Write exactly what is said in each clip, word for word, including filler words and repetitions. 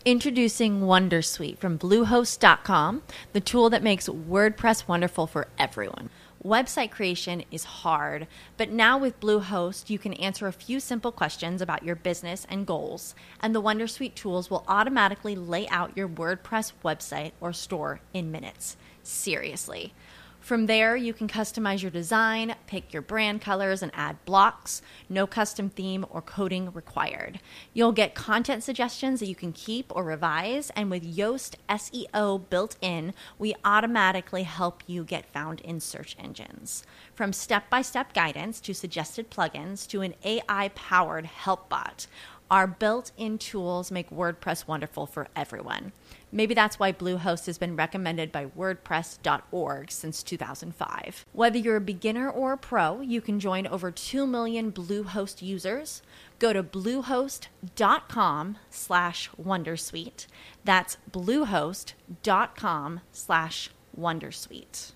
Introducing Wondersuite from Bluehost dot com, the tool that makes WordPress wonderful for everyone. Website creation is hard, but now with Bluehost, you can answer a few simple questions about your business and goals, and the Wondersuite tools will automatically lay out your WordPress website or store in minutes. Seriously. From there, you can customize your design, pick your brand colors, and add blocks. No custom theme or coding required. You'll get content suggestions that you can keep or revise, and with Yoast S E O built in, we automatically help you get found in search engines. From step-by-step guidance to suggested plugins to an A I-powered help bot, our built-in tools make WordPress wonderful for everyone. Maybe that's why Bluehost has been recommended by WordPress dot org since two thousand five. Whether you're a beginner or a pro, you can join over two million Bluehost users. Go to bluehost dot com slash wondersuite. That's bluehost dot com slash wondersuite.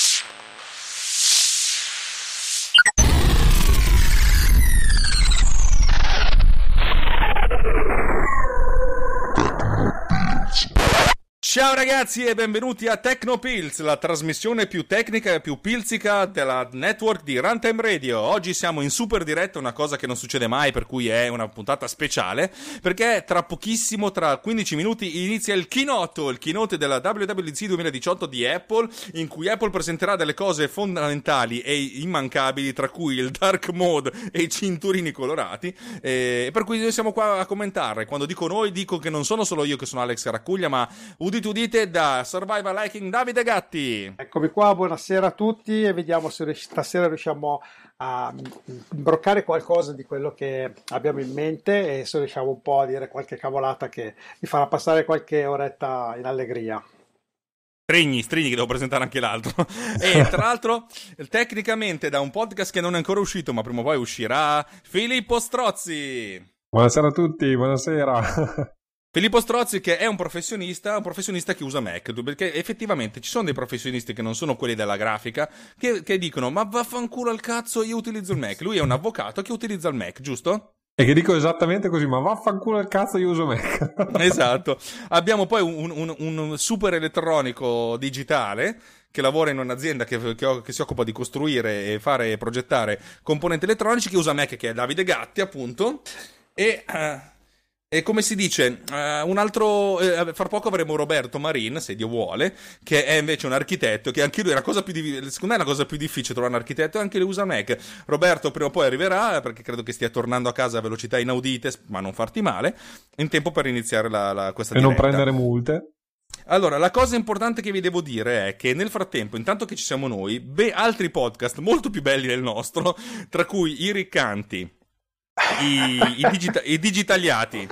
Ciao ragazzi e benvenuti a TechnoPills, la trasmissione più tecnica e più pilzica della network di Runtime Radio. Oggi siamo in super diretta, una cosa che non succede mai, per cui è una puntata speciale, perché tra pochissimo, tra quindici minuti, inizia il keynote, il keynote della W W D C duemiladiciotto di Apple, in cui Apple presenterà delle cose fondamentali e immancabili, tra cui il dark mode e i cinturini colorati, e per cui noi siamo qua a commentare. Quando dico noi, dico che non sono solo io che sono Alex Caracuglia, ma udite udite da Survival Liking Davide Gatti. Eccomi qua, buonasera a tutti e vediamo se stasera riusciamo a imbroccare qualcosa di quello che abbiamo in mente e se riusciamo un po' a dire qualche cavolata che mi farà passare qualche oretta in allegria. Strigni, strigni che devo presentare anche l'altro. E tra l'altro, tecnicamente da un podcast che non è ancora uscito, ma prima o poi uscirà, Filippo Strozzi. Buonasera a tutti, buonasera. Filippo Strozzi, che è un professionista, un professionista che usa Mac, perché effettivamente ci sono dei professionisti che non sono quelli della grafica, che, che dicono ma vaffanculo al cazzo, io utilizzo il Mac. Lui è un avvocato che utilizza il Mac, giusto? E che dico esattamente così, ma vaffanculo al cazzo, io uso Mac. Esatto. Abbiamo poi un, un, un super elettronico digitale che lavora in un'azienda che, che, che si occupa di costruire e fare e progettare componenti elettronici, che usa Mac, che è Davide Gatti, appunto. E... Uh, E come si dice, uh, un altro, eh, fra poco avremo Roberto Marin, se Dio vuole, che è invece un architetto, che anche lui è la cosa più di- secondo me è la cosa più difficile trovare un architetto, e anche lui usa Mac. Roberto prima o poi arriverà, perché credo che stia tornando a casa a velocità inaudite, ma non farti male, in tempo per iniziare la, la, questa e diretta. non prendere multe. Allora, la cosa importante che vi devo dire è che nel frattempo, intanto che ci siamo noi, beh, altri podcast molto più belli del nostro, tra cui i Riccanti, I, i, digita- i digitagliati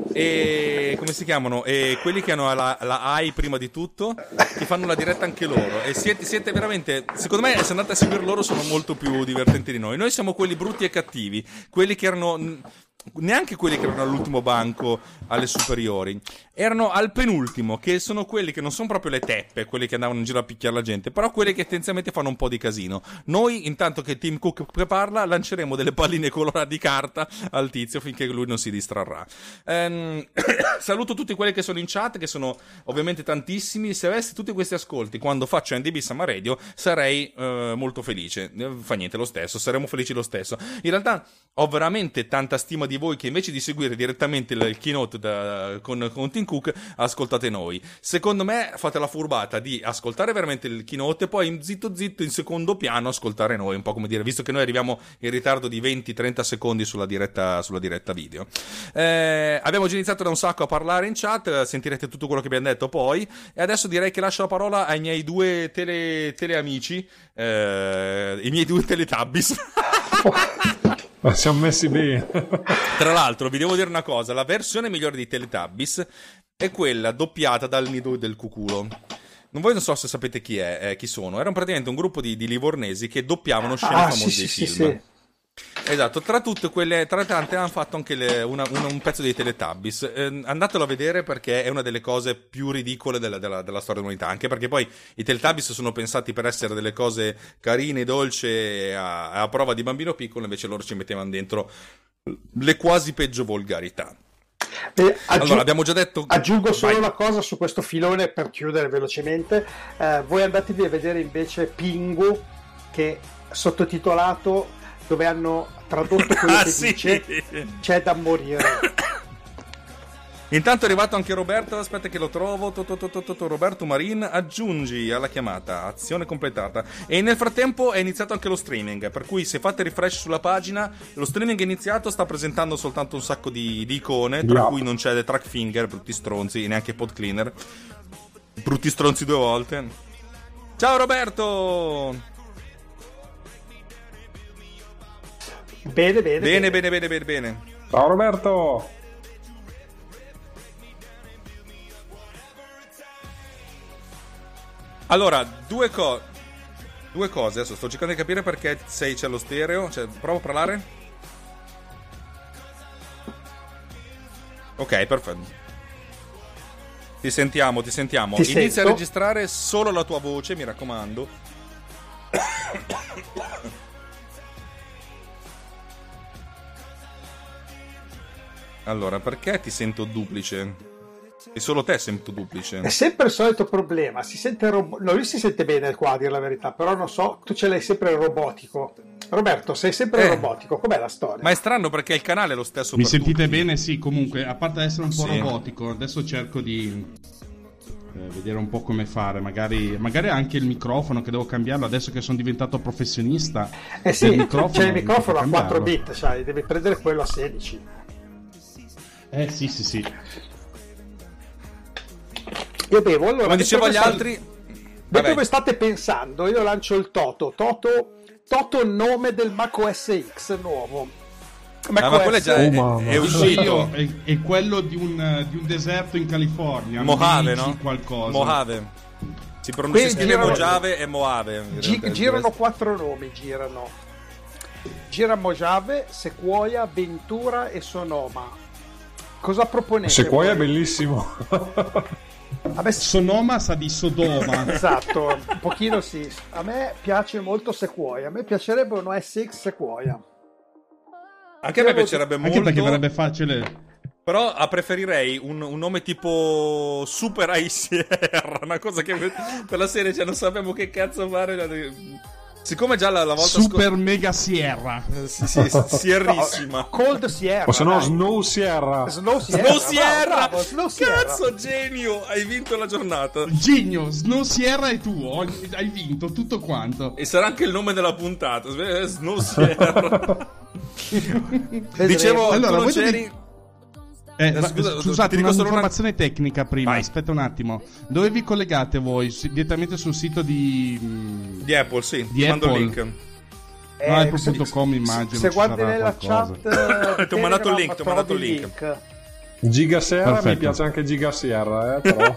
e come si chiamano, e quelli che hanno la, la A I prima di tutto, che fanno la diretta anche loro, e siete, siete veramente, secondo me se andate a seguire loro sono molto più divertenti di noi. Noi siamo quelli brutti e cattivi, quelli che erano, neanche quelli che erano all'ultimo banco alle superiori, erano al penultimo, che sono quelli che non sono proprio le teppe, quelli che andavano in giro a picchiare la gente, però quelli che tendenzialmente fanno un po' di casino. Noi, intanto che Tim Cook parla, lanceremo delle palline colorate di carta al tizio finché lui non si distrarrà. Ehm, saluto tutti quelli che sono in chat, che sono ovviamente tantissimi. Se avessi tutti questi ascolti quando faccio N D B Summer Radio, sarei eh, molto felice. Fa niente, lo stesso, saremo felici lo stesso. In realtà ho veramente tanta stima di voi che invece di seguire direttamente il, il keynote da, con, con Tim Cook, ascoltate noi. Secondo me fate la furbata di ascoltare veramente il keynote e poi in zitto zitto in secondo piano ascoltare noi, un po' come dire, visto che noi arriviamo in ritardo di venti trenta secondi sulla diretta, sulla diretta video. Eh, abbiamo già iniziato da un sacco a parlare in chat, sentirete tutto quello che abbiamo detto poi, e adesso direi che lascio la parola ai miei due tele, teleamici, eh, i miei due teletabbies. Ma siamo messi bene. Tra l'altro vi devo dire una cosa, la versione migliore di Teletubbies è quella doppiata dal nido del cuculo. Non voi non so se sapete chi è, eh, chi sono. Erano praticamente un gruppo di, di livornesi che doppiavano scene Ah, famose sì, dei sì, film. sì, sì. Esatto, tra tutte quelle, tra tante hanno fatto anche le, una, una, un pezzo dei Teletubbies. Eh, andatelo a vedere perché è una delle cose più ridicole della, della, della storia dell'umanità. Anche perché poi i Teletubbies sono pensati per essere delle cose carine, dolci, a, a prova di bambino piccolo, invece loro ci mettevano dentro le quasi peggio volgarità. Eh, aggiung- allora, abbiamo già detto... Aggiungo solo Vai. una cosa su questo filone per chiudere velocemente. Eh, voi andatevi a vedere invece Pingu, che sottotitolato, dove hanno tradotto quello Ah, che sì. dice, c'è da morire. Intanto è arrivato anche Roberto, aspetta che lo trovo. To, to, to, to, to, to. Roberto Marin, aggiungi alla chiamata, azione completata. E nel frattempo è iniziato anche lo streaming, per cui se fate refresh sulla pagina, lo streaming è iniziato, sta presentando soltanto un sacco di, di icone, tra Yeah. cui non c'è le track finger, brutti stronzi, e neanche pod cleaner. Brutti stronzi due volte. Ciao Roberto! Bene, bene, Bene, bene, bene, bene, bene. Ciao Roberto! Allora, due, co- due cose. Adesso sto cercando di capire perché sei c'è lo stereo. Cioè, provo a parlare. Ok, perfetto. Ti sentiamo, ti sentiamo. Ti Inizia sento. a registrare solo la tua voce, mi raccomando. Allora, perché ti sento duplice? E solo te sento duplice. È sempre il solito problema, si sente robo- no, lui si sente bene qua a dire la verità, però non so, tu ce l'hai sempre il robotico. Roberto, sei sempre il Eh. robotico, com'è la storia? Ma è strano perché il canale è lo stesso Mi per sentite tutti. bene? Sì, comunque, a parte essere un po' Sì. robotico, adesso cerco di eh, vedere un po' come fare. Magari, magari anche il microfono che devo cambiarlo adesso che sono diventato professionista. Eh sì, del microfono, c'è il microfono a devo quattro cambiarlo. bit, sai, devi prendere quello a sedici. Eh sì, sì, sì. Io bevo, allora... Come mentre dicevo voi agli state- altri... Mentre Vabbè. voi state pensando, io lancio il Toto. Toto, Toto nome del macOS X nuovo. Ah, ma quello è già Oh, è, mamma. è Io, uscito. è, è quello di un, di un deserto in California. Mojave, Luigi no? Qualcosa. Mojave. Si pronuncia, Qui si scrive girano- Mojave e Moave. in Gi- realtà, il girano resto- quattro nomi, girano. Gira Mojave, Sequoia, Ventura e Sonoma. Cosa proponete? Sequoia è voi? bellissimo. A me, Sonoma sa di Sodoma. esatto, un pochino sì. A me piace molto Sequoia. A me piacerebbe un O S X Sequoia. Anche a me piacerebbe Anche molto. perché verrebbe facile. Però ah, preferirei un, un nome tipo Super High Sierra. Una cosa che per la serie, cioè, non sappiamo che cazzo fare. Siccome già la, la volta Super Mega Sierra. scorsa. Sì, sì, sierrissima. No, Cold Sierra. O se no dai. Snow Sierra. Snow Sierra. Snow Sierra! Bravo, bravo, Snow Sierra. Cazzo, genio! Hai vinto la giornata. Genio, Snow Sierra è tuo. Hai vinto tutto quanto. E sarà anche il nome della puntata. Snow Sierra. Vedremo. Dicevo, Allora, tu non voi c'eri... dovevi- Eh, Eh, ma- scusa, ti scusate, dico una solo una- informazione tecnica prima. Vai. Aspetta un attimo. Dove vi collegate voi? Si- Direttamente sul sito di, mh, Di Apple, sì. Di Ti mando il Apple. link. Eh, apple se- punto com immagino. Se ci guardi sarà nella qualcosa. chat, eh, Ti ho mandato il Telegram, link, ti ho mandato trovi il link. Giga Sierra, Perfetto. mi piace anche Giga Sierra, eh, però.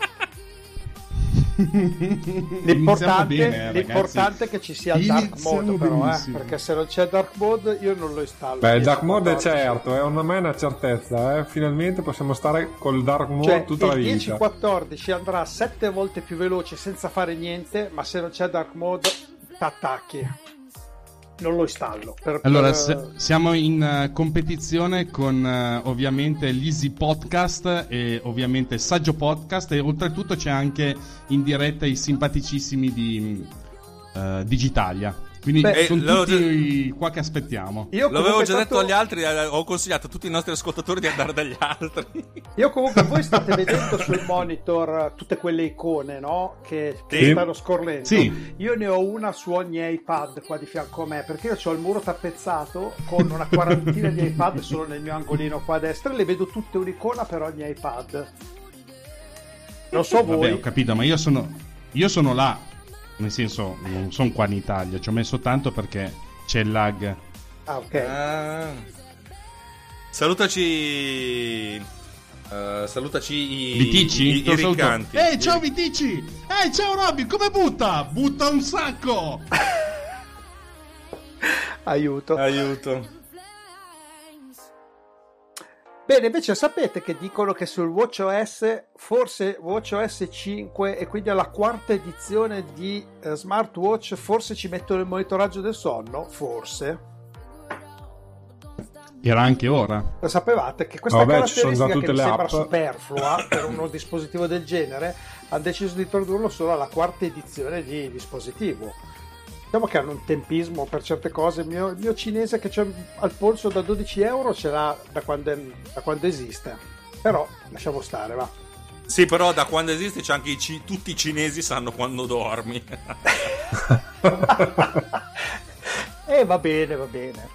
Iniziamo L'importante, bene, eh, l'importante è che ci sia il dark Iniziamo mode, però, eh, benissimo. perché se non c'è dark mode io non lo installo. Beh, il Io Dark sono Mode è quattordici. certo, è una me una certezza, eh. Finalmente possiamo stare col Dark Mode Cioè, tutta la il vita. dieci quattordici andrà sette volte più veloce senza fare niente, ma se non c'è dark mode t'attacchi. Non lo installo. Per- Allora, per- se- siamo in eh, competizione con eh, ovviamente l'Easy Podcast e ovviamente Saggio Podcast, e oltretutto c'è anche in diretta i simpaticissimi di eh, Digitalia. Quindi Beh, sono eh, l'avevo tutti qua che aspettiamo. Io L'avevo comunque già detto tanto- agli altri, eh, ho consigliato a tutti i nostri ascoltatori di andare dagli altri. Io comunque voi state vedendo sul monitor tutte quelle icone, no? Che, che Sì. stanno scorrendo. Sì. Io ne ho una su ogni iPad qua di fianco a me, perché io ho il muro tappezzato con una quarantina di iPad solo nel mio angolino qua a destra, e le vedo tutte un'icona per ogni iPad. Non so voi. Vabbè, ho capito, ma io sono io sono là. Nel senso, non sono qua in Italia, ci ho messo tanto perché c'è il lag. Ah, ok. Ah. Salutaci. eh, salutaci i, Vitici? i, i, Te lo saluto. riccanti. Ehi, ciao Vitici! Ehi, ciao Robby, come butta? Butta un sacco! Aiuto. Aiuto. Bene, invece sapete che dicono che sul WatchOS, forse WatchOS cinque e quindi alla quarta edizione di eh, smartwatch, forse ci mettono il monitoraggio del sonno? Forse. Era anche ora. Lo sapevate che questa Vabbè, ci sono già caratteristica tutte che mi le sembra app. superflua per uno dispositivo del genere hanno deciso di introdurlo solo alla quarta edizione di dispositivo. Diciamo che hanno un tempismo per certe cose. Il mio, il mio cinese che c'è al polso da dodici euro ce l'ha da quando, è, da quando esiste, però lasciamo stare, va. Sì, però da quando esiste c'è anche i ci- tutti i cinesi sanno quando dormi. E va bene, va bene.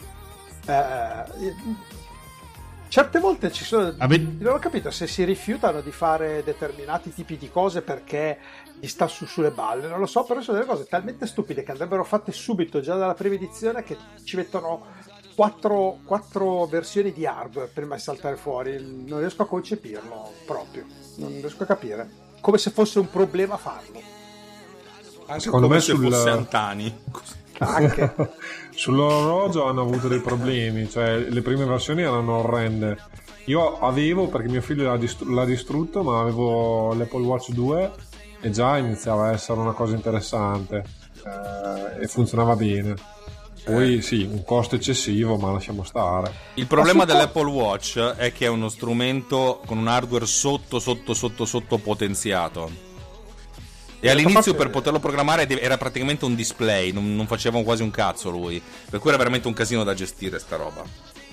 Eh, certe volte ci sono Ave- non ho capito se si rifiutano di fare determinati tipi di cose perché gli sta su sulle balle, non lo so, però sono delle cose talmente stupide che andrebbero fatte subito già dalla prima edizione, che ci mettono quattro, quattro versioni di hardware prima di saltare fuori. Non riesco a concepirlo proprio, non riesco a capire, come se fosse un problema farlo. Anche Secondo come me se sul- fosse Antani. Anche Sull'orologio hanno avuto dei problemi, cioè le prime versioni erano orrende. Io avevo, perché mio figlio l'ha, distru- l'ha distrutto, ma avevo l'Apple Watch due e già iniziava a essere una cosa interessante, eh, e funzionava bene. Poi sì, un costo eccessivo, ma lasciamo stare. Il problema Ma su- dell'Apple Watch è che è uno strumento con un hardware sotto sotto sotto sotto potenziato. E all'inizio facile. per poterlo programmare era praticamente un display, non, non faceva quasi un cazzo lui. Per cui era veramente un casino da gestire sta roba.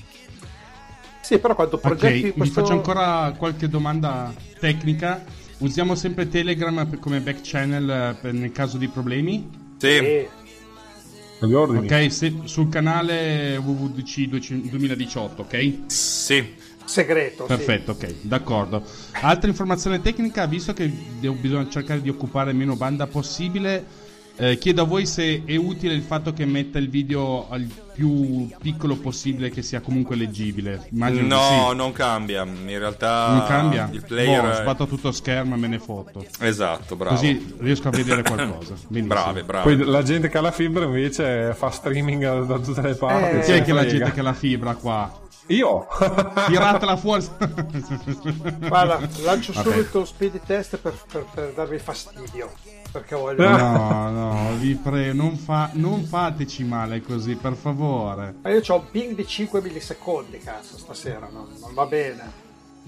sì, però quando progetti Ok, questo... vi faccio ancora qualche domanda tecnica. Usiamo sempre Telegram per- come back channel eh, per- nel caso di problemi? Sì, Eh, Gli ordini. Ok, se- sul canale W W D C duemiladiciotto, ok? sì. segreto, sì. Perfetto, ok, d'accordo. Altra informazione tecnica, visto che devo- bisogna cercare di occupare meno banda possibile, eh, chiedo a voi se è utile il fatto che metta il video al più piccolo possibile, che sia comunque leggibile. Immagino No, di sì. non cambia. In realtà Non cambia? il player Boh, è- sbatto tutto schermo e me ne fotto. Esatto, bravo. Così riesco a vedere qualcosa. Benissimo. Brave, brave. Poi la gente che ha la fibra invece fa streaming da, da tutte le parti. Eh, Chi se è ne che la frega. gente che ha la fibra qua? Io? Tiratela fuori. Guarda, lancio Vabbè. subito un speed test per, per, per darvi fastidio, perché voglio... No, no, vi prego, non, fa- non fateci male così, per favore. Ma io ho un ping di cinque millisecondi, cazzo, stasera, non, non va bene.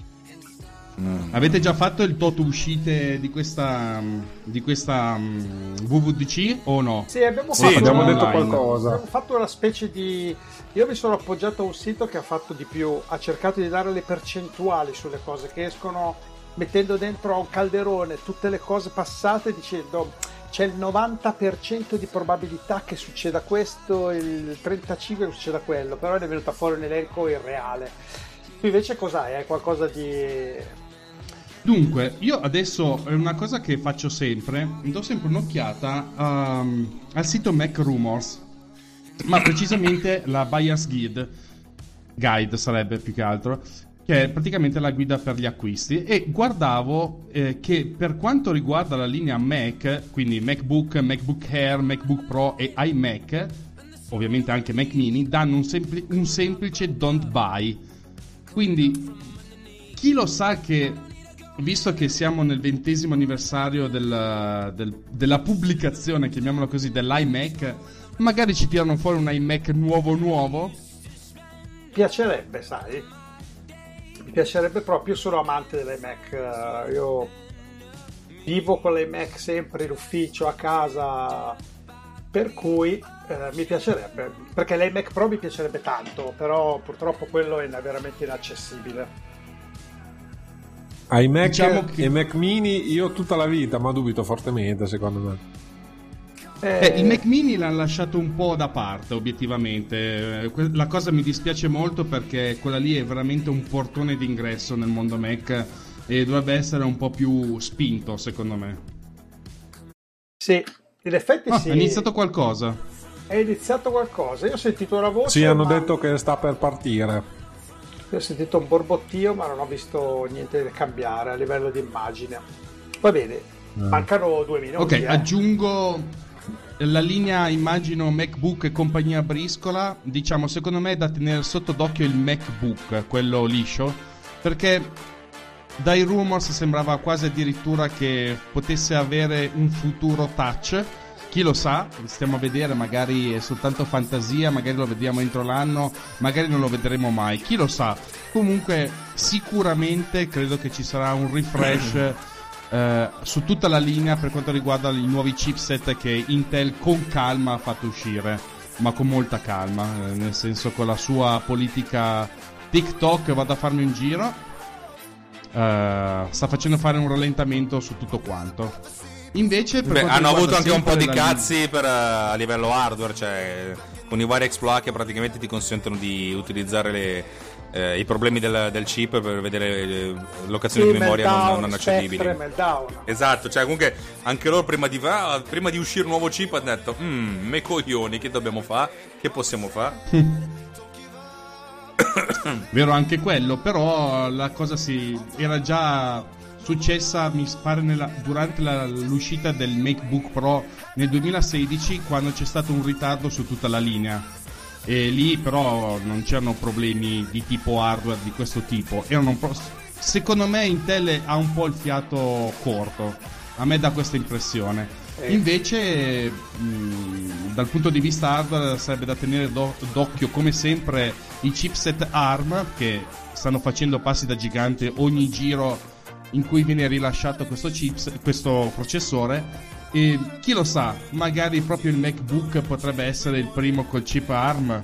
Avete già fatto il toto uscite di questa di questa um, W W D C o no? Sì, abbiamo Sì, fatto, abbiamo una, detto online. qualcosa. abbiamo fatto una specie di... Io mi sono appoggiato a un sito che ha fatto di più, ha cercato di dare le percentuali sulle cose che escono, mettendo dentro a un calderone tutte le cose passate, dicendo c'è il novanta per cento di probabilità che succeda questo, il trentacinque per cento che succeda quello, però ne è venuta fuori un elenco irreale. Tu invece cos'hai? Hai qualcosa di... Dunque, io adesso è una cosa che faccio sempre, do sempre un'occhiata um, al sito Mac Rumors, ma precisamente la Buyer's Guide, guide sarebbe più che altro, che è praticamente la guida per gli acquisti, e guardavo eh, che per quanto riguarda la linea Mac, quindi MacBook, MacBook Air, MacBook Pro e iMac, ovviamente anche Mac Mini, danno un, sempli- un semplice don't buy. Quindi chi lo sa che, visto che siamo nel ventesimo anniversario del, del- della pubblicazione, chiamiamola così, dell'iMac, magari ci tirano fuori un iMac nuovo nuovo? piacerebbe, sai, mi piacerebbe proprio, io sono amante dell'iMac, eh, io vivo con l'iMac sempre in ufficio, a casa, per cui eh, mi piacerebbe, perché l'iMac Pro mi piacerebbe tanto, però purtroppo quello è veramente inaccessibile. Ai Mac Diciamo che- e Mac Mini io tutta la vita, ma dubito fortemente, secondo me. Eh, il Mac Mini l'hanno lasciato un po' da parte, obiettivamente. Eh, que- La cosa mi dispiace molto, perché quella lì è veramente un portone d'ingresso nel mondo Mac e dovrebbe essere un po' più spinto, secondo me. Sì, in effetti Ah, sì, è iniziato qualcosa. è iniziato qualcosa, io ho sentito una voce, Sì, hanno ma- detto che sta per partire. io ho sentito un borbottio, ma non ho visto niente da cambiare a livello di immagine. Va bene, mancano due minuti. Ok, eh. aggiungo la linea, immagino, MacBook e compagnia briscola. Diciamo, secondo me è da tenere sotto d'occhio il MacBook, quello liscio, perché dai rumors sembrava quasi addirittura che potesse avere un futuro touch, chi lo sa, stiamo a vedere, magari è soltanto fantasia, magari lo vediamo entro l'anno, magari non lo vedremo mai, chi lo sa. Comunque sicuramente credo che ci sarà un refresh eh, su tutta la linea per quanto riguarda i nuovi chipset che Intel con calma ha fatto uscire, ma con molta calma, eh, nel senso, con la sua politica TikTok, vado a farmi un giro, uh, sta facendo fare un rallentamento su tutto quanto. Invece per Beh, hanno avuto anche un po' di la... cazzi per, uh, a livello hardware, cioè con i vari exploit che praticamente ti consentono di utilizzare le, eh, i problemi del, del chip per vedere le locazioni sì, di memoria meltdown, non, non accedibili. Meltdown. Esatto, cioè comunque anche loro prima di, ah, prima di uscire un nuovo chip hanno detto mmm, me coglioni, che dobbiamo fare? Che possiamo fare? Vero anche quello, però la cosa si era già successa, mi pare, nella, durante la, l'uscita del MacBook Pro nel duemilasedici, quando c'è stato un ritardo su tutta la linea, e lì però non c'erano problemi di tipo hardware di questo tipo, erano pro- secondo me Intel ha un po' il fiato corto, a me dà questa impressione. Invece mh, dal punto di vista hardware sarebbe da tenere do- d'occhio come sempre i chipset ARM, che stanno facendo passi da gigante ogni giro in cui viene rilasciato questo chips, questo processore, e chi lo sa, magari proprio il MacBook potrebbe essere il primo col chip ARM.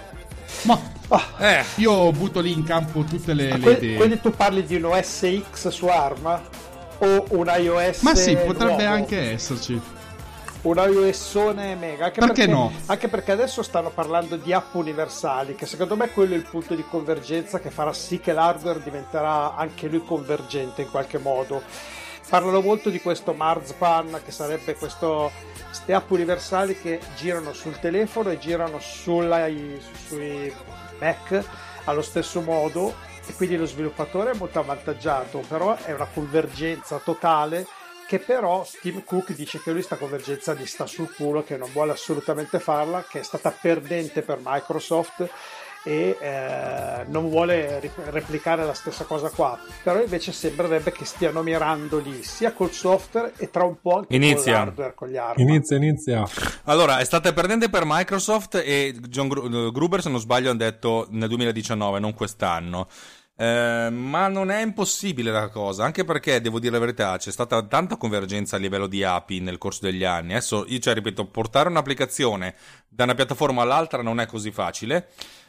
Ma oh, eh. io butto lì in campo tutte le, le que- idee. Quindi tu parli di un O S X su ARM? O un iOS? Ma sì, potrebbe nuovo? anche esserci. Un iOSone mega, anche perché, perché no? Anche perché adesso stanno parlando di app universali, che secondo me quello è il punto di convergenza che farà sì che l'hardware diventerà anche lui convergente in qualche modo. Parlano molto di questo Marzipan, che sarebbe questo, queste app universali che girano sul telefono e girano sulla, sui Mac allo stesso modo, e quindi lo sviluppatore è molto avvantaggiato, però è una convergenza totale, che però Tim Cook dice che lui sta convergenza gli sta sul culo, che non vuole assolutamente farla, che è stata perdente per Microsoft e eh, non vuole replicare la stessa cosa qua. Però invece sembrerebbe che stiano mirando lì sia col software e tra un po' anche Inizia. con l'hardware, con gli hardware. Inizia, inizia. Allora, è stata perdente per Microsoft, e John Gruber, se non sbaglio, ha detto nel duemiladiciannove, non quest'anno. Eh, ma non è impossibile la cosa, anche perché, devo dire la verità, c'è stata tanta convergenza a livello di A P I nel corso degli anni. Adesso, io cioè, ripeto, portare un'applicazione da una piattaforma all'altra non è così facile,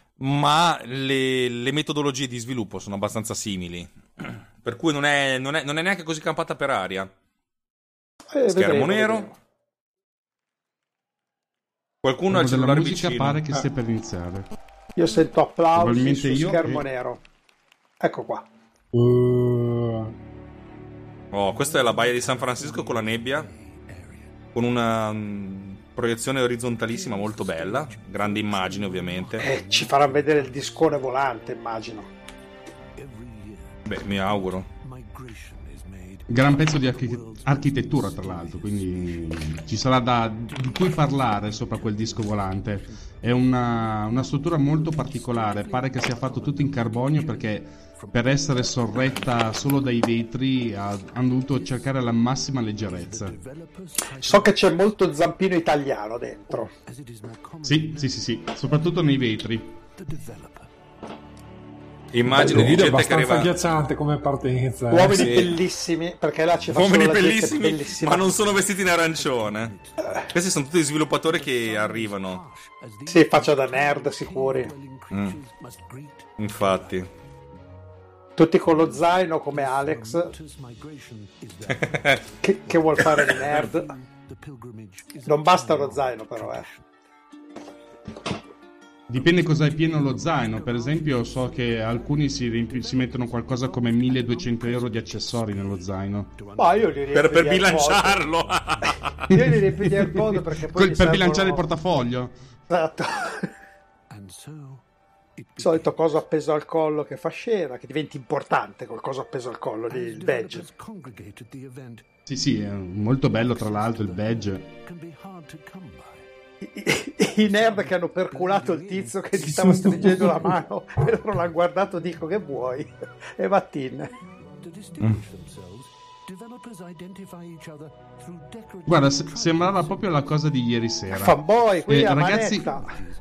ma le, le metodologie di sviluppo sono abbastanza simili, per cui non è, non è, non è neanche così campata per aria. Eh, Schermo vedremo, nero. vedremo. Qualcuno ha il della cellulare musica vicino. pare che Ah. stia per iniziare. Io sento applausi Probabilmente su io schermo e- nero. Ecco qua. Uh, Oh, questa è la baia di San Francisco con la nebbia, con una um, proiezione orizzontalissima molto bella, grande immagine ovviamente. Eh, ci farà vedere il discone volante, immagino. Beh, mi auguro. Gran pezzo di archi- architettura, tra l'altro, quindi ci sarà da, di cui parlare sopra quel disco volante. È una, una struttura molto particolare, pare che sia fatto tutto in carbonio, perché per essere sorretta solo dai vetri ha, hanno dovuto cercare la massima leggerezza. So che c'è molto zampino italiano dentro. Sì, sì, sì, sì, soprattutto nei vetri. Immagino il di video è gente che abbastanza arriva. agghiacciante come partenza. eh. Uomini sì. bellissimi, perché là ci fa Uomini solo la gente bellissimi, bellissima. ma non sono vestiti in arancione. Questi sono tutti sviluppatori che arrivano. Sì, faccia da nerd sicuri. Mm. Infatti. Tutti con lo zaino come Alex, che, che vuol fare il nerd. Non basta lo zaino però, eh. Dipende cosa è pieno lo zaino. Per esempio, so che alcuni si, riempi- si mettono qualcosa come milleduecento euro di accessori nello zaino. Ma io li riempio Per, per di bilanciarlo. AirPod. Io li riempio di AirPod perché poi Quel- mi per servono- bilanciare il portafoglio. Esatto. Il solito coso appeso al collo che fa scena, che diventi importante col coso appeso al collo, lì, il badge. Sì, sì, è molto bello tra l'altro il badge. I, i- i nerd che hanno perculato il tizio che gli stava stringendo la mano e loro l'hanno guardato, dico che vuoi, e Vattin. Guarda, se- sembrava proprio la cosa di ieri sera. Fanboy, qui Eh, a ragazzi, manetta.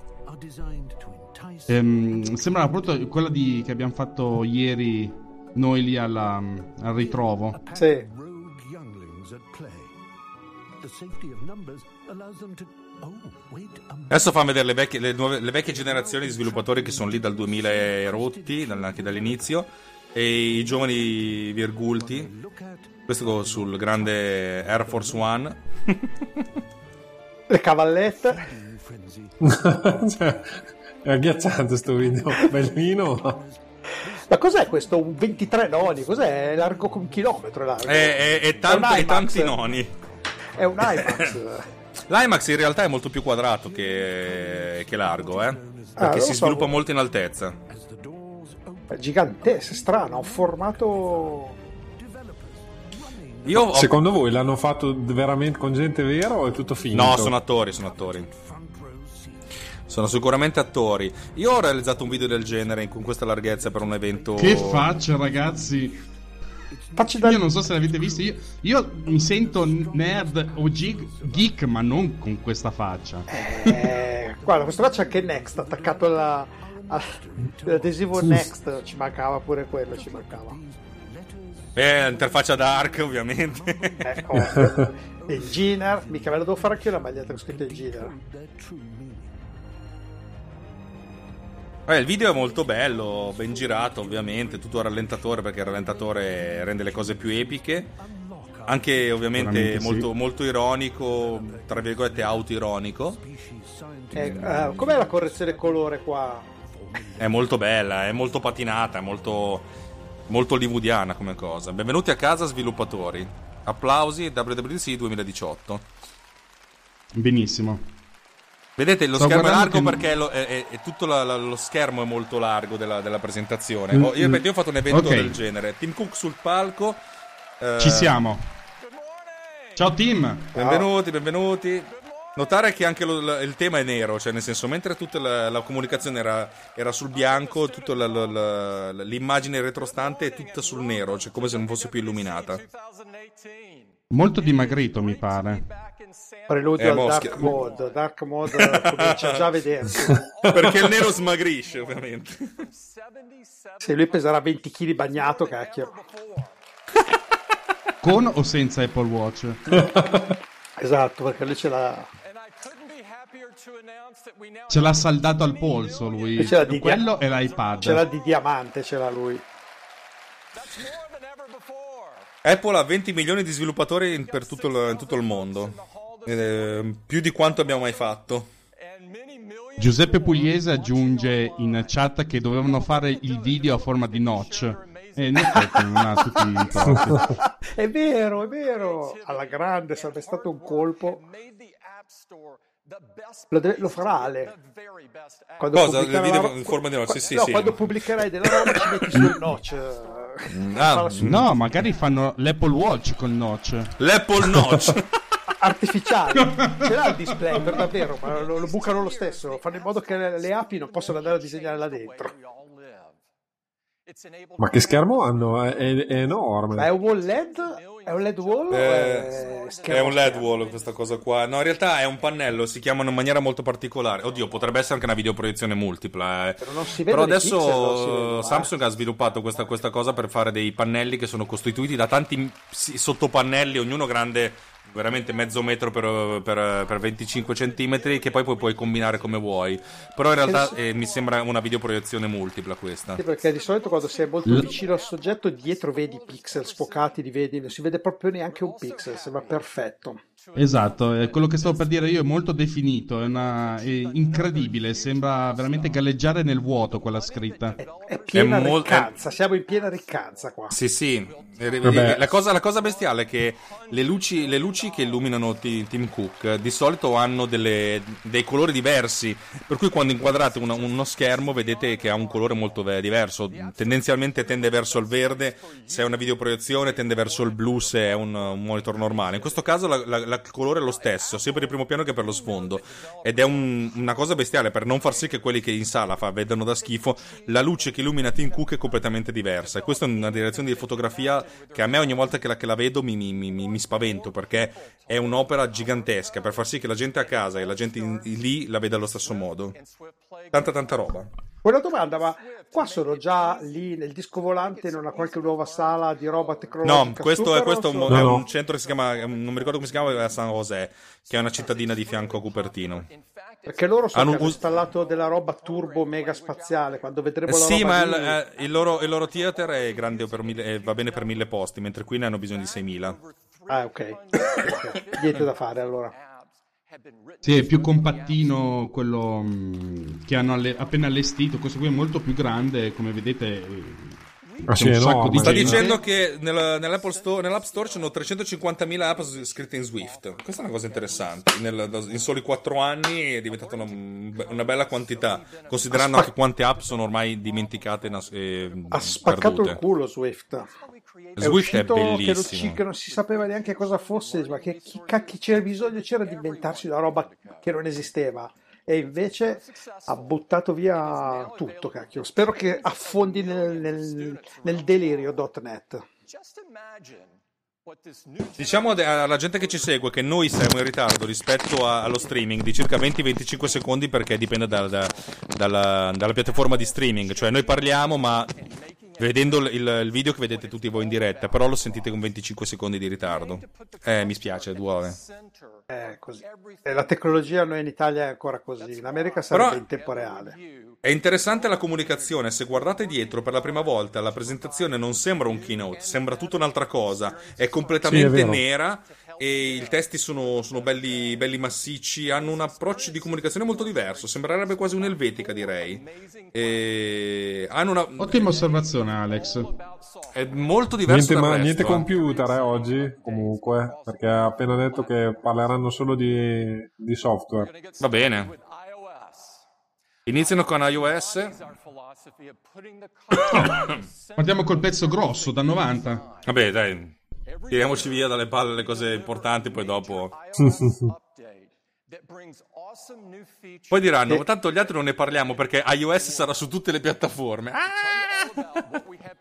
ehm, sembrava proprio quella di, che abbiamo fatto ieri noi lì alla- al ritrovo. Sì. Adesso fanno vedere le vecchie, le, nuove, le vecchie generazioni di sviluppatori che sono lì dal duemila e rotti, dal- anche dall'inizio, e i giovani virgulti. Questo sul grande Air Force One. Le cavallette. Cioè, è agghiacciante sto video, bellino. Ma cos'è questo? Un ventitré noni? Cos'è? È largo con un chilometro, è largo. E, e, e, tanti, È un e IMAX. tanti noni. È un IMAX. L'IMAX in realtà è molto più quadrato che, che largo, eh? Perché Ah, non si so. sviluppa molto in altezza. È gigantesco, è strano, ha un formato... Io ho... Secondo voi l'hanno fatto veramente con gente vera o è tutto finto? No, sono attori, sono attori. Sono sicuramente attori. Io ho realizzato un video del genere con questa larghezza per un evento. Che faccia, ragazzi! Facci da... Io non so se l'avete visto. Io, io mi sento nerd o geek, geek, ma non con questa faccia. Eh, guarda, questo qua c'è anche Next attaccato alla, alla- all'adesivo Next. Ci mancava pure quello, ci mancava. Eh, interfaccia dark, ovviamente. Ecco. Engineer, mica me la devo fare anche io la maglietta con scritto Engineer. Eh, il video è molto bello, ben girato, ovviamente, tutto a rallentatore perché il rallentatore rende le cose più epiche. Anche ovviamente Veramente sì. molto, molto ironico, tra virgolette autoironico. Eh, eh, com'è la correzione colore qua? È molto bella, è molto patinata, è molto, molto hollywoodiana come cosa. Benvenuti a casa sviluppatori. Applausi W W D C duemiladiciotto. Benissimo. Vedete, lo Sto schermo è guardando largo che- perché lo- è, è- è tutto la- la- lo schermo è molto largo della, della presentazione. Mm, Ho- io, mm. io ho fatto un evento Ok. del genere. Tim Cook sul palco. eh, Ci siamo. Ciao team. Benvenuti, benvenuti. Notare che anche lo- la- il tema è nero, cioè nel senso, mentre tutta la, la comunicazione era, era sul bianco, tutta la- la- la- l'immagine retrostante è tutta sul nero, cioè come se non fosse più illuminata. Molto dimagrito, mi pare. Preludio Eh, al mo, Dark scher- Mode. Dark Mode eh, comincia già a vedersi. Perché il nero smagrisce, ovviamente. Se lui peserà venti chili bagnato, cacchio. Con o senza Apple Watch? Esatto, perché lui ce l'ha... Ce l'ha saldato al polso lui. E ce l'ha di Quello dia- e l'iPad. Ce l'ha di diamante, ce l'ha lui. Apple ha venti milioni di sviluppatori in, per tutto il, in tutto il mondo. Eh, più di quanto abbiamo mai fatto. Giuseppe Pugliese aggiunge in chat che dovevano fare il video a forma di notch. E in effetti non ha tutti i torti. È vero, è vero. Alla grande sarebbe stato un colpo. Lo, deve- lo farà Ale. Quando Cosa? Il pubblicherà video la ro- in forma di notch? Sì, sì, no, sì. quando pubblicherai della roba ci metti sul notch. Ah, Falla su- No, magari fanno l'Apple Watch col notch. L'Apple Notch. artificiale. Ce l'ha il display per davvero, ma lo, lo bucano lo stesso. Fanno in modo che le, le api non possono andare a disegnare là dentro. Ma che schermo hanno? È, è- è enorme. Ma è un wall L E D? È un L E D wall? o Eh, è, schermo è un L E D schermo? wall questa cosa qua. No, in realtà è un pannello, si chiamano in maniera molto particolare. Oddio, potrebbe essere anche una videoproiezione multipla. Eh. Però non si vedono Però i pixel, non si adesso vedono, eh. Samsung ha sviluppato questa, questa cosa per fare dei pannelli che sono costituiti da tanti sì, sottopannelli, ognuno grande veramente mezzo metro per, per, per venticinque centimetri, che poi, poi puoi combinare come vuoi. Però in realtà eh, mi sembra una videoproiezione multipla questa. Sì, perché di solito quando sei molto vicino al soggetto dietro vedi i pixel sfocati, li vedi, non si vede proprio neanche un pixel, sembra perfetto. Esatto, è quello che stavo per dire io, è molto definito, è, una, è incredibile, sembra veramente galleggiare nel vuoto quella scritta. È, è piena È mol- riccanza, siamo in piena riccanza qua. Sì, sì. Eh, Vabbè. La cosa, la cosa bestiale è che le luci, le luci che illuminano T- Tim Cook di solito hanno delle- dei colori diversi, per cui quando inquadrate una- uno schermo vedete che ha un colore molto ve- diverso. Tendenzialmente tende verso il verde se è una videoproiezione, tende verso il blu se è un, un monitor normale. In questo caso la, la- la il colore è lo stesso, sia per il primo piano che per lo sfondo, ed è un, una cosa bestiale per non far sì che quelli che in sala fa, vedono da schifo, la luce che illumina Tim Cook è completamente diversa, e questa è una direzione di fotografia che a me ogni volta che la, che la vedo mi, mi, mi, mi spavento, perché è un'opera gigantesca per far sì che la gente a casa e la gente in, in lì la veda allo stesso modo. Tanta tanta roba. Una domanda, ma qua sono già lì nel disco volante in una qualche nuova sala di roba tecnologica? No, questo, è, questo è, un, sono... è un centro che si chiama, non mi ricordo come si chiama, è a San José, che è una cittadina di fianco a Cupertino. Perché loro sono hanno hanno installato della roba turbo mega spaziale, quando vedremo la sì, roba ma lì... il, il, loro, il loro theater è grande per mille, eh, va bene per mille posti, mentre qui ne hanno bisogno di seimila. Ah, ok. Niente da fare allora. Sì, è più compattino quello mh, che hanno alle- appena allestito. Questo qui è molto più grande, come vedete. eh, Ah, c'è sì, un è sacco enorme. di Sta gente. dicendo che nella, nell'Apple Store, nell'App Store c'hanno trecentocinquantamila app scritte in Swift. Questa è una cosa interessante. Nel- in soli quattro anni è diventata una, una bella quantità, considerando Ha spa- anche quante app sono ormai dimenticate nas- e Ha spaccato perdute. il culo Swift. È Swift è uscito che non, bellissimo. ci- che non si sapeva neanche cosa fosse, ma che chi cacchi c'era bisogno c'era di inventarsi una roba che non esisteva. E invece ha buttato via tutto, cacchio. Spero che affondi nel, nel, nel delirio punto net. Diciamo de- alla gente che ci segue che noi siamo in ritardo rispetto a- allo streaming di circa venti venticinque secondi, perché dipende da- da- dalla, dalla piattaforma di streaming. Cioè noi parliamo, ma vedendo il, il video che vedete tutti voi in diretta, però lo sentite con venticinque secondi di ritardo. Eh, mi spiace, duole. È così. E la tecnologia noi in Italia è ancora così, in America sarebbe Però- in tempo reale. È interessante la comunicazione. Se guardate dietro per la prima volta, la presentazione non sembra un keynote, sembra tutta un'altra cosa. È completamente Sì, è vero. nera e i testi sono, sono belli, belli massicci. Hanno un approccio di comunicazione molto diverso. Sembrerebbe quasi un'elvetica, direi. E hanno una, Ottima osservazione, Alex. è molto diverso Niente, dal ma, resto, niente eh. computer eh, oggi, comunque, perché ha appena detto che parleranno solo di, di software. Va bene. Iniziano con iOS. Partiamo col pezzo grosso, da novanta. Vabbè, dai. Tiriamoci via dalle palle le cose importanti, poi dopo. Poi diranno, ma tanto gli altri non ne parliamo perché iOS sarà su tutte le piattaforme. Ah!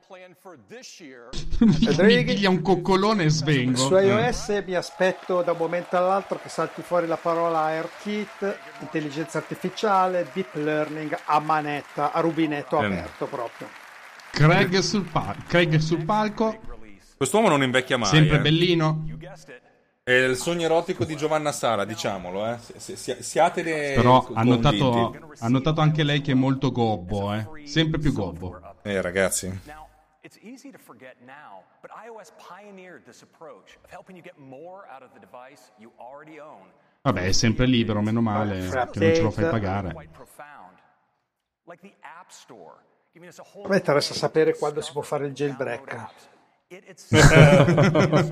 Mi piglia un coccolone e svengo. Su iOS mi aspetto da un momento all'altro che salti fuori la parola AirKit, intelligenza artificiale, deep learning a manetta, a rubinetto Eh. aperto proprio. Craig sul, pal- Craig sul palco, Quest'uomo non invecchia mai. sempre eh. bellino. È il sogno erotico di Giovanna Sala, diciamolo. Eh. Si- si- siatene Però co- ha notato, convinti. ha notato anche lei che è molto gobbo, eh. Sempre più gobbo. Eh, ragazzi. Now, it's easy to forget now, but iOS pioneered this approach of helping you get more out of the device you already own. Vabbè, è sempre libero, meno male che non ce lo fai pagare. Quite profound. Like the App Store, giving us a whole A me interessa sapere quando si può fare il jailbreak. It itself as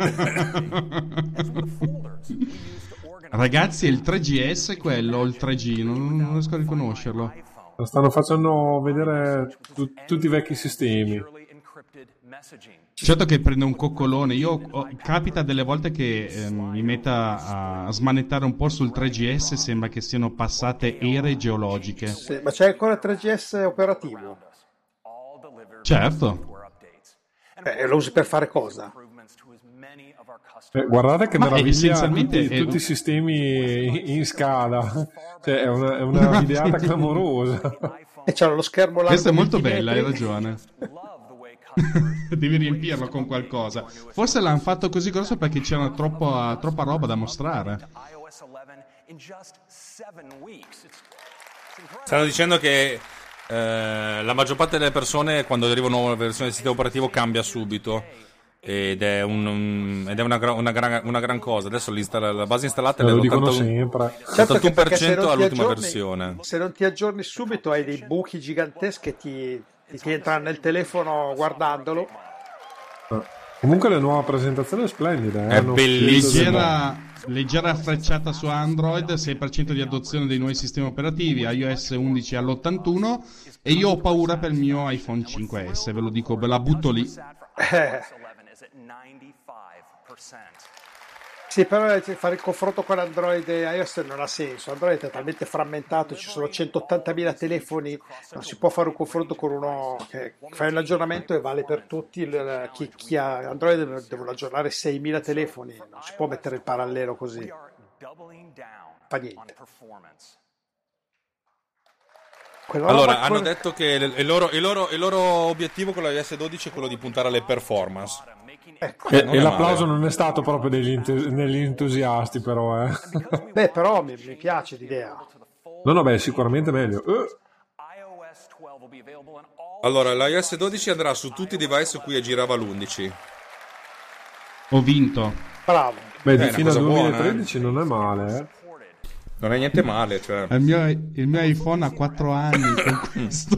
with the folders we use to organize Ragazzi, è il tre G S quello, o il tre G, non, non riesco a riconoscerlo. Lo stanno facendo vedere tu- tutti i vecchi sistemi. securely encrypted messaging. Certo che prende un coccolone. Io ho- capita delle volte che ehm, mi metta a smanettare un po' sul tre G S, sembra che siano passate ere geologiche. Sì, ma c'è ancora il tre G S operativo? All delivered Certo. software updates. And Eh, lo usi per fare cosa? improvements to as many of our Eh, customers. guardate che Ma meraviglia, essenzialmente tutti, è- tutti i sistemi in, in scala. Cioè, è una, è una videata clamorosa. E c'hanno lo schermo largo Questa è molto venti bella, hai metri. ragione. Love the way customers Devi riempirlo con qualcosa. Forse l'hanno fatto così grosso perché c'era troppa, troppa roba da mostrare. iOS eleven in just seven weeks. It's, it's incredible. Stanno dicendo che eh, la maggior parte delle persone quando arriva una nuova versione del sistema operativo cambia subito. Ed è, un, un- ed è una, gra- una, gran, una gran cosa. Adesso l'installa- la base installata è Lo dicono dell'ottantuno sempre. Certo che perché se per cento non ti all'ultima aggiorni- versione. Se non ti aggiorni subito hai dei buchi giganteschi che ti, ti, ti entrano nel telefono guardandolo. Comunque la nuova presentazione è splendida. eh. È Hanno bellissimo. Leggera, leggera frecciata su Android, sei per cento di adozione dei nuovi sistemi operativi, iOS undici all'ottantuno, e io ho paura per il mio iPhone cinque S, ve lo dico, ve la butto lì. Eh, eleven is at ninety-five percent. Sì, però fare il confronto con Android e iOS non ha senso. Android è talmente frammentato, ci sono centottantamila telefoni, non si può fare un confronto con uno che fai un aggiornamento e vale per tutti. Il- chi, chi ha Android devono aggiornare seimila telefoni, non si può mettere il parallelo così. Fa niente. Quella roba Allora, hanno con- detto che il il loro, il loro- il loro obiettivo con la iOS dodici è quello di puntare alle performance. Ecco. E, non e è l'applauso male. non è stato proprio degli, entu- degli entusiasti, però. Eh. Beh, però mi, mi piace l'idea. No, no, beh, sicuramente meglio. Eh. Allora, la iOS dodici andrà su tutti i device su cui girava l'undici. Ho vinto. Bravo. Beh, di Eh, una fino al cosa buona, duemilatredici non è male, eh. Non è niente male, cioè. Il mio, il mio iPhone ha quattro anni con questo.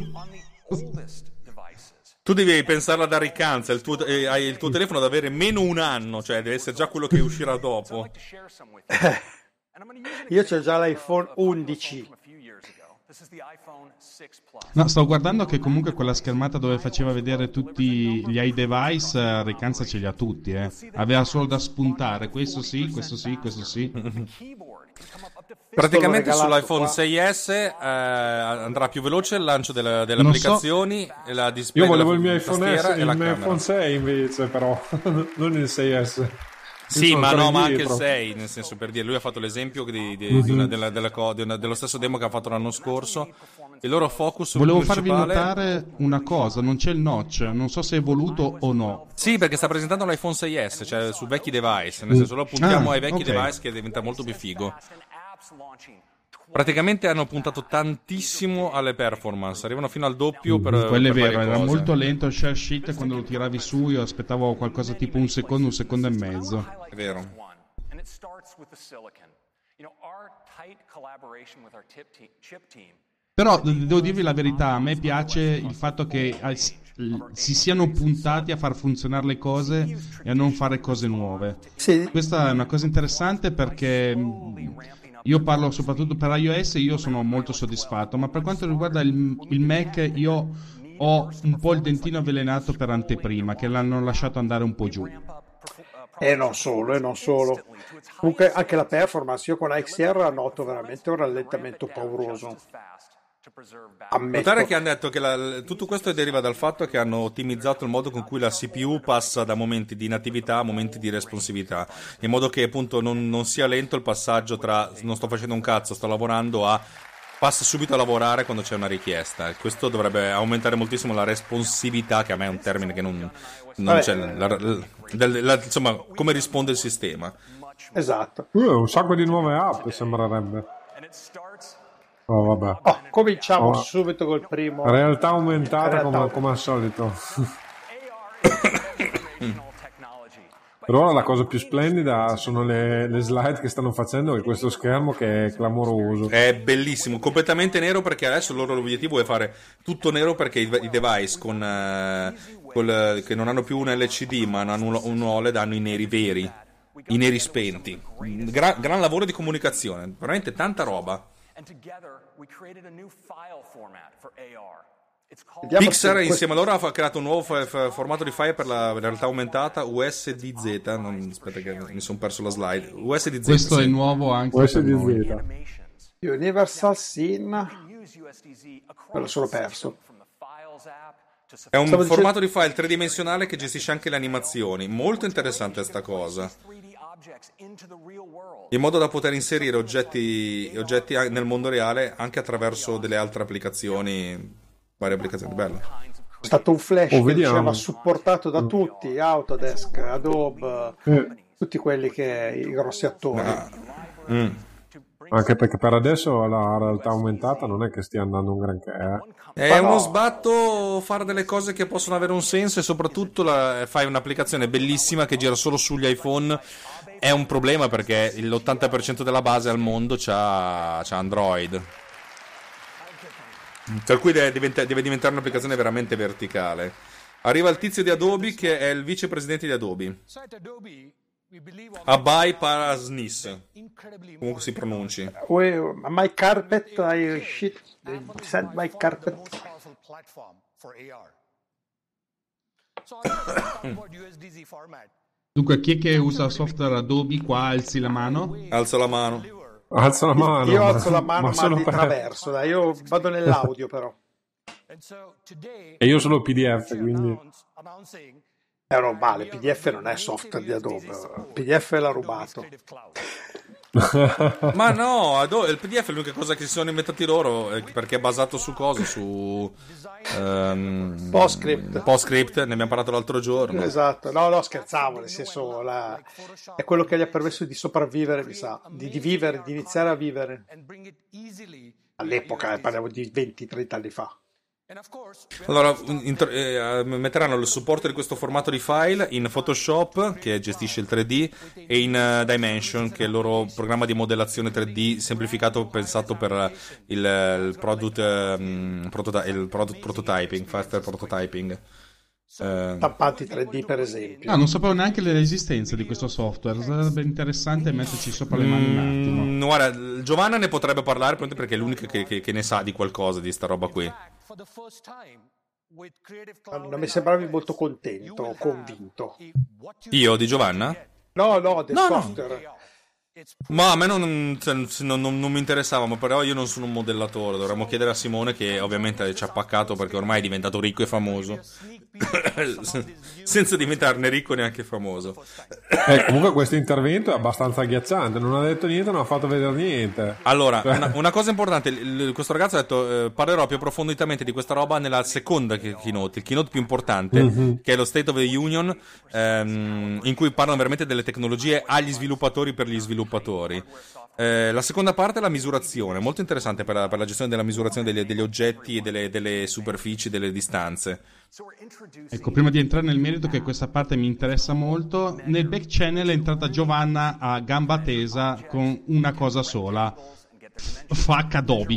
Tu devi pensarla da riccanza, il tuo, eh, hai il tuo telefono ad avere meno un anno, cioè deve essere già quello che uscirà dopo. Io c'ho già l'iPhone undici. No, sto guardando che comunque quella schermata dove faceva vedere tutti gli iDevice, eh, Recanza ce li ha tutti, eh. Aveva solo da spuntare, questo sì, questo sì, questo sì. Praticamente regalato sull'iPhone qua. sei S eh, andrà più veloce il lancio delle, delle Non so. applicazioni, e la display Io volevo il della mio iPhone tastiera S, e la il mio camera. iPhone sei invece, però, non il sei S. Io Sì, sono ma ancora no, ma anche il indietro. sei, nel senso, per dire, lui ha fatto l'esempio di, di- Mhm. di una- della- della co- di una- dello stesso demo che ha fatto l'anno scorso. Il loro focus Volevo farvi principale... notare una cosa, non c'è il notch, non so se è voluto o no. Sì, perché sta presentando l'iPhone sei S, cioè su vecchi device, nel senso, lo puntiamo Ah, ai vecchi ok. device che diventa molto più figo. Praticamente hanno puntato tantissimo alle performance, arrivano fino al doppio per Quello è per vero, varie era cose. molto lento il share sheet quando lo tiravi su, io aspettavo qualcosa tipo un secondo, un secondo e mezzo. È vero. And it starts with the silicon. You know, our tight collaboration with our tip te- chip team. Però de- devo dirvi la verità, a me piace il fatto che eh, si si siano puntati a far funzionare le cose e a non fare cose nuove. Sì, Questa è una cosa interessante perché mh, io parlo soprattutto per iOS, io sono molto soddisfatto, ma per quanto riguarda il, il Mac io ho un po' il dentino avvelenato per Anteprima, che l'hanno lasciato andare un po' giù. e non solo, e non solo. Comunque anche la performance, io con X R noto veramente un rallentamento pauroso. Ammetto. Notare che hanno detto che la- tutto questo deriva dal fatto che hanno ottimizzato il modo con cui la C P U passa da momenti di natività a momenti di responsività, in modo che appunto non, non sia lento il passaggio tra non sto facendo un cazzo, sto lavorando, a passa subito a lavorare quando c'è una richiesta. Questo dovrebbe aumentare moltissimo la responsività, che a me è un termine che non, non Vabbè. c'è, la- la- del- la- insomma, come risponde il sistema. Esatto. Uh, un sacco di nuove app, sembrerebbe. Oh, vabbè. Oh, cominciamo Oh. subito col primo. Realtà aumentata Realtà come, aumentata. come al solito. Per ora la cosa più splendida sono le, le slide che stanno facendo e questo schermo che è clamoroso. È bellissimo, completamente nero, perché adesso il loro obiettivo è fare tutto nero, perché i, i device con, eh, col- che non hanno più un L C D ma hanno un, un O L E D hanno i neri veri, i neri spenti. Gra- gran lavoro di comunicazione, veramente tanta roba. And together we created a new file format for A R. It's called Vediamo Pixar se insieme a loro ha creato un nuovo fa- fa- formato di file per la realtà aumentata, U S D Z. Non, aspetta che mi sono perso la slide. U S D Z. Questo sì. è nuovo anche Può essere per di noi. Z. animations. Universal Scene. Use U S D Z across Me lo sono the perso. system, from the Files app to È un Stavo dicendo- formato di file tridimensionale che gestisce anche le animazioni. Molto interessante sta cosa. three D objects into the real world. In modo da poter inserire oggetti, oggetti a- nel mondo reale anche attraverso delle altre applicazioni. Varie applicazioni, bello. È stato un flash Oh, che vediamo. diceva supportato da tutti, Autodesk, Adobe, Eh, tutti quelli che i grossi attori. Mm. anche perché per adesso la realtà aumentata non è che stia andando un granché. Eh. È Ma uno no. sbatto fare delle cose che possono avere un senso, e soprattutto la- fai un'applicazione bellissima che gira solo sugli iPhone. È un problema perché l'ottanta per cento della base al mondo c'ha, c'ha Android. Per cui deve, diventa- deve diventare un'applicazione veramente verticale. Arriva il tizio di Adobe che è il vicepresidente di Adobe. Abhay Parasnis, comunque si pronunci. Ue- My carpet, I shit, send my carpet. powerful platform for A R. So I want to talk about U S D Z format. Dunque, chi è che usa software Adobe qua? Alzi la mano. Alza la mano. Alza la mano. Io ma- alzo la mano, ma ma, solo di per- traverso, dai, io vado nell'audio però. E io solo P D F, quindi... È normale, P D F non è software di Adobe, P D F l'ha rubato. Ma no, Ado- il P D F è l'unica cosa che si sono inventati loro, eh, perché è basato su cosa? Su ehm, PostScript. PostScript, ne abbiamo parlato l'altro giorno. Esatto, no, no, scherzavo, nel senso la... è quello che gli ha permesso di sopravvivere, mi sa, di, di vivere, di iniziare a vivere. All'epoca, eh, parliamo di venti trenta anni fa. Allora, intro- eh, metteranno il supporto di questo formato di file in Photoshop, che gestisce il tre D, e in uh, Dimension, che è il loro programma di modellazione tre D semplificato, pensato per il, il, product, um, protota- il product prototyping, faster prototyping. Eh, Stampanti tre D, per esempio. Ah, non sapevo neanche l'esistenza di questo software. Sarebbe interessante metterci sopra le mani un attimo. mm, guarda, Giovanna ne potrebbe parlare proprio perché è l'unica che, che, che ne sa di qualcosa di sta roba qui. Non mi sembravi molto contento o convinto. Io di Giovanna? No, no, del No, no. software. Ma a me non, cioè, non, non- non mi interessava, ma però io non sono un modellatore. Dovremmo chiedere a Simone, che ovviamente ci ha paccato perché ormai è diventato ricco e famoso. Senza diventarne ricco neanche famoso. Eh, comunque questo intervento è abbastanza agghiacciante, non ha detto niente, non ha fatto vedere niente. Allora, una, una cosa importante, il- il- questo ragazzo ha detto eh, parlerò più approfonditamente di questa roba nella seconda che- keynote, il keynote più importante, Mhm. che è lo State of the Union, ehm, in cui parlano veramente delle tecnologie agli sviluppatori per gli sviluppatori. Eh, la seconda parte è la misurazione, molto interessante per la, per la gestione della misurazione degli, degli oggetti e delle, delle superfici, delle distanze. Ecco, prima di entrare nel merito, che questa parte mi interessa molto, nel back channel è entrata Giovanna a gamba tesa con una cosa sola: fuck Adobe.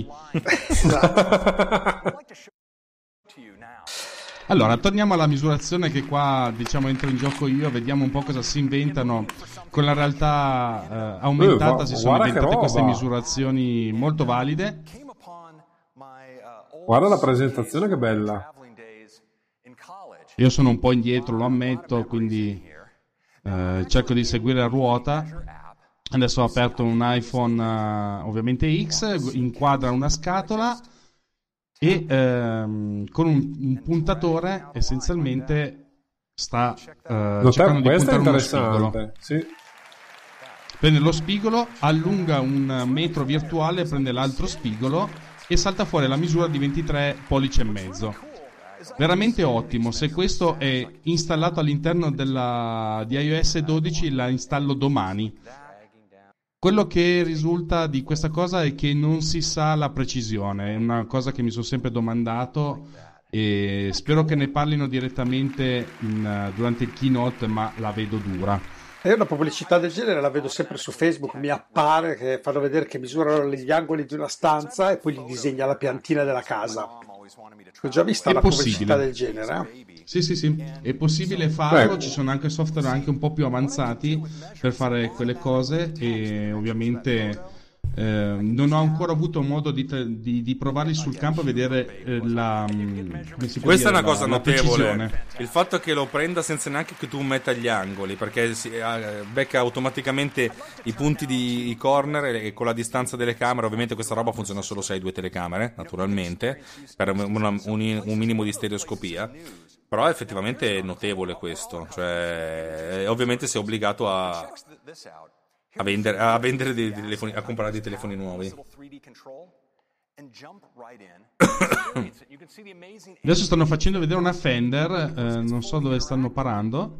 Allora, torniamo alla misurazione, che qua, diciamo, entro in gioco io, vediamo un po' cosa si inventano. Con la realtà eh, aumentata Eh, si sono guarda che inventate queste roba. misurazioni molto valide. Guarda la presentazione, che bella. Io sono un po' indietro, lo ammetto, quindi eh, cerco di seguire a ruota. Adesso ho aperto un iPhone eh, ovviamente X, inquadra una scatola e ehm, con un, un puntatore essenzialmente sta eh, Nota- cercando di questo è puntare uno spigolo. interessante. Sì. Prende lo spigolo, allunga un metro virtuale, prende l'altro spigolo e salta fuori la misura di ventitré pollici e mezzo. Veramente ottimo. Se questo è installato all'interno della, di iOS dodici, la installo domani. Quello che risulta di questa cosa è che non si sa la precisione, è una cosa che mi sono sempre domandato e spero che ne parlino direttamente in, durante il keynote, ma la vedo dura. Io una pubblicità del genere la vedo sempre su Facebook, mi appare che fanno vedere che misurano gli angoli di una stanza e poi gli disegna la piantina della casa. Ho già vista È una possibile. pubblicità del genere. eh? Sì, sì, sì, è possibile farlo, Beh. ci sono anche software anche un po' più avanzati per fare quelle cose e ovviamente eh, non ho ancora avuto modo di, di, di provarli sul campo e vedere eh, la come si può Questa è dire, una cosa la- la notevole, precisione. il fatto che lo prenda senza neanche che tu metta gli angoli, perché si, eh, becca automaticamente i punti di i corner e, e con la distanza delle camere. Ovviamente questa roba funziona solo se hai due telecamere, naturalmente, per una- un, un minimo di stereoscopia, però è effettivamente notevole questo, cioè eh, ovviamente sei obbligato a, a vendere, a, vendere dei telefoni, a comprare dei telefoni nuovi. Adesso stanno facendo vedere una Fender, eh, non so dove stanno parando.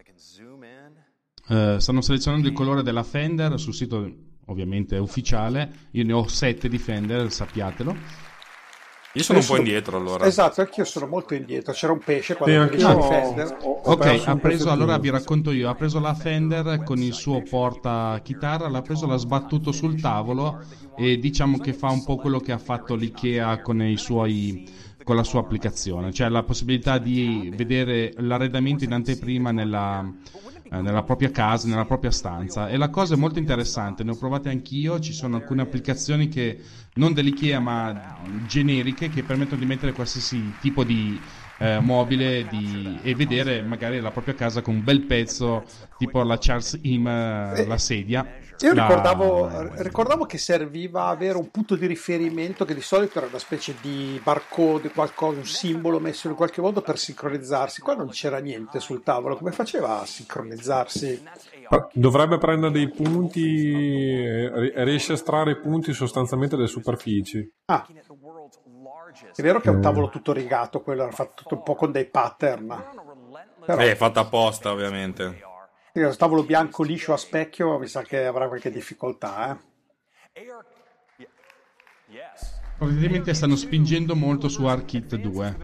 Eh, stanno selezionando il colore della Fender sul sito, ovviamente ufficiale. Io ne ho sette di Fender, sappiatelo. Io sono un po' Adesso- indietro allora. Esatto, anch'io sono molto indietro. C'era un pesce Sì, quando anche dicevo io Fender. ho- ho Ok, perso ha un preso, pezzettino. allora vi racconto io, ha preso la Fender con il suo porta chitarra, l'ha preso, l'ha sbattuto sul tavolo e diciamo che fa un po' quello che ha fatto l'IKEA con i suoi con la sua applicazione, cioè la possibilità di vedere l'arredamento in anteprima nella, eh, nella propria casa, nella propria stanza. E la cosa è molto interessante, ne ho provate anch'io, ci sono alcune applicazioni che non dell'IKEA ma generiche che permettono di mettere qualsiasi tipo di eh, mobile di, e vedere magari la propria casa con un bel pezzo tipo la Charles Im, eh, la sedia. Io la... ricordavo, ricordavo che serviva avere un punto di riferimento che di solito era una specie di barcode, qualcosa, un simbolo messo in qualche modo per sincronizzarsi. Qua non c'era niente sul tavolo, come faceva a sincronizzarsi? Dovrebbe prendere dei punti, riesce a estrarre i punti sostanzialmente dalle superfici. Ah, è vero che è un tavolo tutto rigato, quello era fatto tutto un po' con dei pattern. Però... Eh, è fatto apposta, ovviamente. Il tavolo bianco liscio a specchio mi sa che avrà qualche difficoltà, eh. Probabilmente stanno spingendo molto su ARKit due.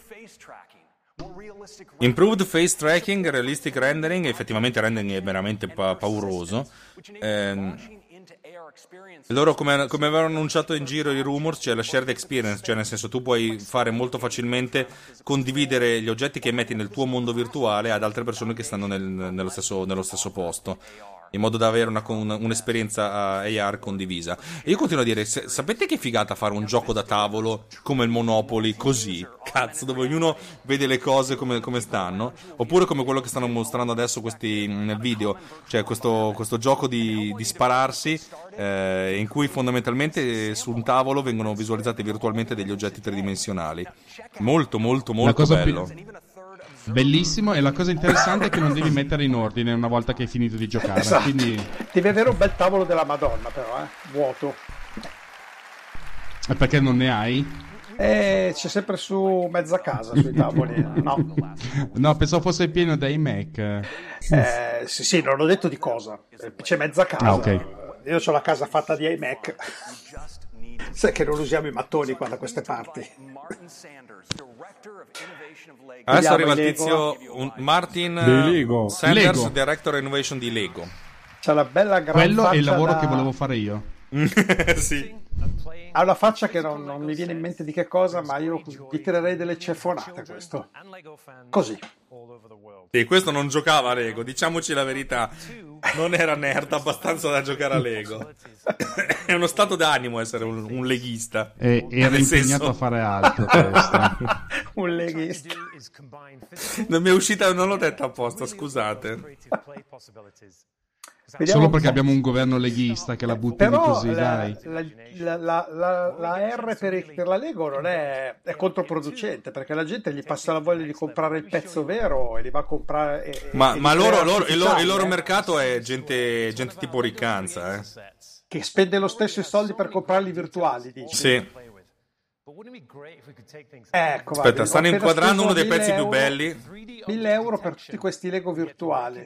Improved face tracking, realistic rendering, effettivamente il rendering è veramente pa- pauroso. Eh, loro, come, come avevano annunciato in giro i rumors, c'è la shared experience, cioè nel senso tu puoi fare molto facilmente condividere gli oggetti che metti nel tuo mondo virtuale ad altre persone che stanno nel, nello, stesso, nello stesso posto, in modo da avere una, una, un'esperienza A R condivisa. E io continuo a dire, se, sapete che figata fare un gioco da tavolo come il Monopoly così, cazzo, dove ognuno vede le cose come, come stanno, oppure come quello che stanno mostrando adesso questi nel video, cioè questo, questo gioco di, di spararsi, eh, in cui fondamentalmente su un tavolo vengono visualizzati virtualmente degli oggetti tridimensionali. Molto molto molto bello. Più... Bellissimo, e la cosa interessante è che non devi mettere in ordine una volta che hai finito di giocare. Esatto. Quindi... devi avere un bel tavolo della Madonna, però, eh? Vuoto. E perché non ne hai? Eh, c'è sempre su mezza casa sui tavoli. No, no, pensavo fosse pieno da iMac. Eh, sì, sì, non ho detto di cosa. C'è mezza casa. Ah, ok. Io ho la casa fatta di iMac. Sai che non usiamo i mattoni qua da queste parti. Adesso arriva il tizio un Martin Lego. Sanders, Lego. Director Innovation di Lego. C'ha la bella gran Quello è il faccia lavoro da... che volevo fare io. Sì. Ha una faccia che non, non mi viene in mente di che cosa, ma io gli tirerei delle ceffonate a questo. Così. Sì, questo non giocava a Lego, diciamoci la verità. Non era nerd abbastanza da giocare a Lego. È uno stato d'animo essere un, un leghista. E era Nel impegnato senso... a fare altro. Questo. Un leghista. Non mi è uscita, non l'ho detta apposta, scusate. Vediamo Solo perché un po'. abbiamo un governo leghista che la butta Però così, la, dai. la, la, la, la R per, per la Lego non è, è controproducente, perché la gente gli passa la voglia di comprare il pezzo vero e li va a comprare. E, Ma, e ma li loro, crea loro, il, loro, il loro artificiali, eh, mercato è gente, gente tipo Riccanza, eh. che spende lo stesso i soldi per comprarli virtuali, dici? Sì. Ecco, Aspetta, guarda, stanno ho appena inquadrando speso uno dei mille pezzi più euro- belli. mille euro per tutti questi Lego virtuali.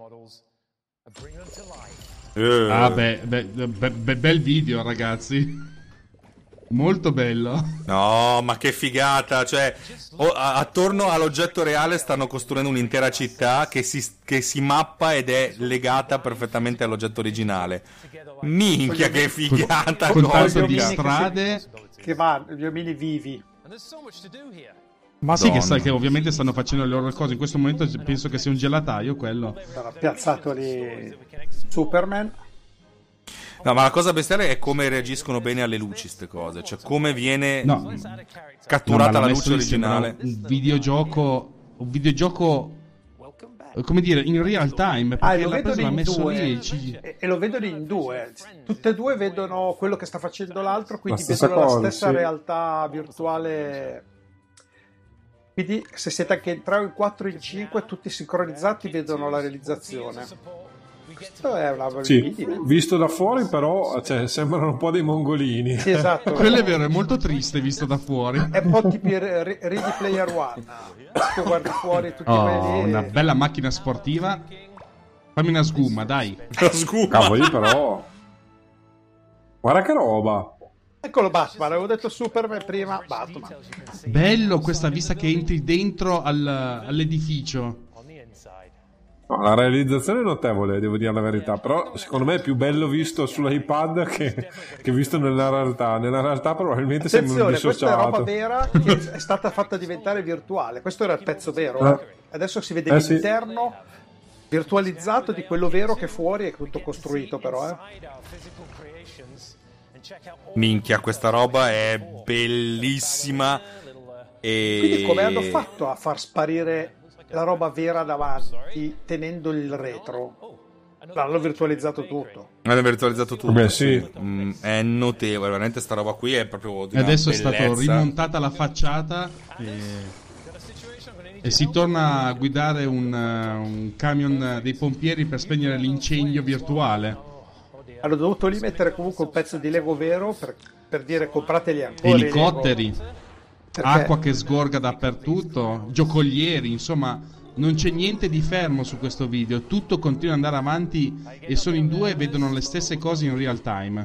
Eh. Ah, beh, beh, beh, beh, bel video, ragazzi. Molto bello. No, ma che figata, cioè o- a- attorno all'oggetto reale stanno costruendo un'intera città che si, che si mappa ed è legata perfettamente all'oggetto originale. Minchia, che figata! Con cosa, tanto di Gli omini che strade. si- Che va, gli omini vivi. Ma sì, che, sa, Madonna. che ovviamente stanno facendo le loro cose. In questo momento penso che sia un gelataio quello. Sarà piazzato lì Superman. No, ma la cosa bestiale è come reagiscono bene alle luci ste cose, cioè come viene No, no, catturata ma l'ha la messo luce lì, sembra originale. Un videogioco. Un videogioco. Come dire, in real time. Ah, Perché e lo l'ha vedono preso, l'ha in messo due. lì. e ci- E, e lo vedono in due. Tutte e due vedono quello che sta facendo l'altro, quindi La stessa vedono cosa, la stessa sì. realtà virtuale. Quindi se siete anche in tre o in quattro o in cinque, tutti sincronizzati, vedono la realizzazione. Questo è una Sì, vergogna. visto da fuori però cioè, sembrano un po' dei mongolini. Sì, esatto. Quello è vero, è molto triste visto da fuori. È un po' tipo Re- Ready Player One. Tu guardi fuori tutti Oh, quelli lì. una bella macchina sportiva. Fammi una sguma, dai. La scusa. Cavoli, però guarda che roba. Eccolo Batman, avevo detto Superman prima, Batman. Bello questa vista che entri dentro al- all'edificio. No, la realizzazione è notevole, devo dire la verità, però secondo me è più bello visto sull'iPad che, che visto nella realtà. Nella realtà probabilmente sembra un Attenzione, questa è roba dissociato. vera che è stata fatta diventare virtuale. Questo era il pezzo vero. Eh. eh. Adesso si vede Eh, sì. l'interno virtualizzato di quello vero che fuori è tutto costruito, però. Eh. Minchia, questa roba è bellissima. E... Quindi come hanno fatto a far sparire la roba vera davanti tenendo il retro? L'hanno virtualizzato tutto. Hanno virtualizzato tutto. Beh, sì. Mm, è notevole, veramente sta roba qui è proprio di E una adesso è bellezza. stata rimontata la facciata e, e si torna a guidare un, un camion dei pompieri per spegnere l'incendio virtuale. Hanno dovuto lì mettere comunque un pezzo di Lego vero per, per dire comprateli ancora i Elicotteri, Lego. Perché acqua che sgorga dappertutto, giocolieri, insomma non c'è niente di fermo su questo video, tutto continua ad andare avanti e sono in due e vedono le stesse cose in real time.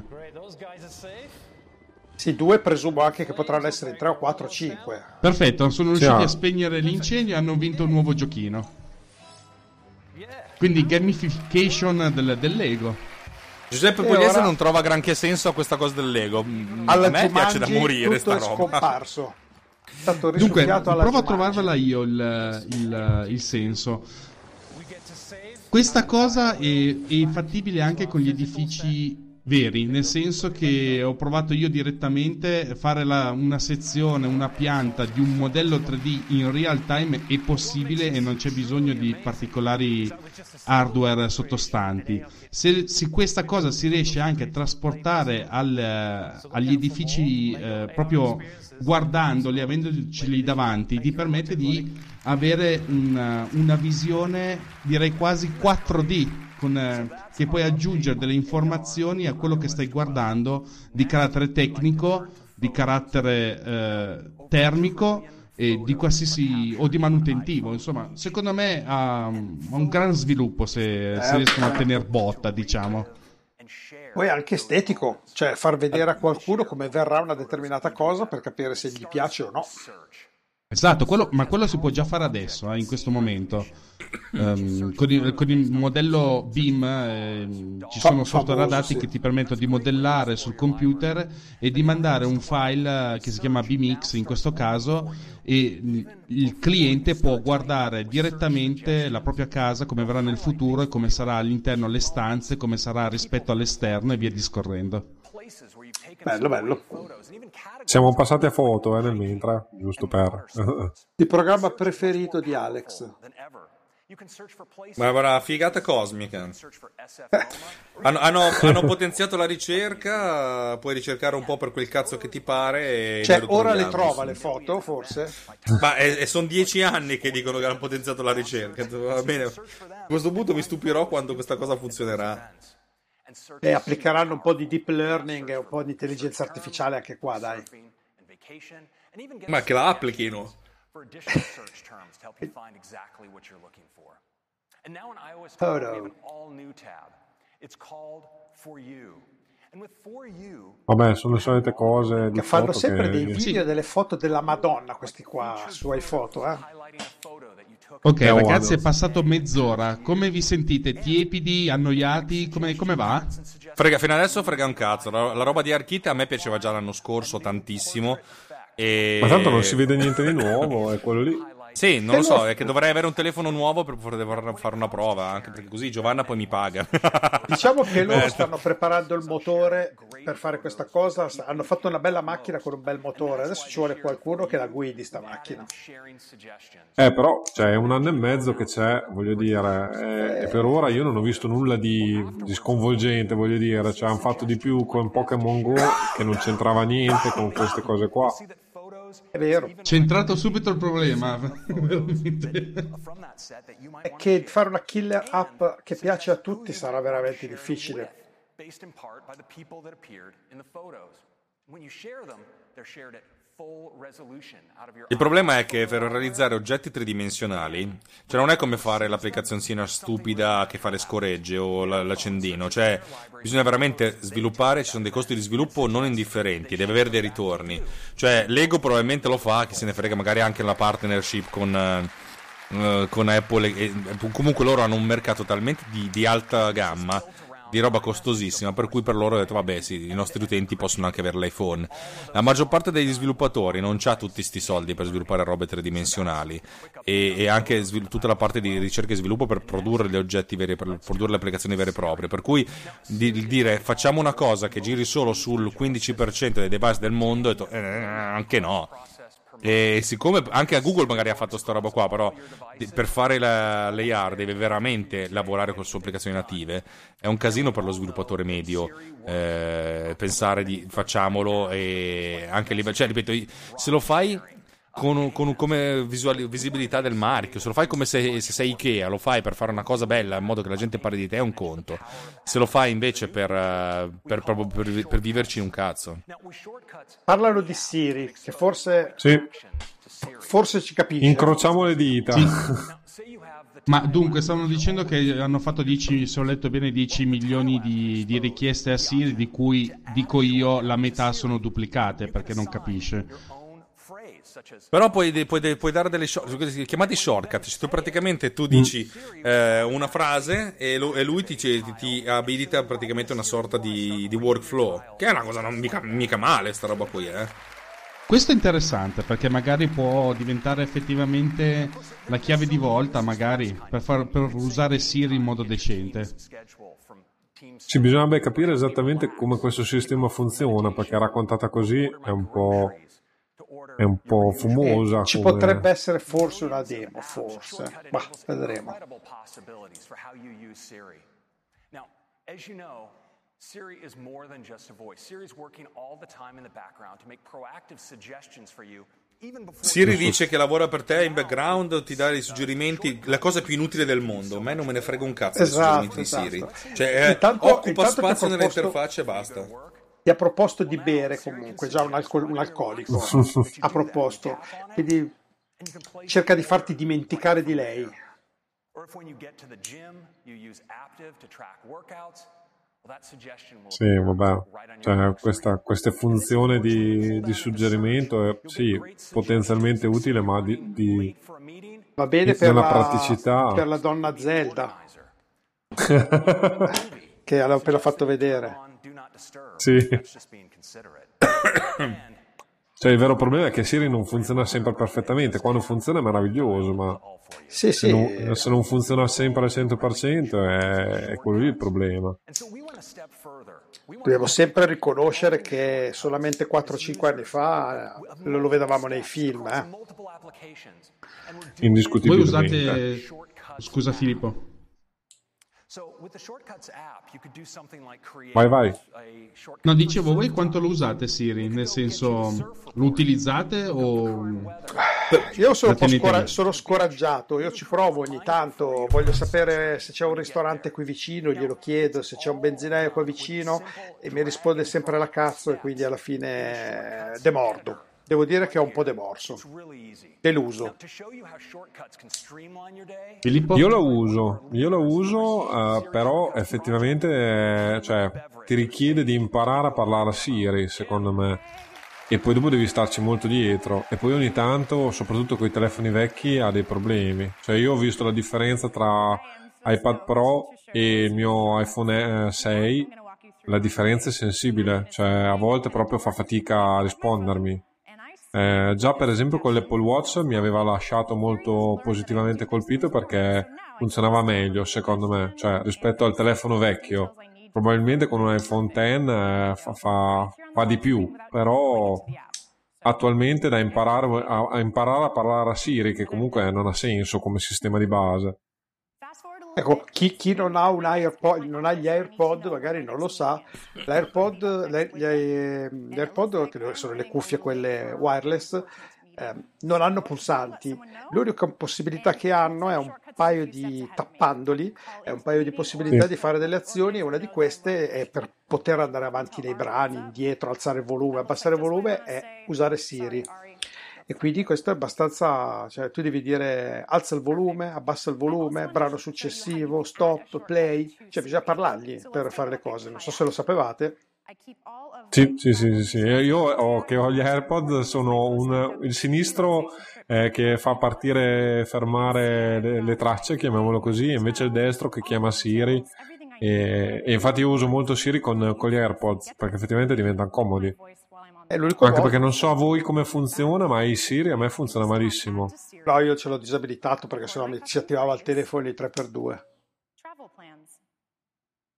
sì, due presumo anche che potranno essere in tre o quattro o cinque. Perfetto, sono riusciti Sì. a spegnere l'incendio e hanno vinto un nuovo giochino. Quindi gamification del, del Lego. Giuseppe E Pugliese ora- non trova granché senso a questa cosa del Lego. Mm, Alla a me piace da Jumanji morire tutto sta è roba. scomparso. È stato Dunque, risucchiato alla provo a Jumanji. trovarvela io il, il- il senso. Questa cosa è, è fattibile anche con gli edifici veri, nel senso che ho provato io direttamente a fare la- una sezione, una pianta di un modello tre D in real time è possibile e non c'è bisogno di particolari hardware sottostanti. Se, se questa cosa si riesce anche a trasportare al- agli edifici eh, proprio guardandoli, avendoceli davanti, ti permette di avere una, una visione direi quasi quattro D con, eh, che puoi aggiungere delle informazioni a quello che stai guardando di carattere tecnico, di carattere eh, termico e di qualsiasi o di manutentivo. Insomma, secondo me ha, ha un gran sviluppo se, se riescono a tener botta, diciamo. Poi anche estetico, cioè far vedere a qualcuno come verrà una determinata cosa per capire se gli piace o no. Esatto, quello, ma quello si può già fare adesso, eh, in questo momento. Ehm, con, il, con il modello B I M ehm, ci Fa- sono software famoso, adatti sì. che ti permettono di modellare sul computer e di mandare un file eh, che si chiama B M X in questo caso, e mh, il cliente può guardare direttamente la propria casa, come verrà nel futuro e come sarà all'interno le stanze, come sarà rispetto all'esterno e via discorrendo. Bello, bello. Siamo passati a foto eh, nel mentre, giusto per... Il programma preferito di Alex. Ma guarda, figata cosmica. Hanno, hanno, hanno potenziato la ricerca, puoi ricercare un po' per quel cazzo che ti pare. E Cioè, noi lo ora le troviamo, trova sì. le foto, forse? Ma e, e sono dieci anni che dicono che hanno potenziato la ricerca. Va bene. A questo punto mi stupirò quando questa cosa funzionerà. E applicheranno un po' di deep learning e un po' di intelligenza artificiale anche qua, dai. Ma che la applichino. Photo. Vabbè, sono le solite cose di Che fanno foto sempre che... dei video e delle foto della Madonna, questi qua, su iPhoto, eh? Ok, Eh, ragazzi, guarda. è passato mezz'ora. Come vi sentite? Tiepidi, annoiati? Come, come va? Frega, fino adesso frega un cazzo. La, la roba di Arkita a me piaceva già l'anno scorso tantissimo. E... Ma tanto non si vede niente di nuovo, è quello lì. Sì, non lo so, è che dovrei avere un telefono nuovo per poter fare una prova, anche perché così Giovanna poi mi paga. Diciamo che loro Beh, stanno preparando il motore per fare questa cosa. Hanno fatto una bella macchina con un bel motore. Adesso ci vuole qualcuno che la guidi sta macchina. Eh, però, cioè, è un anno e mezzo che c'è, voglio dire, eh, e per ora io non ho visto nulla di, di sconvolgente, voglio dire, cioè, hanno fatto di più con Pokémon Go, che non c'entrava niente con queste cose qua. È vero. Centrato subito il problema. Veramente. È che fare una killer app che piace a tutti sarà veramente difficile. Il problema è che per realizzare oggetti tridimensionali, cioè non è come fare l'applicazioncina stupida che fa le scoregge o la- l'accendino, cioè bisogna veramente sviluppare, ci sono dei costi di sviluppo non indifferenti, deve avere dei ritorni. Cioè Lego probabilmente lo fa, chi se ne frega, magari anche la partnership con, eh, con Apple, e, e comunque loro hanno un mercato talmente di, di alta gamma, di roba costosissima, per cui per loro ho detto vabbè sì, i nostri utenti possono anche avere l'iPhone. La maggior parte degli sviluppatori non c'ha tutti sti soldi per sviluppare robe tridimensionali e, e anche svil- tutta la parte di ricerca e sviluppo per produrre gli oggetti veri, per produrre le applicazioni vere e proprie, per cui di, di dire facciamo una cosa che giri solo sul quindici per cento dei device del mondo, ho detto, eh, anche no. E siccome anche a Google magari ha fatto sta roba qua, però per fare la, l'A R deve veramente lavorare con le sue applicazioni native, è un casino per lo sviluppatore medio eh, pensare di facciamolo, e anche lì, cioè ripeto, se lo fai con, con come visual, visibilità del marchio, se lo fai come se, se sei Ikea, lo fai per fare una cosa bella in modo che la gente parli di te, è un conto. Se lo fai invece per, per, proprio per, per viverci in un cazzo. Parlano di Siri, che forse Sì, forse ci capisce. incrociamo le dita. Sì. Ma dunque, stavano dicendo che hanno fatto dieci, se ho letto bene, dieci milioni di, di richieste a Siri, di cui, dico io, la metà sono duplicate perché non capisce. Però puoi, puoi, puoi dare delle short, chiamati shortcut, cioè tu praticamente tu dici eh, una frase e, lo, e lui ti, ti, ti abilita praticamente una sorta di, di workflow, che è una cosa non mica, mica male sta roba qui, eh. Questo è interessante perché magari può diventare effettivamente la chiave di volta, magari per, far, per usare Siri in modo decente. Sì, bisognerebbe capire esattamente come questo sistema funziona, perché raccontata così è un po'... è un po' fumosa. Eh, ci come... potrebbe essere forse una demo, forse, ma vedremo. Siri is more than just a voice. Siri is working all the time in the background to make proactive suggestions for you. Siri dice che lavora per te in background, ti dà dei suggerimenti, la cosa più inutile del mondo. A me non me ne frega un cazzo esatto, dei suggerimenti esatto. di Siri. Cioè, intanto, occupa intanto spazio proposto... nell'interfaccia e basta. Ti ha proposto di bere comunque, già un, alcol- un alcolico ha proposto, quindi cerca di farti dimenticare di lei. Sì, vabbè, cioè, questa, queste funzioni di, di suggerimento è sì, potenzialmente utile, ma di, di va bene per la, praticità. Per la donna Zelda che l'ho appena fatto vedere. Sì. Cioè il vero problema è che Siri non funziona sempre perfettamente. Quando funziona è meraviglioso, ma sì, se, sì. Non, se non funziona sempre al cento per cento è, è quello lì il problema. Dobbiamo sempre riconoscere che solamente quattro cinque anni fa lo, lo vedevamo nei film, eh? Indiscutibilmente. Voi usate... Scusa Filippo. Vai, vai. No, dicevo, voi quanto lo usate Siri? Nel senso, lo utilizzate o... Io sono un po' scora- sono scoraggiato, io ci provo ogni tanto, voglio sapere se c'è un ristorante qui vicino, glielo chiedo, se c'è un benzinaio qua vicino e mi risponde sempre la cazzo e quindi alla fine demordo. Devo dire che ho un po' demorso, deluso. Filippo? Io lo uso, io lo uso, uh, però effettivamente eh, cioè, ti richiede di imparare a parlare a Siri, secondo me, e poi dopo devi starci molto dietro, e poi ogni tanto, soprattutto con i telefoni vecchi, ha dei problemi. Cioè io ho visto la differenza tra iPad Pro e il mio iPhone sei, la differenza è sensibile, cioè a volte proprio fa fatica a rispondermi. Eh, già per esempio con l'Apple Watch mi aveva lasciato molto positivamente colpito perché funzionava meglio secondo me, cioè rispetto al telefono vecchio. Probabilmente con un iPhone X eh, fa, fa, fa di più, però attualmente da imparare a, a imparare a parlare a Siri, che comunque non ha senso come sistema di base. Ecco, chi, chi non ha un AirPod, non ha gli AirPod magari non lo sa. L'AirPod, le, gli, gli AirPod, che sono le cuffie quelle wireless, eh, non hanno pulsanti. L'unica possibilità che hanno è un paio di tappandoli, è un paio di possibilità Sì. di fare delle azioni, e una di queste è per poter andare avanti nei brani, indietro, alzare il volume, abbassare il volume, è usare Siri. E quindi questo è abbastanza, cioè tu devi dire alza il volume, abbassa il volume, brano successivo, stop, play, cioè bisogna parlargli per fare le cose, non so se lo sapevate. Sì, sì, sì, sì, sì. Io ho, che ho gli AirPod, sono un, il sinistro eh, che fa partire e fermare le, le tracce, chiamiamolo così, e invece il destro che chiama Siri, e, e infatti io uso molto Siri con, con gli AirPods perché effettivamente diventano comodi. È l'unico Anche modo. perché non so a voi come funziona, ma i Siri a me funziona malissimo. No, io ce l'ho disabilitato perché sennò mi si attivava il telefono di tre per due.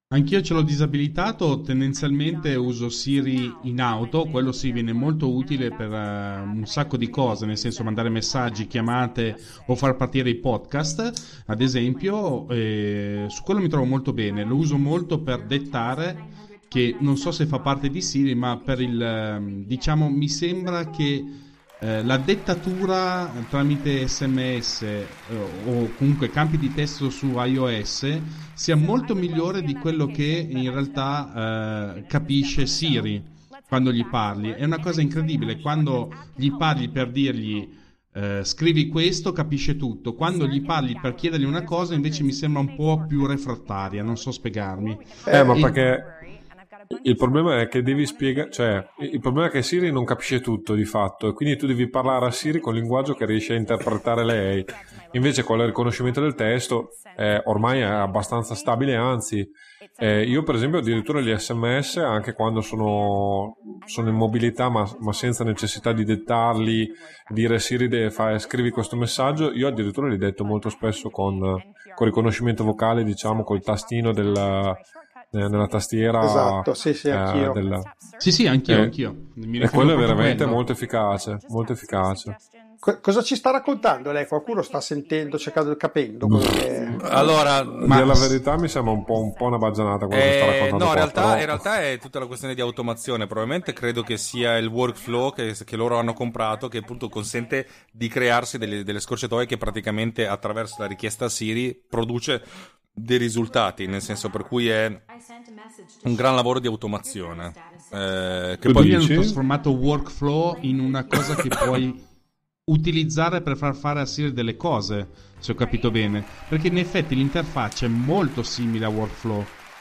Anch'io ce l'ho disabilitato, tendenzialmente uso Siri in auto, quello sì viene molto utile per uh, un sacco di cose, nel senso mandare messaggi, chiamate o far partire i podcast, ad esempio, eh, su quello mi trovo molto bene, lo uso molto per dettare, che non so se fa parte di Siri, ma per il, diciamo, mi sembra che Eh, la dettatura tramite sms eh, o comunque campi di testo su iOS sia molto migliore di quello che in realtà eh, capisce Siri quando gli parli. È una cosa incredibile, quando gli parli per dirgli eh, scrivi questo, capisce tutto, quando gli parli per chiedergli una cosa invece mi sembra un po' più refrattaria, non so spiegarmi. Eh, ma E- perché il problema è che devi spiegare, cioè, il problema è che Siri non capisce tutto di fatto, e quindi tu devi parlare a Siri con il linguaggio che riesce a interpretare lei. Invece con il riconoscimento del testo eh, ormai è abbastanza stabile, anzi, eh, io per esempio addirittura gli sms, anche quando sono, sono in mobilità ma, ma senza necessità di dettarli, dire Siri de, fa, scrivi questo messaggio, io addirittura li detto molto spesso con, con riconoscimento vocale, diciamo col tastino del nella tastiera. Esatto, sì, sì, anch'io. Eh, del... Sì, sì, anch'io, Eh, anch'io. Mi e quello è riferivo proprio a veramente quello. molto efficace, molto efficace. Co- cosa ci sta raccontando lei? Qualcuno sta sentendo, cercando, capendo quello che... Allora, Ma la verità mi sembra un po', un po' una baggianata quello che sta Eh, raccontando no, in qua, realtà, però- in realtà è tutta la questione di automazione. Probabilmente credo che sia il workflow che, che loro hanno comprato, che appunto consente di crearsi delle, delle scorciatoie che praticamente attraverso la richiesta Siri produce dei risultati, nel senso per cui è un gran lavoro di automazione. Eh, che Tu Quindi poi hanno dici? trasformato workflow in una cosa che puoi utilizzare per far fare a Siri delle cose, se ho capito bene, perché in effetti l'interfaccia è molto simile a workflow.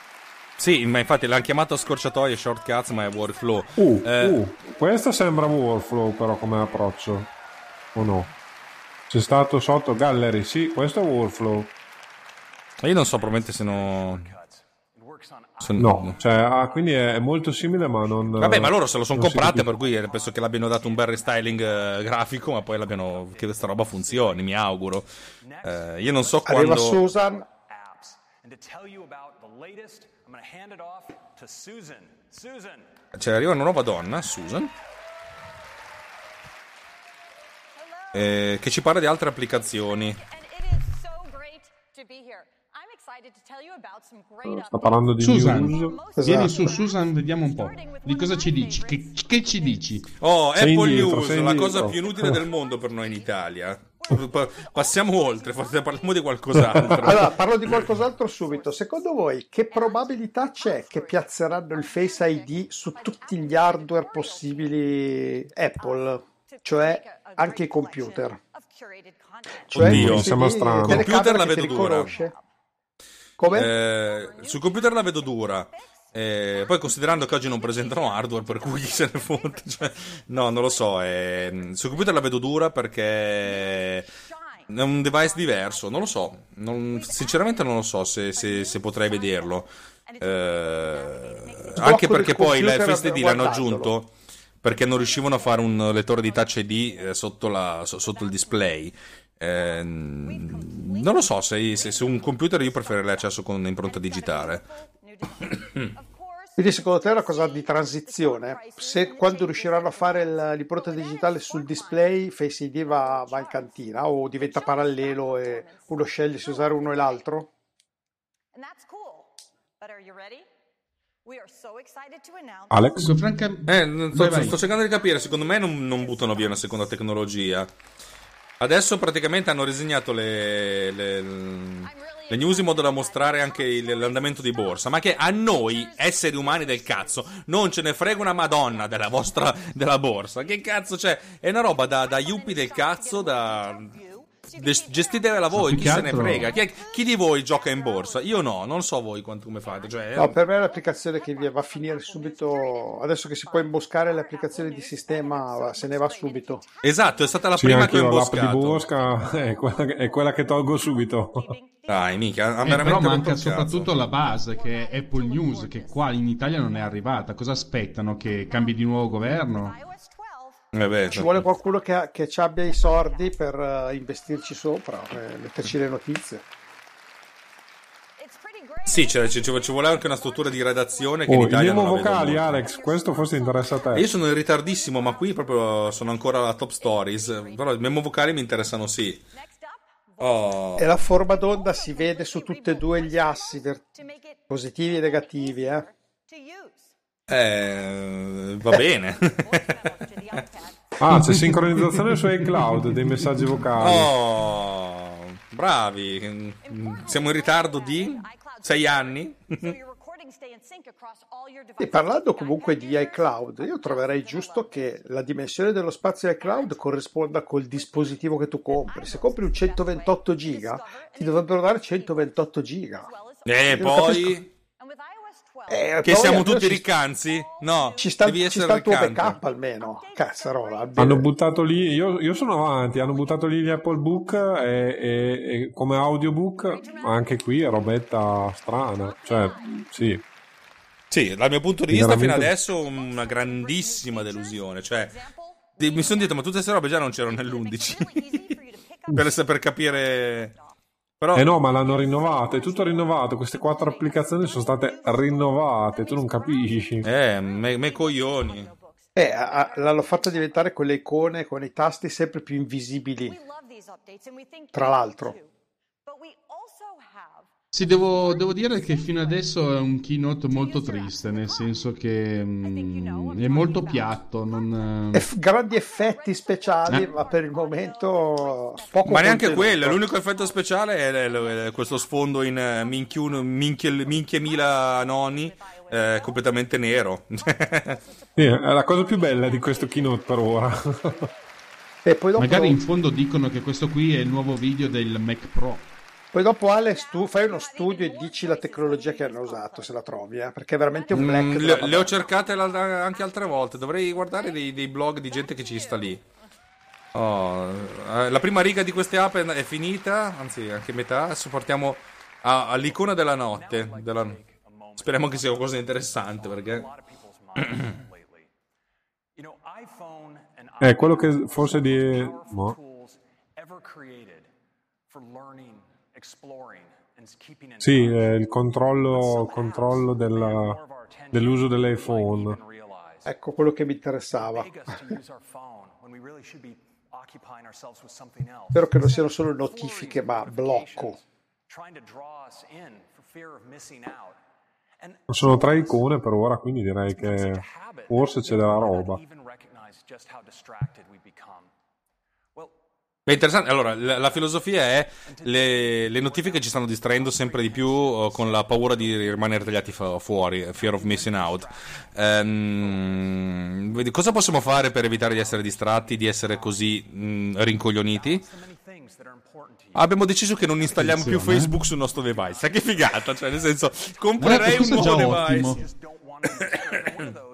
sì, ma infatti l'hanno chiamato scorciatoie shortcuts, ma è workflow. Uh, Eh, uh, questo sembra workflow però come approccio, o no? C'è stato sotto gallery, sì, questo è workflow. Io non so, probabilmente se no... se- No, cioè, ah, quindi è, è molto simile ma non... Vabbè, ma loro se lo sono non si comprate, capisce. per cui eh, penso che l'abbiano dato un bel restyling eh, grafico, ma poi l'abbiano, che questa roba funzioni, mi auguro. Eh, io non so Arriva quando... Susan, apps. And to tell you about the latest, I'm going to hand it off to Susan. Susan. Cioè, arriva una nuova donna, Susan, eh, che ci parla di altre applicazioni. And it is so great to be here. I'm excited to tell you about some great Sta parlando di Susan, news. vieni Esatto. su Susan, vediamo un po'. Di cosa ci dici? Che, che ci dici? Oh, Sei Apple indietro, News, sei la indietro. cosa più inutile del mondo per noi in Italia. Pa- Passiamo oltre, forse parliamo di qualcos'altro. allora parlo di qualcos'altro subito. Secondo voi che probabilità c'è che piazzeranno il Face I D su tutti gli hardware possibili Apple, cioè anche i computer? Cioè, Oddio, questi mi sembra lì, strano. telecamere Computer la che ti vedo dura. riconosce. Come? Eh, sul computer la vedo dura. Eh, poi considerando che oggi non presentano hardware, per cui chi se ne fotte, cioè, no, non lo so. Eh, sul computer la vedo dura perché è un device diverso. Non lo so. Non- sinceramente, non lo so se, se, se potrei vederlo. Eh, anche del perché poi la computer Face I D l'hanno guardandolo. aggiunto perché non riuscivano a fare un lettore di Touch I D eh, sotto, la, so- sotto il display. Eh, non lo so se, se su un computer io preferirei l'accesso con impronta digitale. Quindi secondo te è una cosa di transizione? Se quando riusciranno a fare il- l'impronta digitale sul display, Face I D va, va in cantina o diventa parallelo e uno sceglie se usare uno e l'altro? And that's cool. But are you ready? We are so excited to announce Alex? Comunque, francamente... Eh, sto, Vai, vai. sto cercando di capire, secondo me non, non buttano via una seconda tecnologia. Adesso praticamente hanno disegnato le, le, le news in modo da mostrare anche il- l'andamento di borsa, ma che a noi, esseri umani del cazzo, non ce ne frega una madonna della vostra della borsa. Che cazzo c'è? È una roba da, da yuppie del cazzo, da... des- gestitevela voi, più chi che se ne altro- frega? Chi, è- chi di voi gioca in borsa? Io no, non so voi quanto come fate. Cioè, No, per me è l'applicazione che vi- va a finire subito. Adesso che si può imboscare le applicazioni di sistema, va- se ne va subito. esatto, è stata la Sì, prima che ho anche io l'app di imboscato. Bosca è quella, che- è quella che tolgo subito. Dai, mica, ha Eh, veramente però rotto manca il cazzo. soprattutto la base che è Apple News, che qua in Italia non è arrivata. Cosa aspettano? Che cambi di nuovo governo? iOS twelve. Eh beh, Ci vuole qualcuno che, ha- che ci abbia i soldi per eh, investirci sopra, eh, metterci le notizie. It's pretty great. Sì, cioè, ci, ci voleva anche una struttura di redazione che in Oh, i Italia memo non la vedo vocali, molto. Alex, questo forse interessa a te. E io sono in ritardissimo, ma qui proprio sono ancora alla top stories. Però i memo vocali mi interessano, sì. Oh. E la forma d'onda si vede su tutti e due gli assi, ver- positivi e negativi, eh? Eh, va bene. Ah, c'è sincronizzazione su iCloud dei messaggi vocali. Oh, bravi. Siamo in ritardo di sei anni. E parlando comunque di iCloud, io troverei giusto che la dimensione dello spazio iCloud corrisponda col dispositivo che tu compri. Se compri un centoventotto giga, ti dovrebbero dare centoventotto giga. E Io non poi... capisco. Eh, Che poi siamo almeno tutti ci- riccanzi? No, Ci sta, devi ci essere sta il tuo riccante. backup almeno. Cazzarola. Hanno buttato lì, io, io sono avanti, hanno buttato lì gli Apple Book e, e- e come audiobook, anche qui è robetta strana. Cioè, sì. Sì, dal mio punto di vista Veramente- fino adesso una grandissima delusione. Cioè, di- mi sono detto, ma tutte queste robe già non c'erano nell'undici. per, per capire... Però... Eh no, ma l'hanno rinnovato, è tutto rinnovato. Queste quattro applicazioni sono state rinnovate, tu non capisci. Eh, me, me coglioni. Eh, a- a- l'hanno fatta diventare quelle icone con i tasti sempre più invisibili, tra l'altro. Sì, devo, devo dire che fino adesso è un keynote molto triste, nel senso che mm, è molto piatto. Non, Eff- grandi effetti speciali, Eh. ma per il momento poco Ma neanche contenuto. quello, l'unico effetto speciale è, è- è questo sfondo in eh, minchiuno- minchie, minchie mila noni, eh, completamente nero. Sì, è la cosa più bella di questo keynote per ora. E poi dopo, magari in fondo dicono che questo qui è il nuovo video del Mac Pro. poi dopo Alex, tu fai uno studio e dici la tecnologia che hanno usato, se la trovi, eh, perché è veramente un black. Mm, della le, le ho Madonna. cercate la- anche altre volte. Dovrei guardare dei, dei blog di gente che ci sta lì. Oh, eh, la prima riga di queste app è, è finita, anzi anche metà. Adesso partiamo a- all'icona della notte. Della- Speriamo che sia qualcosa di interessante, perché È quello che forse di... mo. Sì, è il controllo, controllo della- dell'uso dell'iPhone. Ecco quello che mi interessava. Spero che non siano solo notifiche, ma blocco. Sono tre icone per ora, quindi direi che forse c'è della roba. Beh, interessante. Allora, la, la filosofia è le, le notifiche ci stanno distraendo sempre di più uh, con la paura di rimanere tagliati fa- fuori, fear of missing out. Ehm, vedi, cosa possiamo fare per evitare di essere distratti, di essere così mh, rincoglioniti? Abbiamo deciso che non installiamo più Attenzione, eh. Facebook sul nostro device. Sai che figata, cioè nel senso, comprerei Eh, un questo è nuovo già device. ottimo.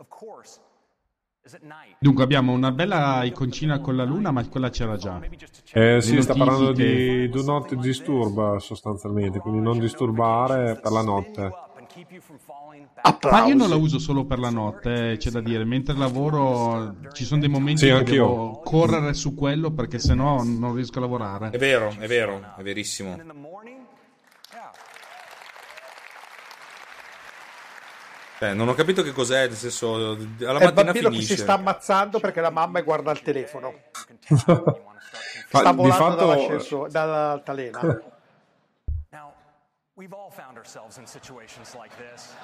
Dunque abbiamo una bella iconcina con la luna, ma quella c'era già. Eh sì, Le sta parlando notifiche. di do not disturb sostanzialmente, quindi non disturbare per la notte. Applausi. Ma io non la uso solo per la notte, eh, c'è da dire. Mentre lavoro ci sono dei momenti Sì, che anch'io. devo correre su quello perché sennò non riesco a È lavorare. vero, è vero, è verissimo. Cioè, non ho capito che cos'è, nel senso, alla È il mattina bambino che finisce. si sta ammazzando perché la mamma guarda il telefono. Ma Sta di volando fatto dall'ascensore, dall'altalena. Now, we've all found ourselves in situations like this.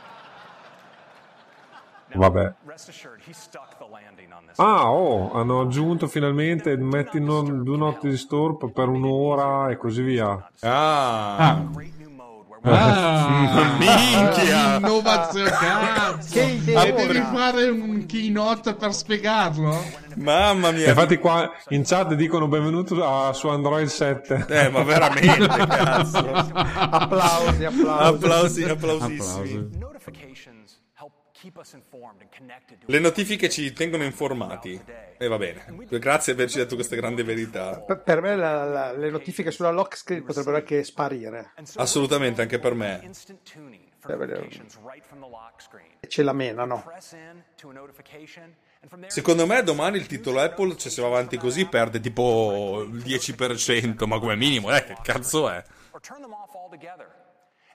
Now, Vabbè. rest assured, he stuck the landing on this. Ah, oh, hanno aggiunto finalmente metti non, do not disturb per un'ora e così via. Ah, Ah, Great new mode where ah minchia! innovazione, cazzo! Che idea! E devi fare un keynote per spiegarlo? mamma E mia. infatti qua in chat dicono benvenuto a- su Android sette. Eh, ma veramente, cazzo. Applausi, applausi. Applausi, applausissimi. Applausi. notifications help keep us informed and connected to Le notifiche ci tengono informati. E va bene. Grazie per averci detto questa grande verità. Per, per me la- la- le notifiche sulla lock screen potrebbero anche sparire. Assolutamente, anche per me. instant tuning for notifications right from the lock screen. E ce la menano. Press in to a notification and from there Secondo me domani il titolo Apple, cioè, se va avanti così, perde tipo il dieci per cento, ma come minimo, eh, che cazzo è? or turn them off altogether.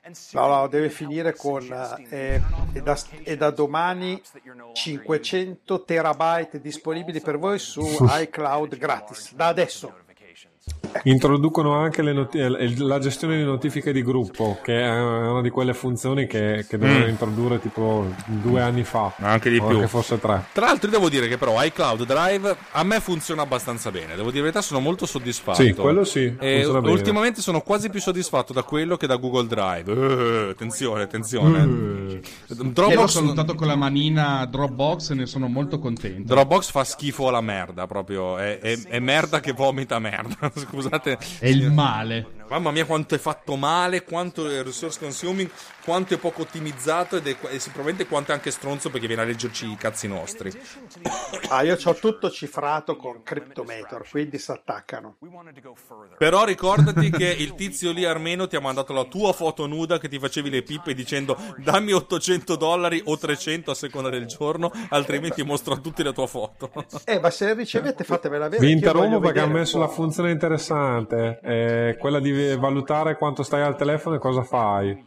No, no, deve finire con eh, e, da, e da domani cinquecento terabyte disponibili per voi su iCloud gratis, da adesso. Introducono anche le noti- la gestione di notifiche di gruppo, che è una di quelle funzioni che, che dovevano mm. introdurre tipo due anni fa, anche di o più, anche forse tre. Tra l'altro devo dire che però iCloud Drive a me funziona abbastanza bene, devo dire la verità, sono molto soddisfatto. Sì, quello sì, e ultimamente bene. Sono quasi più soddisfatto da quello che da Google Drive. Uh, attenzione, attenzione. Uh. Dropbox ho salutato con la manina Dropbox e ne sono molto contento. Dropbox fa schifo alla merda, proprio è, è, è merda che vomita merda. Scusate. È il male. Mamma mia, quanto è fatto male, quanto è resource consuming, quanto è poco ottimizzato ed è, e sicuramente quanto è anche stronzo perché viene a leggerci i cazzi nostri. Ah, io c'ho tutto cifrato con Cryptomator, quindi si attaccano. Però ricordati che il tizio lì armeno ti ha mandato la tua foto nuda che ti facevi le pippe dicendo dammi ottocento dollari o trecento a seconda del giorno, altrimenti mostro a tutti la tua foto. Eh, ma se ricevete fatemela vedere. Vi interrompo perché ha messo la funzione interessante, eh, quella di valutare quanto stai al telefono e cosa fai.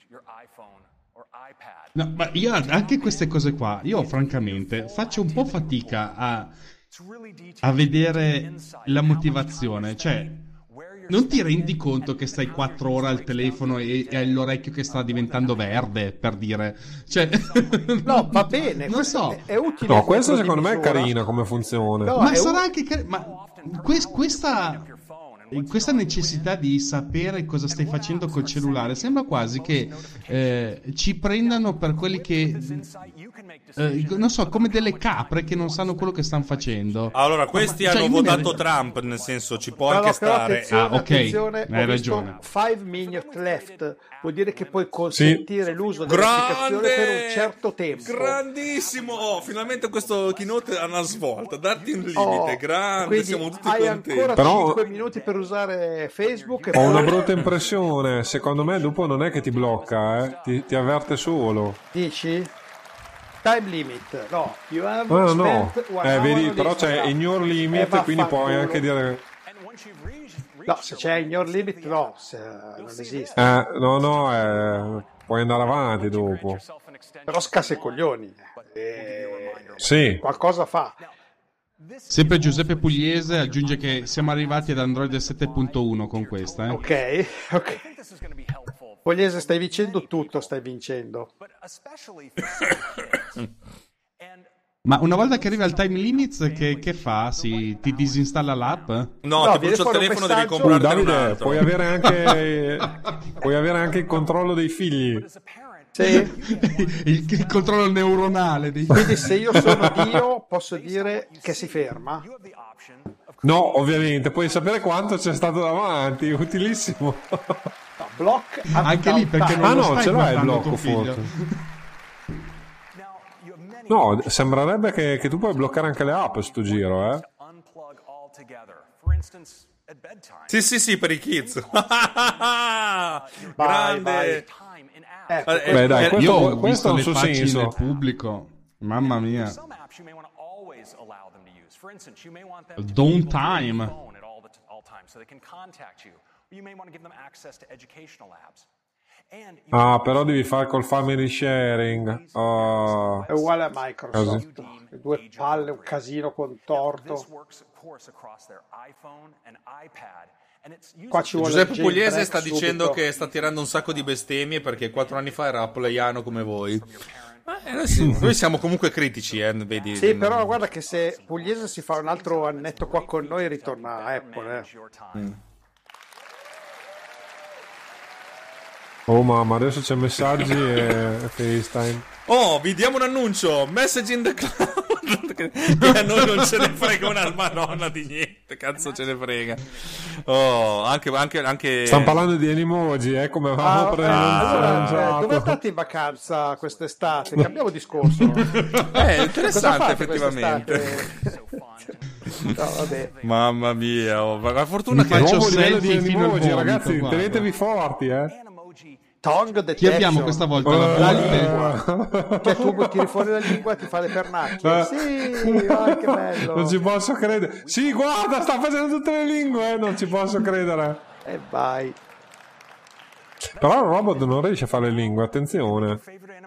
No, ma io anche queste cose qua, io francamente faccio un po' fatica a, a vedere la motivazione, cioè non ti rendi conto che stai quattro ore al telefono e, e hai l'orecchio che sta diventando verde, per dire, cioè no, va bene, non so, è, è utile. No, questo secondo me è carina come funzione. No, ma sarà u- anche car- ma que- questa questa necessità di sapere cosa stai facendo col cellulare sembra quasi che eh, ci prendano per quelli che eh, non so, come delle capre che non sanno quello che stanno facendo. Allora questi ma, hanno cioè, votato ne... Trump, nel senso ci può no, anche no, stare ah ok, hai ragione. five minutes left vuol dire che puoi consentire sì. l'uso dell'applicazione Grande, per un certo tempo. Grandissimo, oh, finalmente questo keynote ha una svolta, darti un limite, oh, grande, siamo tutti hai contenti. Ancora però cinque minuti per usare Facebook. E ho una brutta impressione, secondo me dopo non è che ti blocca, eh? ti, ti avverte solo. Dici? Time limit, no, you have ah, no. Eh, vedi, però c'è no. in your limit, eh, quindi puoi culo. Anche dire. No, se c'è in your limit, no, se, non esiste. Eh, no, no, eh, puoi andare avanti dopo. Però scassa i coglioni. Eh, sì. Qualcosa fa. Sempre Giuseppe Pugliese aggiunge che siamo arrivati ad Android sette punto uno con questa. Eh? Ok, ok. Pugliese, stai vincendo tutto, stai vincendo. Ma una volta che arriva al time limit, che, che fa? Si, ti disinstalla l'app? No, no ti brucia il telefono, devi comprare. Davide, puoi avere anche puoi avere anche il controllo dei figli. Sì. il, il controllo neuronale dei... Quindi se io sono Dio posso dire che si ferma? No, ovviamente puoi sapere quanto c'è stato davanti, utilissimo. No, block anche lì perché non ah lo no, stai ce l'hai il blocco forse. No, sembrerebbe che, che tu puoi bloccare anche le app sto giro, eh. Sì, sì, sì, per i kids. vai, Grande. Vai. Ecco, eh, beh, dai, questo, io ho questo visto ha un le suo facce senso. nel pubblico, mamma mia. Don't time. Ah, però devi fare col family sharing. Oh. È uguale a Microsoft. Le due palle, un casino contorto. Qua ci vuole Giuseppe Pugliese sta subito. Dicendo che sta tirando un sacco di bestemmie perché quattro anni fa era appleiano come voi. Ma eh, sì, noi siamo comunque critici, eh, vedi. Sì, però guarda che se Pugliese si fa un altro annetto qua con noi ritorna a Apple, eh. Mm. Oh mamma, adesso c'è messaggi e FaceTime. Oh, vi diamo un annuncio, message in the cloud. Che a noi non ce ne frega una madonna di niente, cazzo ce ne frega. Oh, anche, anche, anche... Stiamo parlando di emoji, eh, come avevamo ah, preannunciato. Allora, dove andate in vacanza quest'estate? Cambiamo discorso. Eh, interessante effettivamente. No, vabbè. Mamma mia, oh, ma fortuna Mi che faccio nuovo livello di emoji, ragazzi, guarda. Tenetevi forti, eh. Tongue detection. Chi abbiamo questa volta? Uh, la lingua. Cioè tu tiri fuori la lingua e ti fa le pernacchie. Sì, oh, che bello. Non ci posso credere. Sì, guarda, sta facendo tutte le lingue, eh. Non ci posso credere. E vai. Però il robot non riesce a fare le lingue, attenzione.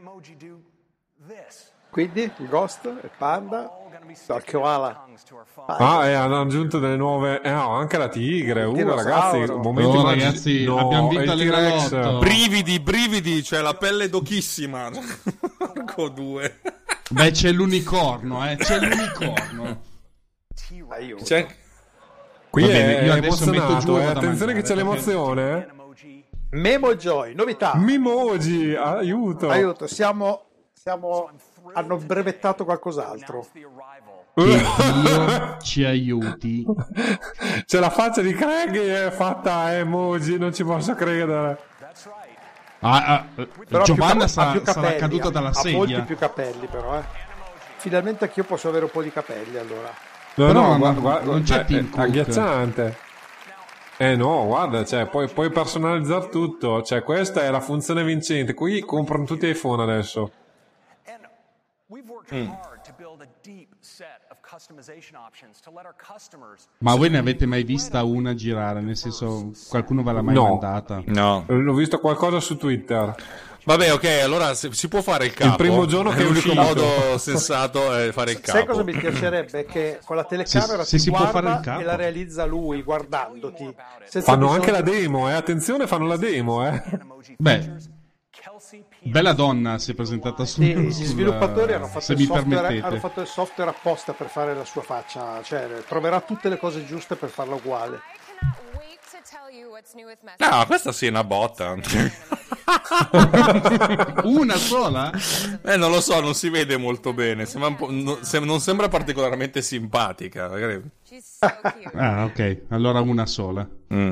Quindi il Ghost, il Panda, il Koala. Ah, e hanno aggiunto delle nuove... Eh no, anche la tigre. Uh, Dinosauro. ragazzi, momenti Oh, magici. ragazzi, No, abbiamo vinto e il l'Enalotto. T-Rex. Brividi, brividi, cioè la pelle d'ochissima. Con due. Beh, c'è l'unicorno, eh, c'è l'unicorno. Aiuto. C'è... Qui Va è bene, io adesso metto emozionato, giù e eh. vado a Attenzione che c'è mangiare, l'emozione. eh. Memo Joy, novità. Mimoji, aiuto. Aiuto, siamo, siamo hanno brevettato qualcos'altro. Che Dio ci aiuti. C'è la faccia di Craig che è fatta a emoji, non ci posso credere. Ah, ah, Però Giovanna più, sa- ha più sarà capelli, caduta ha- dalla ha molti sedia. più capelli però, eh. Finalmente anch'io posso avere un po' di capelli allora. No, Però no, non- guarda, guarda, non c'è cioè, Tim è Cook. agghiacciante. Eh no, guarda, cioè, puoi, puoi personalizzare tutto. Cioè, questa è la funzione vincente. Qui comprano tutti iPhone adesso. Ma voi ne avete mai vista una girare? Nel senso, qualcuno ve l'ha mai No. mandata? No. L'ho visto qualcosa su Twitter. Vabbè, ok, allora se- si può fare il capo. primo giorno che è l'unico uscito. modo sensato è fare il capo. Sai cosa mi piacerebbe? Che con la telecamera Se- se ti si può guarda fare il capo. e la realizza lui guardandoti. Senza Fanno bisogno- anche la demo, eh. Attenzione, fanno la demo, eh. Beh, bella donna si è presentata su. Sì, gli sul- sviluppatori hanno fatto, se il mi software, permettete. hanno fatto il software apposta per fare la sua faccia, cioè troverà tutte le cose giuste per farla uguale. No, questa sì è una botta. Una sola? Eh, non lo so, non si vede molto bene. Sembra un po'- no- sem- non sembra particolarmente simpatica. Magari- Ah, ok, allora una sola. Mm.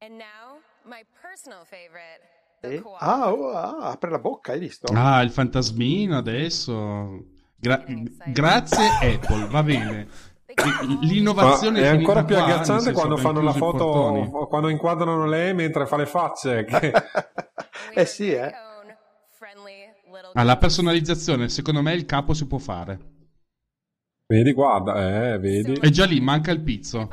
Sì? Ah, oh, ah, apre la bocca, hai visto? Ah, il fantasmino adesso. Gra- grazie Apple, va bene. Ma L'innovazione è è ancora finita più qua, nel agghiacciante senso quando che fanno hanno la chiuso i portoni. foto, quando inquadrano lei mentre fa le facce. Che... Eh sì, eh. Ah, la personalizzazione, secondo me il capo si può fare. Vedi, guarda, eh, vedi. È già lì, manca il pizzo.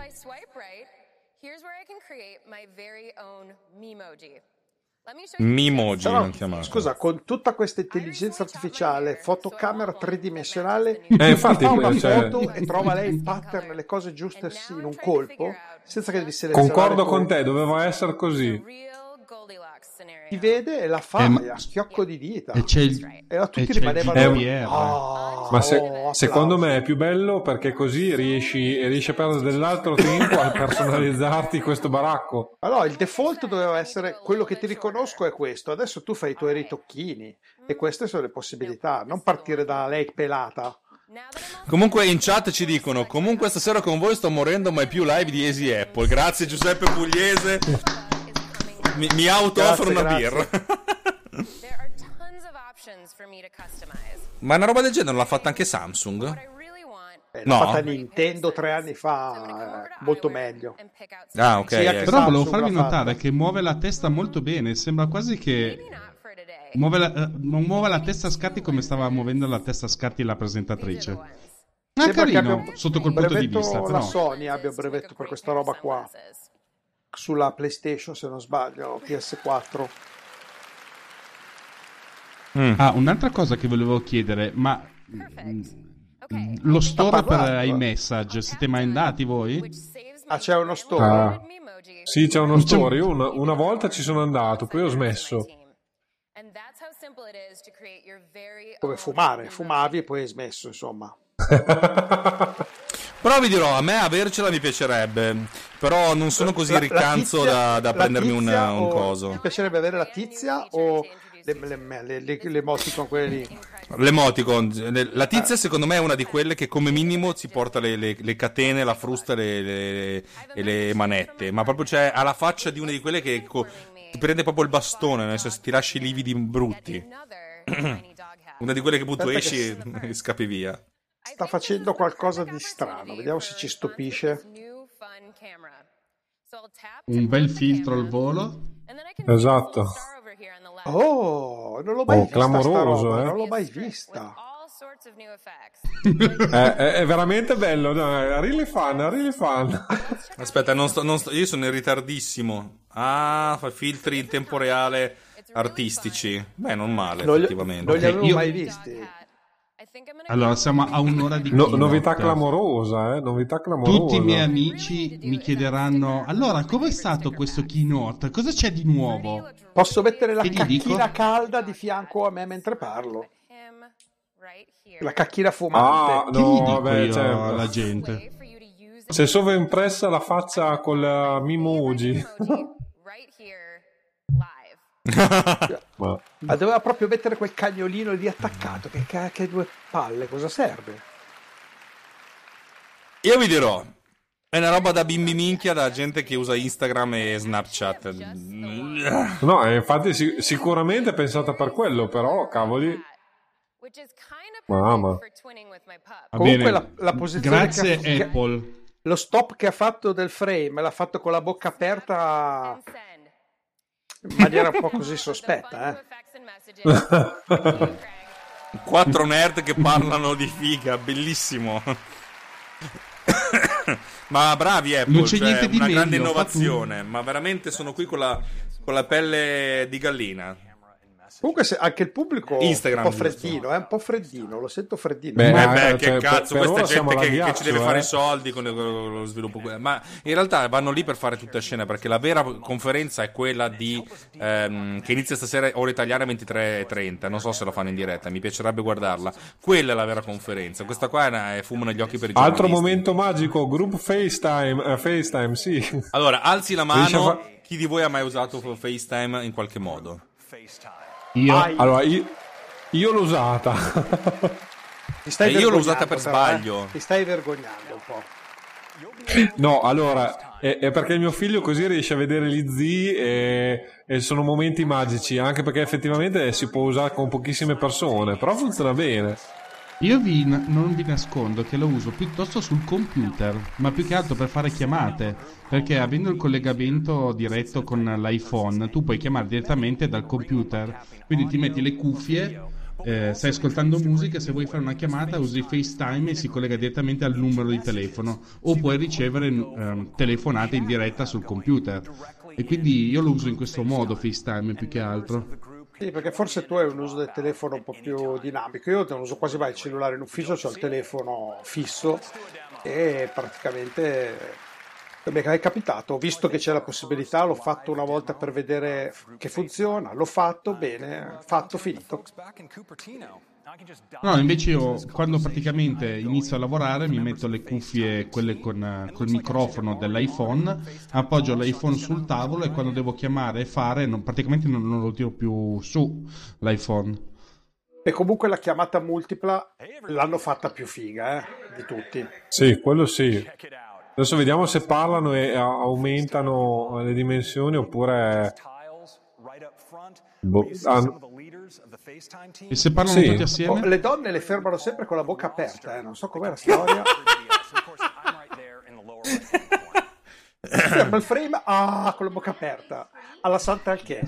Mimoji, Però, non chiamato. scusa, con tutta questa intelligenza artificiale, fotocamera tridimensionale, Eh, infatti, fa una cioè- foto e trova lei il pattern, le cose giuste in un colpo, senza che devi selezionare. Concordo tu. con te, doveva essere così. Ti vede e la fa Eh, ma- a schiocco di dita. E c'è il, E a tutti e c'è il rimanevano G D P R. "Ah, Ma se- oh, secondo applausi". me è più bello perché così riesci, riesci a perdere dell'altro tempo a personalizzarti questo baracco. Allora, il default doveva essere quello che ti riconosco è questo. Adesso tu fai i tuoi ritocchini e queste sono le possibilità. Non partire da lei pelata. Comunque in chat ci dicono: comunque stasera con voi sto morendo, ma è più live di Easy Apple. Grazie Giuseppe Pugliese. Mi, mi auto Grazie, offro una grazie. birra. Ma una roba del genere non l'ha fatta anche Samsung? Eh, No. L'ha fatta Nintendo tre anni fa, eh, molto meglio. Ah, ok. Sì, anche eh. Però volevo Samsung farvi l'ha notare fatta. che muove la testa molto bene. Sembra quasi che muove la, eh, non muove la testa a scatti come stava muovendo la testa a scatti la presentatrice. Ah, Sembra che carino, abbia un sotto quel punto di brevetto, vista. la Però. Sony abbia un brevetto per questa roba qua. Sulla PlayStation, se non sbaglio, P S quattro. Ah, un'altra cosa che volevo chiedere, ma mm, lo store Sta per parlando, eh. iMessage, siete mai andati voi? Ah, c'è uno store. Ah. Sì, c'è uno story. Io Una, una volta ci sono andato, poi ho smesso. Come fumare, fumavi e poi hai smesso, insomma. Però vi dirò, a me avercela mi piacerebbe. Però non sono così La- la ricanzo tizia- da, da la prendermi un, tizia un o- coso. Ti piacerebbe avere la tizia o le, le, le, le, le emoticon quelle lì? L'emoticon. La tizia secondo me è una di quelle che come minimo si porta le, le- le catene, la frusta le- le- e le manette. Ma proprio c'è ha la faccia di una di quelle che co- ti prende proprio il bastone, nel senso ti lasci i lividi brutti. Una di quelle che appunto Aspetta esci e scappi via. Sta facendo qualcosa di strano, vediamo se ci stupisce. Un bel filtro al volo. Esatto. Oh, non l'ho mai Oh, vista clamoroso, sta roba, eh. non l'ho mai vista. è, è, è veramente bello, no? È really fun, è really fun. Aspetta, non sto, non sto, io sono in ritardissimo. Ah, fa filtri in tempo reale artistici. Beh, non male, non effettivamente. Non li avevo Io- mai visti. Allora, siamo a un'ora di No, keynote. novità clamorosa, eh? Novità clamorosa. Tutti i miei amici mi chiederanno: allora, com'è stato questo keynote? Cosa c'è di nuovo? Posso mettere la E gli cacchina dico? calda di fianco a me mentre parlo? La cacchina Ah, fumante. Che gli no, dico vabbè, io certo. alla gente? C'è sovraimpressa la faccia col uh, Mimoji. Ma... Ma doveva proprio mettere quel cagnolino lì attaccato. Che, ca- che due palle, cosa serve? Io vi dirò, è una roba da bimbi minchia, da gente che usa Instagram e Snapchat. No, eh, infatti sic- sicuramente è pensata per quello, però, cavoli... Mamma. Va Comunque bene. la- la posizione Grazie che- che- Apple. Lo stop che ha fatto del frame l'ha fatto con la bocca aperta in maniera un po' così sospetta, eh? Quattro nerd che parlano di figa, bellissimo. Ma bravi Apple, Non c'è cioè, niente di una meglio, grande fa innovazione, ma veramente sono qui con la, con la pelle di gallina. Comunque se- anche il pubblico Instagram, è un po' giusto. freddino, è un po' freddino, lo sento freddino. Beh, Eh eh, beh, cioè, che per- cazzo, per questa ora è siamo gente alla che, che ghiaccio, ci deve eh. fare i soldi con con lo sviluppo. Ma in realtà vanno lì per fare tutta scena, perché la vera conferenza è quella di ehm, che inizia stasera ora italiana ventitré e trenta. Non so se lo fanno in diretta, mi piacerebbe guardarla. Quella è la vera conferenza. Questa qua è, una, è fumo negli occhi per i Altro giornalisti. momento magico, group FaceTime, eh, FaceTime, sì. Allora, alzi la Riesci a mano. fa- Chi di voi ha mai usato FaceTime in qualche modo? Io Ai, Allora, io, io l'ho usata. ti stai eh, io l'ho vergognando, usata per però, eh? sbaglio. Ti stai vergognando un po'. No, allora, è, è perché mio figlio così riesce a vedere gli zii e, e sono momenti magici, anche perché effettivamente si può usare con pochissime persone, però funziona bene. Io vi, non vi nascondo che lo uso piuttosto sul computer, ma più che altro per fare chiamate, perché avendo il collegamento diretto con l'iPhone, tu puoi chiamare direttamente dal computer, quindi ti metti le cuffie, eh, stai ascoltando musica, se vuoi fare una chiamata usi FaceTime e si collega direttamente al numero di telefono, o puoi ricevere ehm, telefonate in diretta sul computer. E quindi io lo uso in questo modo FaceTime più che altro. Sì, perché forse tu hai un uso del telefono un po' più dinamico. Io non uso quasi mai il cellulare in ufficio, ho il telefono fisso e praticamente mi è capitato, ho visto che c'è la possibilità, l'ho fatto una volta per vedere che funziona, l'ho fatto, bene, fatto, finito. No, invece io quando praticamente inizio a lavorare mi metto le cuffie, quelle con eh, col microfono dell'iPhone, appoggio l'iPhone sul tavolo e quando devo chiamare e fare, non- praticamente non, non lo tiro più su l'iPhone. E comunque la chiamata multipla l'hanno fatta più figa, eh, di tutti. Sì, quello sì. Adesso vediamo se parlano e a- aumentano le dimensioni oppure... Boh, ah, E se parlano Sì. tutti Oh, assieme? le donne le fermano sempre con la bocca aperta, eh, non so com'è la storia. Ferma il frame, ah, con la bocca aperta, alla Santa Alchè.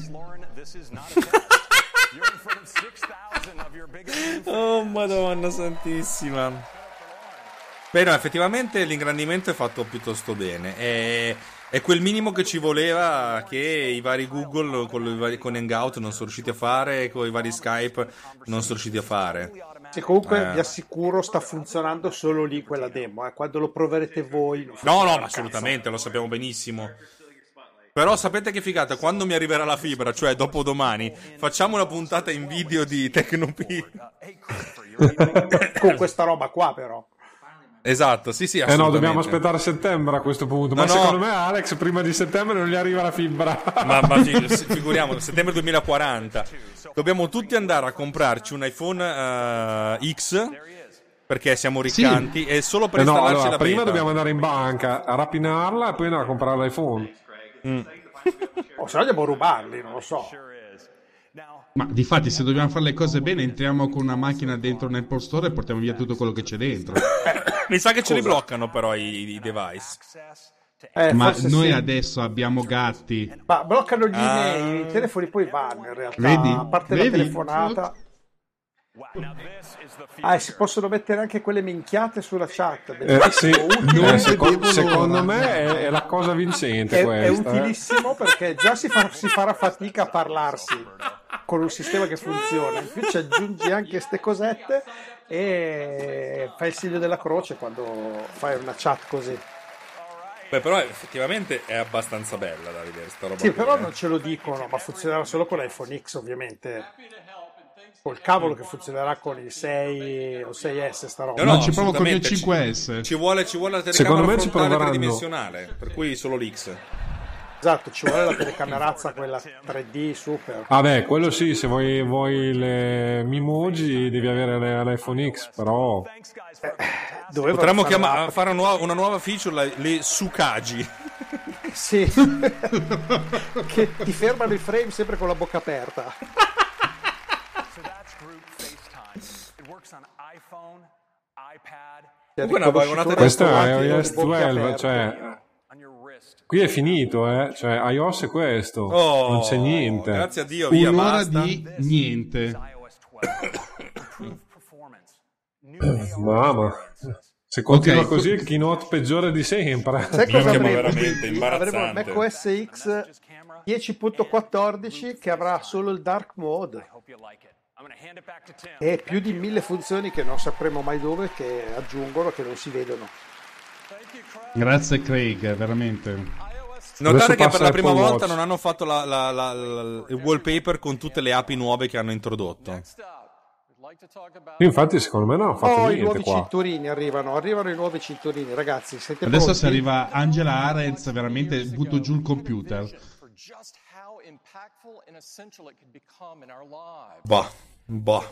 Oh, Madonna santissima. Beh, no, effettivamente l'ingrandimento è fatto piuttosto bene. È, è quel minimo che ci voleva, che i vari Google con, i vari- con Hangout non sono riusciti a fare, e con i vari Skype non sono riusciti a fare. Sì, comunque Eh. vi assicuro sta funzionando solo lì quella demo, eh. Quando lo proverete voi non No, funziona no, un ma cazzo. assolutamente, lo sappiamo benissimo. Però sapete che figata, quando mi arriverà la fibra, cioè dopo domani, facciamo una puntata in video di Tecnopi. Con questa roba qua però. Esatto, sì, sì, Eh no, assolutamente. dobbiamo aspettare settembre a questo punto. No, Ma no. secondo me Alex prima di settembre non gli arriva la fibra. Ma, ma fi- figuriamo, settembre duemilaquaranta dobbiamo tutti andare a comprarci un iPhone eh, X perché siamo riccanti e solo per Eh no, installarci allora, la prima beta. dobbiamo andare in banca a rapinarla e poi andare a comprare l'iPhone. O se no andiamo a rubarli, non lo so. Ma difatti se dobbiamo fare le cose bene entriamo con una macchina dentro un Apple Store e portiamo via tutto quello che c'è dentro. Mi sa che ce li bloccano però i, i device. Eh, Ma forse noi sì. adesso abbiamo gatti. Ma bloccano gli Ah. email, i telefoni poi vanno in realtà. Vedi? A parte Vedi? la telefonata. Ah, e si possono mettere anche quelle minchiate sulla chat. Eh, sì. Utile, Eh, secondo, devo- secondo me è, è la cosa vincente è, è questa. eh. utilissimo perché già si, fa- si farà fatica a parlarsi con un sistema che funziona, in più ci aggiungi anche ste cosette e fai il segno della croce quando fai una chat così. Beh, però effettivamente è abbastanza bella da vedere sta roba. Sì, qui, però eh. non ce lo dicono, ma funzionerà solo con l'iPhone X ovviamente. Col cavolo che funzionerà con il sei o sei S sta roba. No, No, no, ci provo con il assolutamente, cinque S. Ci, ci vuole, ci vuole la Secondo telecamera me ci frontale proveranno. tridimensionale, per cui solo l'X. Esatto, ci vuole la telecamerazza quella tre D super. Ah beh, quello sì, se vuoi, vuoi le Mimoji devi avere le- l'iPhone X, però Dovevano Potremmo fare chiama- l'app- fare una nuova, una nuova feature, la- le Sukagi. Sì. Che ti fermano i frame sempre con la bocca aperta. So that's group FaceTime. It works on iPhone, iPad, Comunque una vagonata di questo Riconoscitore è automatico iOS di bocche dodici, aperte. cioè on your wrist. qui è finito, eh? Cioè iOS è questo, Oh, non c'è niente. Grazie a Dio, via, Un'ora basta. di niente. iOS twelve. Improved performance. New A R Mamma, experiences. se continua Ok. così il keynote peggiore di sempre. Sai cosa Minchia, ma avremo? veramente Quindi imbarazzante. avremo il macOS X dieci punto quattordici che avrà solo il dark mode Hope you like it. I'm going to hand it back to Tim. e più di mille funzioni che non sapremo mai dove, che aggiungono, che non si vedono. Grazie Craig, veramente. Notare che per passa la prima Apple volta Watch. non hanno fatto la- la- la- la- il wallpaper con tutte le api nuove che hanno introdotto. Infatti secondo me non hanno fatto Oh, i niente nuovi qua. cinturini arrivano, arrivano i nuovi cinturini, ragazzi, siete Adesso pronti? se arriva Angela Arenz, veramente butto giù il computer. for just how impactful and essential it could become in our lives. Boh, boh.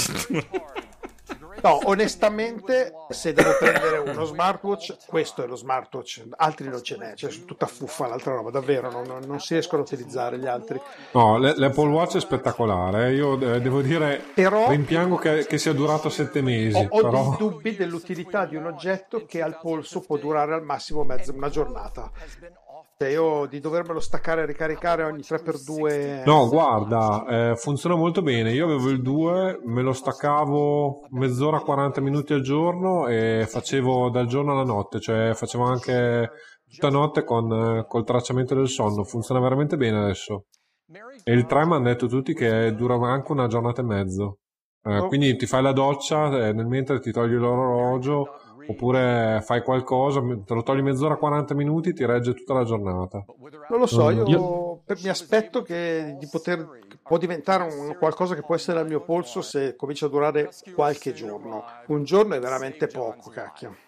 No, onestamente, se devo prendere uno smartwatch, questo è lo smartwatch, altri non ce n'è, cioè sono tutta fuffa l'altra roba, davvero, non, non- non si riescono a utilizzare gli altri. No, l- l'Apple Watch è spettacolare, eh. Io eh, devo dire, Però- rimpiango che, che sia durato sette mesi, Ho, ho però dei dubbi dell'utilità di un oggetto che al polso può durare al massimo mezza, una giornata. Cioè io di dovermelo staccare e ricaricare ogni tre per due... no, guarda, eh, funziona molto bene. Io avevo il due, me lo staccavo mezz'ora, quaranta minuti al giorno e facevo dal giorno alla notte, cioè facevo anche tutta notte con eh, col tracciamento del sonno. Funziona veramente bene adesso. E il tre mi hanno detto tutti che dura anche una giornata e mezzo. Eh, Oh. Quindi ti fai la doccia e nel mentre ti togli l'orologio, oppure fai qualcosa, te lo togli mezz'ora, quaranta minuti, ti regge tutta la giornata. Non lo so, io, Io- per- mi aspetto che di poter può diventare un qualcosa che può essere al mio polso se comincia a durare qualche giorno. Un giorno è veramente poco, cacchio.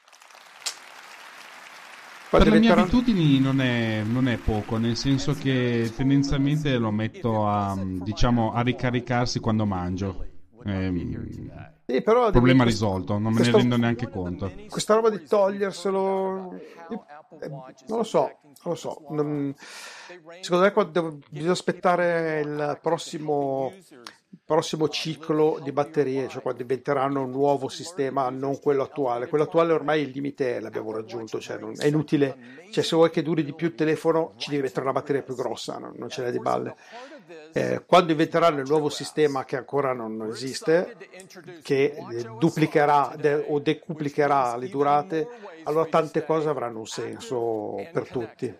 Poi Per le mie diventerà- abitudini non è, non è poco, nel senso che tendenzialmente lo metto a, diciamo, a ricaricarsi quando mangio. Ehm, Sì, però problema questo- risolto, non me ne questo- rendo neanche conto. Questa roba di toglierselo, io- eh, non lo so, non lo so. Non- secondo me qua devo- bisogna aspettare il prossimo, il prossimo ciclo di batterie, cioè quando diventeranno un nuovo sistema, non quello attuale. Quello attuale ormai il limite l'abbiamo raggiunto, cioè non- è inutile. Cioè se vuoi che duri di più il telefono ci devi mettere una batteria più grossa, non, non ce n'è di balle. Eh, quando inventeranno il nuovo sistema che ancora non esiste, che eh, duplicherà de- o decuplicherà le durate, allora tante cose avranno un senso per tutti.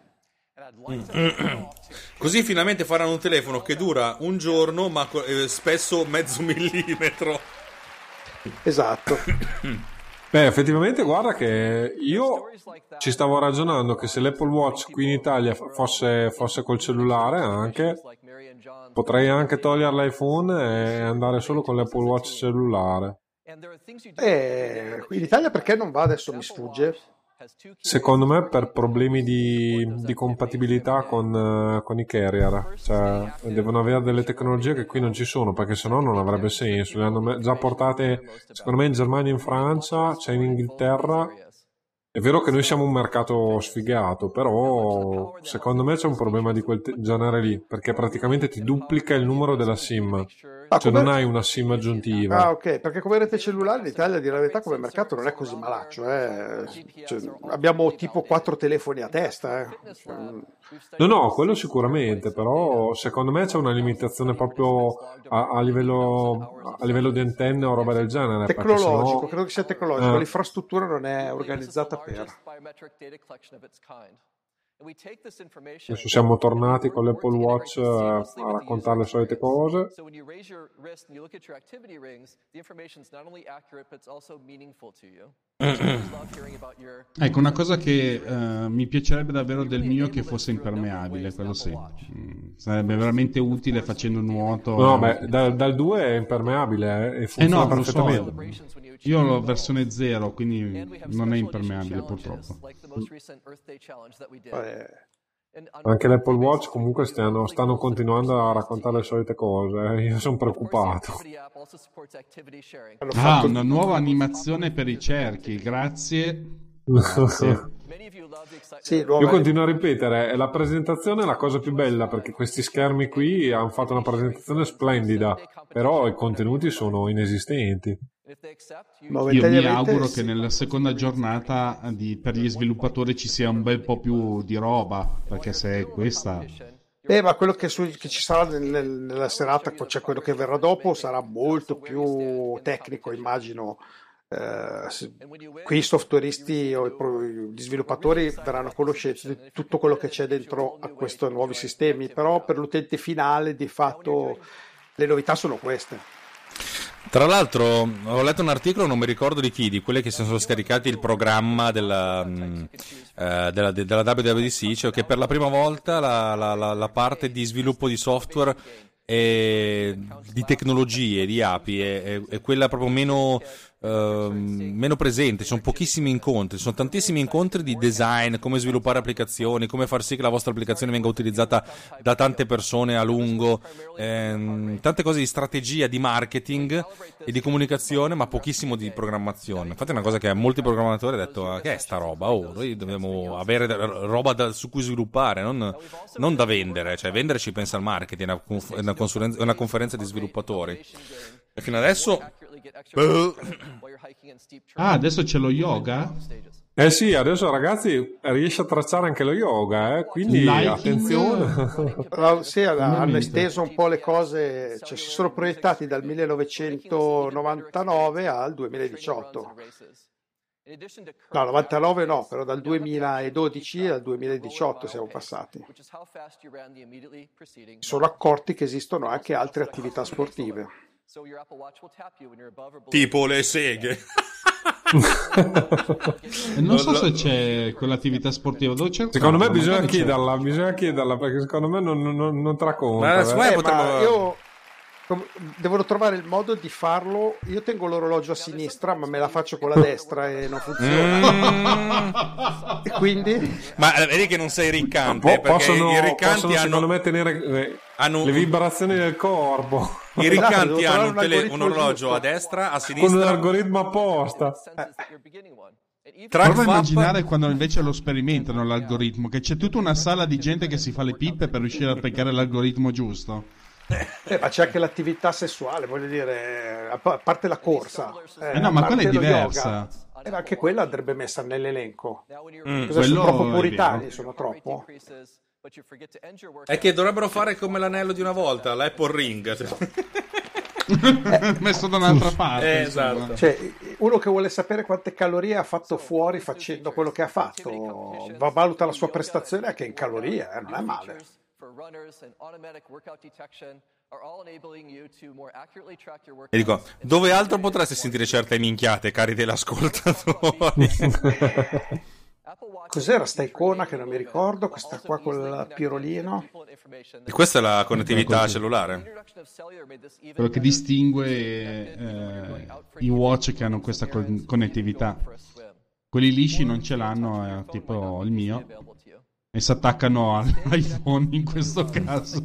Così finalmente faranno un telefono che dura un giorno, ma co- eh, spesso mezzo millimetro. Esatto. Beh, effettivamente guarda che io ci stavo ragionando che se l'Apple Watch qui in Italia fosse, fosse col cellulare anche, potrei anche togliere l'iPhone e andare solo con l'Apple Watch cellulare. E in Italia perché non va adesso mi sfugge? Secondo me per problemi di, di compatibilità con, eh, con i carrier, cioè devono avere delle tecnologie che qui non ci sono, perché sennò non avrebbe senso. Le hanno me- già portate secondo me in Germania e in Francia, c'è in Inghilterra, È vero che noi siamo un mercato sfigato, però secondo me c'è un problema di quel te- genere lì, perché praticamente ti duplica il numero della SIM, Ah, cioè come- non hai una SIM aggiuntiva. Ah, ok, perché come rete cellulare in Italia, a dire la verità, come mercato non è così malaccio. Eh. Cioè, abbiamo tipo quattro telefoni a testa. Eh. Cioè, No, no, quello sicuramente, però secondo me c'è una limitazione proprio a, a livello, a livello di antenne o roba del genere. perché tecnologico, sennò- credo che sia tecnologico. Eh. L'infrastruttura non è organizzata per. Adesso siamo tornati con l'Apple Watch eh, a raccontare le solite cose. So when you raise your wrist and you look at your activity rings, the information is not only accurate but it's also meaningful to you. Ecco, una cosa che eh, mi piacerebbe davvero del mio è che fosse impermeabile, quello sì. Mm, sarebbe veramente utile facendo nuoto. No, beh, da- dal due è impermeabile eh, e Eh no, funziona lo so. perfettamente. Io ho la versione zero, quindi non è impermeabile purtroppo. Eh, Anche l'Apple Watch comunque stanno, stanno continuando a raccontare le solite cose. eh. Io sono preoccupato. hanno Ah, fatto- una nuova animazione per i cerchi, grazie. Grazie. Sì, nuova- Io continuo a ripetere, è la presentazione è la cosa più bella perché questi schermi qui hanno fatto una presentazione splendida, però i contenuti sono inesistenti. Io mi momentaneamente auguro sì. che nella seconda giornata di- per gli sviluppatori ci sia un bel po' più di roba, perché se è questa... Eh, ma quello che, su- che ci sarà nel- nel- nella serata, cioè quello che verrà dopo, sarà molto più tecnico, immagino. Eh, se- qui i softwareisti o i pro- gli sviluppatori verranno a conoscenza di tutto quello che c'è dentro a questi nuovi sistemi, però per l'utente finale di fatto le novità sono queste. Tra l'altro ho letto un articolo, non mi ricordo di chi, di quelli che si sono scaricati il programma della, mh, eh, della, de- della W W D C, cioè che per la prima volta la, la- la- la parte di sviluppo di software e di tecnologie, di A P I è, è- è quella proprio meno, ehm, meno presente. Ci sono pochissimi incontri, ci sono tantissimi incontri di design, come sviluppare applicazioni, come far sì che la vostra applicazione venga utilizzata da tante persone a lungo, ehm, tante cose di strategia, di marketing e di comunicazione, ma pochissimo di programmazione. Infatti è una cosa che molti programmatori hanno detto: "Ah, che è sta roba? Oh, noi dobbiamo avere da- roba da- su cui sviluppare, non, non da vendere, cioè vendere ci pensa il marketing, è una, conf- è una consulenza- è una conferenza di sviluppatori." E fino adesso Ah, adesso c'è lo yoga? Eh sì, adesso ragazzi riesce a tracciare anche lo yoga, eh? quindi Liking- attenzione. Ah, sì, hanno Veramente. esteso un po' le cose, cioè si sono proiettati dal millenovecentonovantanove al duemiladiciotto. No, novantanove no, però dal duemiladodici al duemiladiciotto siamo passati. Si sono accorti che esistono anche altre attività sportive. tipo le seghe. E non so se c'è quell'attività sportiva. Devo cercarlo, Secondo me bisogna magari c'è. chiederla, bisogna chiederla perché secondo me non, non, non te racconta. Ma eh. secondo me Eh, potremmo- ma io com- devono trovare il modo di farlo. Io tengo l'orologio a sinistra, ma me la faccio con la destra e non funziona. Mm. E quindi Ma eh, vedi che non sei riccante, Po- perché possono, i riccanti possono, secondo hanno, me tenere eh, hanno le un- vibrazioni del corpo i Esatto, devo riccanti trovare hanno un un, tele- un algoritmo orologio giusto. a destra, a con un sinistra, algoritmo apposta. track Prova a swap. immaginare quando invece lo sperimentano l'algoritmo, che c'è tutta una sala di gente che si fa le pippe per riuscire a beccare l'algoritmo giusto. Eh, ma c'è anche l'attività sessuale, voglio dire, a pa- a parte la corsa. Eh no, ma a parte quella è lo diversa. yoga, eh, ma anche quella andrebbe messa nell'elenco. Mm. Cosa, Quello sono troppo è puritani? vero. Sono troppo? È che dovrebbero fare come l'anello di una volta, l'Apple Ring. Messo da un'altra parte. Eh, insomma. esatto. Cioè, uno che vuole sapere quante calorie ha fatto fuori facendo quello che ha fatto, va- valuta la sua prestazione anche in calorie, eh, non è male. E dico, dove altro potreste sentire certe minchiate, cari dell'ascoltatori? Cos'era sta icona che non mi ricordo? Questa qua col pirolino. E questa è la connettività cellulare. Quello che distingue eh, i watch che hanno questa con- connettività. Quelli lisci non ce l'hanno, è tipo il mio, e si attaccano all'iPhone in questo caso.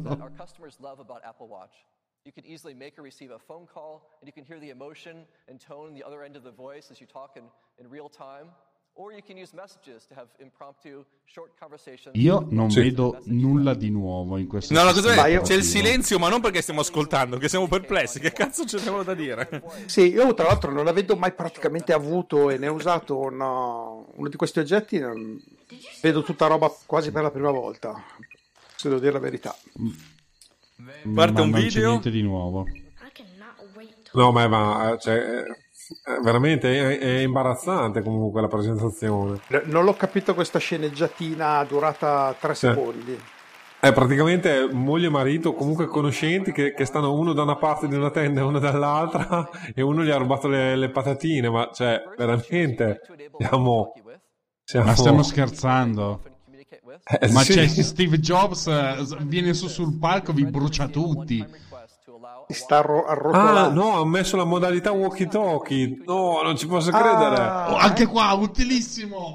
You can easily make or receive a phone call, and you can hear the emotion and tone on the other end of the voice as you talk in, in real time. Io non Sì. vedo nulla di nuovo in questo No, la cosa sistema è, io- c'è il operativo. silenzio, ma non perché stiamo ascoltando, che siamo perplessi. Che cazzo ci abbiamo da dire? Sì, io tra l'altro non avendo mai praticamente avuto e ne ho usato uno, uno di questi oggetti, non- vedo tutta roba quasi per la prima volta, se devo dire la verità. Parte Ma un non c'è video. niente di nuovo. No, ma, ma cioè, eh, veramente è, è imbarazzante comunque la presentazione. N- Non l'ho capito questa sceneggiatina durata tre Sì. secondi. È praticamente moglie e marito, comunque conoscenti, che, che stanno uno da una parte di una tenda e uno dall'altra, e uno gli ha rubato le, le patatine, ma cioè, veramente, siamo... siamo... Ma stiamo scherzando? Eh, Ma sì. c'è Steve Jobs, eh, viene su sul palco, vi brucia tutti. Si sta arro- Ah, arrotolando. no, ha messo la modalità walkie talkie. No, non ci posso credere. Ah, Oh, anche qua, utilissimo!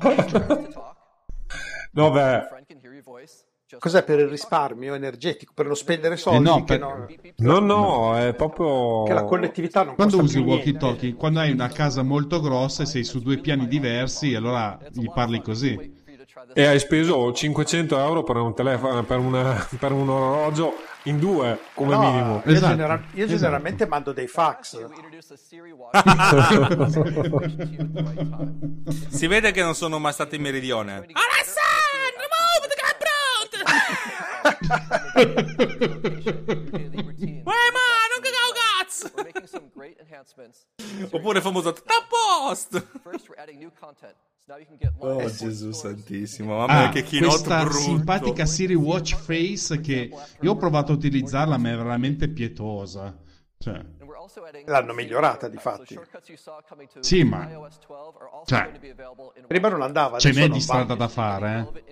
No, beh, cos'è per il risparmio energetico? Per non spendere soldi? Eh no, che, per- non- no, no, è proprio... che la collettività non Quando costa usi il più walkie niente. talkie? Quando hai una casa molto grossa e sei su due piani diversi, allora gli parli così. E hai speso cinquecento euro per un telefono, per, una, per un orologio in due, come No, minimo. io, Esatto, genera- io esatto. generalmente mando dei fax. Si vede che non sono mai stato in meridione. Alessandro, move the Uè, ma non cagao cazzo! Oppure il famoso a post. Oh Gesù santissimo, mamma mia Ah, che keynote questa brutto. simpatica Siri Watch Face che io ho provato a utilizzarla, ma è veramente pietosa. Cioè, L'hanno migliorata, difatti. sì, ma cioè, Prima non andava, ce adesso n'è non di va. strada da fare, eh.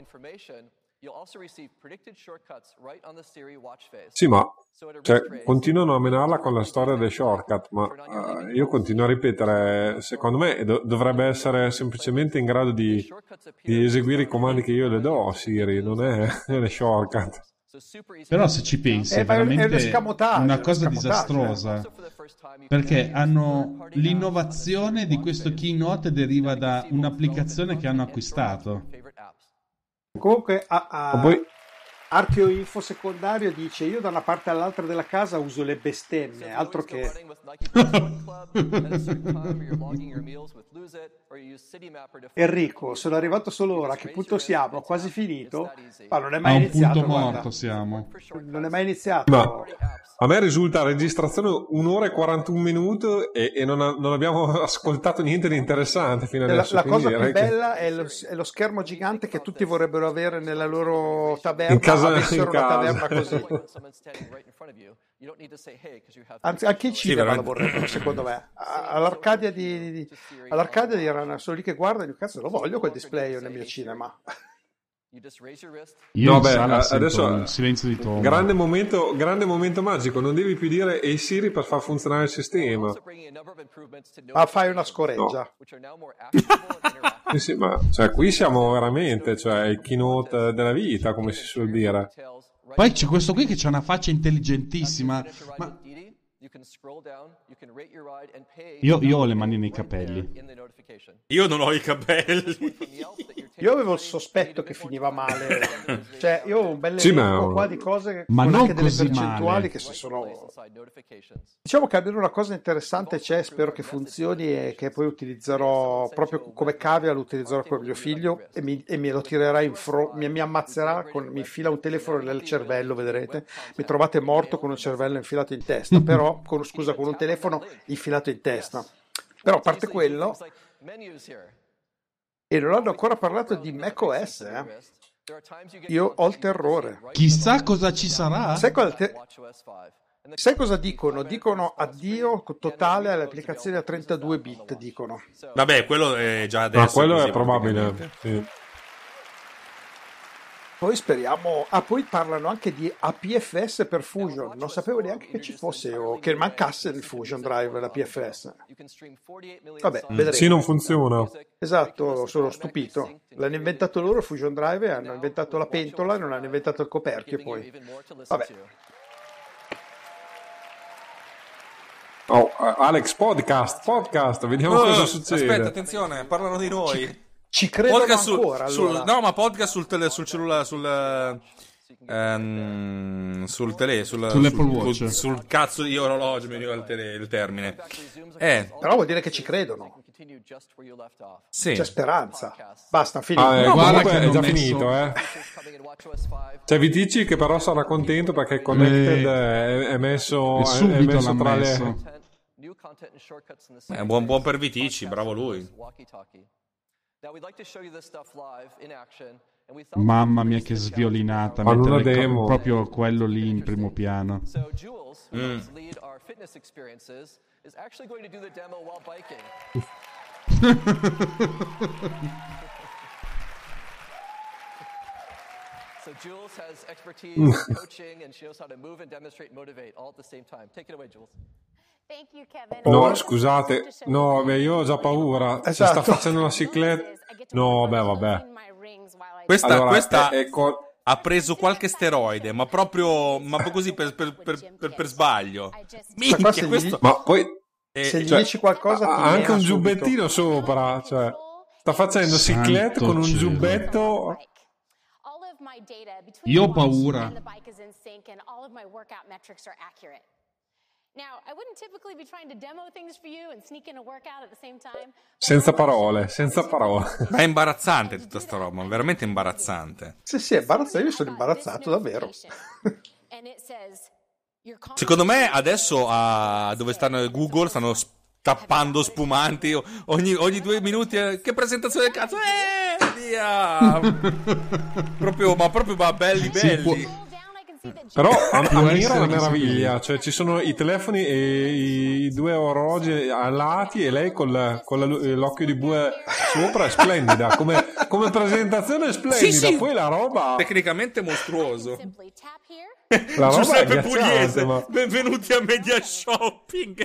Sì, ma cioè, continuano a menarla con la storia dei shortcut, ma eh, io continuo a ripetere, secondo me do- dovrebbe essere semplicemente in grado di, di eseguire i comandi che io le do a Siri, non è, non è shortcut. Però se ci pensi Eh, è ma è un- è un veramente escamotage, una un cosa escamotage, disastrosa, perché hanno l'innovazione di questo keynote deriva da un'applicazione che hanno acquistato. Comunque, a, a- Ma poi- Archeo Info secondario dice: io da una parte all'altra della casa uso le bestemmie, altro che. Enrico, sono arrivato solo ora, a che punto siamo? Ho quasi finito? Ma non è A mai un iniziato, punto guarda. morto siamo. Non è mai iniziato. Ma a me risulta registrazione un'ora e quarantuno minuti e, e non, ha- non abbiamo ascoltato niente di interessante fino La, adesso. la quindi cosa più direi che- bella è lo, è lo schermo gigante che tutti vorrebbero avere nella loro taverna, In casa- avessero in una casa. taverna così. Anzi, anche in cinema veramente. lo vorrebbero, secondo me. A- All'Arcadia di, di- all'Arcadia diranno, sono lì che guardano, cazzo, lo voglio quel display nel mio cinema. Io No, in beh, sala a- sento adesso- un silenzio di tomba. Grande momento, grande momento magico, non devi più dire Ehi Siri per far funzionare il sistema. Ma fai una scoreggia. Sì, sì, ma cioè, qui siamo veramente, cioè il keynote della vita, come si suol dire. Poi c'è questo qui che c'ha una faccia intelligentissima. Ma io, io ho le mani nei capelli. Io non ho i capelli. Io avevo il sospetto che finiva male. Cioè, io ho un bel Sì, elenco ma- qua di cose Ma con non anche delle così percentuali male. che se sono. Diciamo che almeno una cosa interessante c'è, spero che funzioni e che poi utilizzerò proprio come cavia, lo utilizzerò con mio figlio e mi, e me lo tirerà in fronte, mi, mi ammazzerà, con, mi infila un telefono nel cervello, vedrete, mi trovate morto con un cervello infilato in testa, però, con, scusa, con un telefono infilato in testa. Però a parte quello, e non hanno ancora parlato di macOS, eh? Io ho il terrore. Chissà cosa ci sarà. Sai cosa, te- sai cosa dicono? Dicono addio totale alle applicazioni a trentadue bit, dicono. Vabbè, quello è già adesso. Ma quello così, è probabile. praticamente. Sì. Poi speriamo. Ah, poi parlano anche di A P F S per Fusion. Non sapevo neanche che ci fosse o che mancasse il Fusion Drive, l'A P F S. Vabbè, vedremo. Sì, non funziona. Esatto, sono stupito. L'hanno inventato loro il Fusion Drive, hanno inventato la pentola e non hanno inventato il coperchio poi. Vabbè. Oh, Alex, podcast, podcast, vediamo Oh, cosa succede. aspetta, attenzione, parlano di noi. Ci credono podcast sul- ancora, sul- allora. no, ma podcast sul, tele, sul cellulare, sul, ehm, sul tele, sul, Sull'Apple sul, Watch. sul, sul cazzo di orologio, mi dico il, tele- il termine. Eh, Però vuol dire che ci credono. sì. C'è speranza. Basta, finito. Ah, eh, No, guarda comunque che è hanno già messo- finito, eh. Cioè, vi dici che però sarà contento perché il Connected Eh, è, è messo, e è, è subito messo l'ha tra messo. le... È buon, buon per Vitici, bravo lui. Mamma mia che sviolinata, Fanno una mettere demo. proprio quello lì in primo piano. So Jules, who Mm. helps lead our fitness experiences, is actually going to do the demo while biking. So Jules has expertise in coaching, and she knows how to move and demonstrate and motivate all at the same time. Take it away, Jules. Thank you, Kevin. No, scusate, no, beh, io ho già paura. Se sta Esatto. facendo la cicletta... No, beh, vabbè. Questa, Allora, questa è- è co- ha preso qualche steroide, ma proprio, ma così per, per, per, per, per sbaglio. Ma qua se Minchia, gli- questo... Ma poi è- Se gli cioè, dici qualcosa ti ha anche mena un subito. giubbettino sopra, cioè sta facendo Santo ciclette con un cielo. giubbetto. Io ho paura. Senza parole, senza parole. Ma è imbarazzante tutta sta roba, veramente imbarazzante. Sì, sì, è imbarazzante. Io sono imbarazzato, davvero. Secondo me adesso a dove stanno Google stanno s- tappando spumanti ogni, ogni due minuti. eh, Che presentazione del cazzo! Eh, via! proprio, ma proprio ma belli Si belli. può- Però a, a Può Mira essere è una che si meraviglia, cioè ci sono i telefoni e i due orologi ai lati e lei col, con la- l'occhio di bue sopra è splendida, come, come presentazione è splendida, Sì, sì. poi la roba, Tecnicamente mostruoso. la roba è Giuseppe agghiacciante, Pugliese, ma... benvenuti a Media Shopping.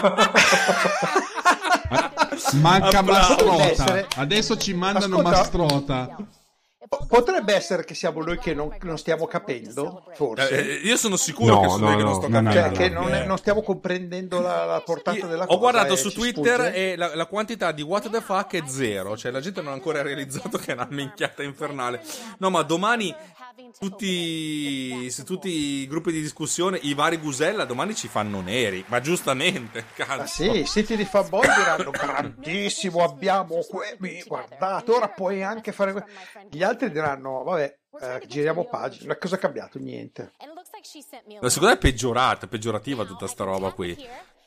Manca Applausi. Mastrota. Essere- Adesso ci mandano Ascolta. Mastrota. Potrebbe essere che siamo noi che non, non stiamo capendo, forse. Eh, io sono sicuro No, che sono no, io che non no, sto no, no, capendo. Cioè, no, che non, è- Eh. non stiamo comprendendo la, la portata Io della cosa. ho guardato e su ci Twitter sfugge. e la, la quantità di what the fuck è zero, cioè la gente non ha ancora realizzato che è una minchiata infernale. No, ma domani tutti, se tutti i gruppi di discussione, i vari Gusella, domani ci fanno neri, ma giustamente, cazzo. Ma sì, i siti di fanboy diranno grandissimo, abbiamo que- guardate, ora puoi anche fare que-". Gli altri diranno vabbè, eh, giriamo pagina. Ma cosa è cambiato? Niente. Ma secondo me è peggiorata, è peggiorativa tutta sta roba qui.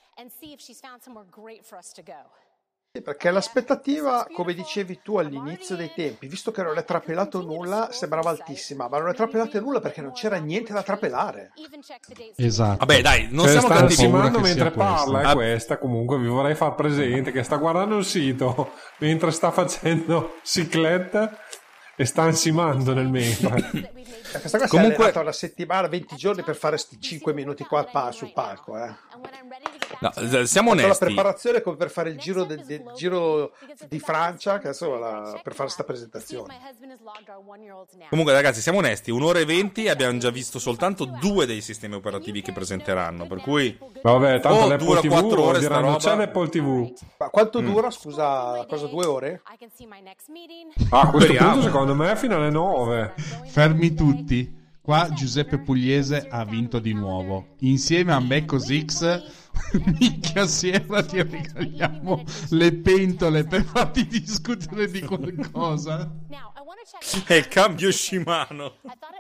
Sì, perché l'aspettativa, come dicevi tu all'inizio dei tempi, visto che non è trapelato nulla, sembrava altissima, ma non è trapelato nulla perché non c'era niente da trapelare. Esatto. Vabbè, dai, non Cioè, siamo sta cattivi. ansimando Paura che mentre sia parla, questa. è questa. Comunque, vi vorrei far presente che sta guardando il sito mentre sta facendo cicletta e sta ansimando nel mentre. E questa qua Comunque- si è allenata una settimana, venti giorni per fare sti cinque minuti qua al pa- sul palco. Eh. No, siamo Con la onesti. preparazione come per fare il giro, del, del giro di Francia, che adesso la- per fare sta presentazione. Comunque, ragazzi, siamo onesti. Un'ora e venti e abbiamo già visto soltanto due dei sistemi operativi che presenteranno. Per cui, Ma vabbè, tanto Oh, l'Apple dura T V quattro ore sta diranno roba. c'è l'Apple T V. Ma quanto dura, scusa, cosa, due ore? Ah, a questo Speriamo. punto secondo me è fino alle nove. Fermi tutti. Qua Giuseppe Pugliese ha vinto di nuovo. Insieme a Mecos-X, minchia sera ti regaliamo le pentole per farti discutere di qualcosa. è il cambio Shimano.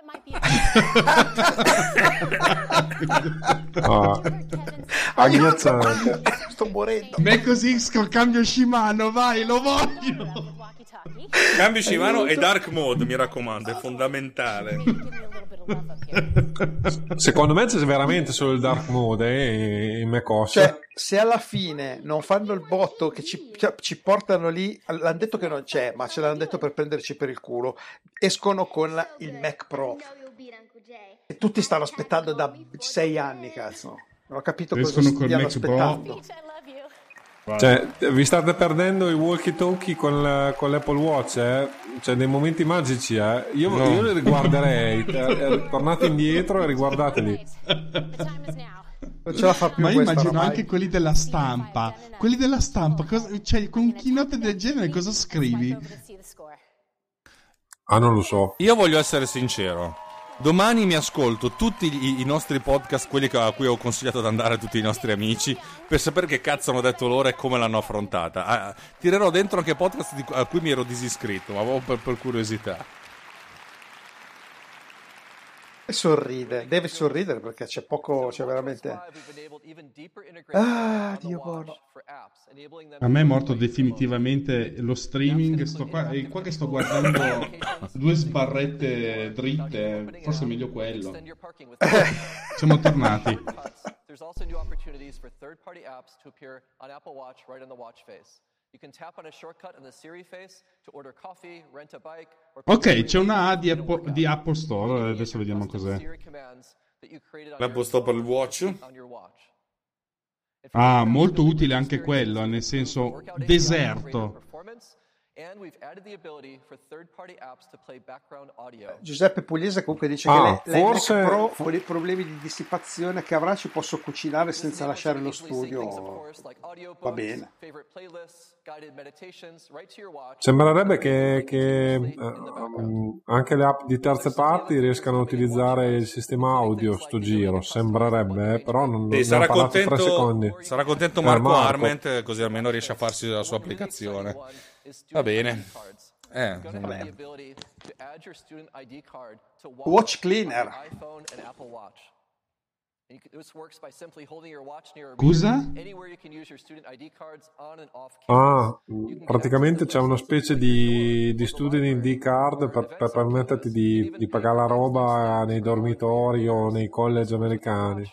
Ah, agghiacciante. Sto morendo. Mecos-X col cambio Shimano, vai, lo voglio. Cambio Shimano e Dark Mode, mi raccomando, è fondamentale. Secondo me c'è veramente solo il dark mode eh, in macOS. Cioè, se alla fine non fanno il botto che ci, ci portano lì, l'hanno detto che non c'è, ma ce l'hanno detto per prenderci per il culo, escono con la- il Mac Pro. E tutti stanno aspettando da sei anni, cazzo. Non ho capito cosa Escono col stiano Mac Pro. aspettando. Cioè, vi state perdendo i walkie talkie con, la- con l'Apple Watch, eh? Cioè, dei momenti magici, eh? Io, No. io li riguarderei. Eh, eh, tornate indietro e riguardateli. Non ce la fa più Ma io questa immagino ormai. anche quelli della stampa. Quelli della stampa, cosa, cioè con keynote del genere cosa scrivi? Ah, non lo so. Io voglio essere sincero. Domani mi ascolto tutti i, i nostri podcast, quelli che- a cui ho consigliato di andare a tutti i nostri amici, per sapere che cazzo hanno detto loro e come l'hanno affrontata. Ah, tirerò dentro anche podcast di- a cui mi ero disiscritto, ma proprio per, per curiosità. E sorride, deve sorridere perché c'è poco, c'è veramente... Ah, Dio buono. A me è morto definitivamente lo streaming. Sto qua, è qua che sto guardando due sbarrette dritte. Forse è meglio quello. Siamo tornati. There's also new opportunities for third-party apps to appear on Apple Watch right on the watch face. You can tap on a shortcut on the Siri face to order coffee, rent a bike, or Ok, c'è una A di Apple, di Apple Store. Adesso vediamo cos'è. Siri commands that you created on L'Apple your Store per phone il watch? on your watch. Ah, molto utile anche quello, nel senso deserto. And we've added the ability for third-party apps to play background audio. Giuseppe Pugliese comunque dice Ah, che le, forse- l'iMac Pro con i problemi di dissipazione che avrà ci posso cucinare senza lasciare lo studio. Va bene. Sembrerebbe che, che eh, um, anche le app di terze parti riescano a utilizzare il sistema audio sto giro. Sembrerebbe, eh, però non, Sì, non sarà, ha parlato tre secondi. contento, sarà contento Eh, Marco, Marco. Arment, così almeno riesce a farsi la sua applicazione. Va bene. Eh, Vabbè. Watch cleaner. Scusa? Ah, mh, praticamente c'è una specie di, di student I D card per, per permetterti di, di pagare la roba nei dormitori o nei college americani.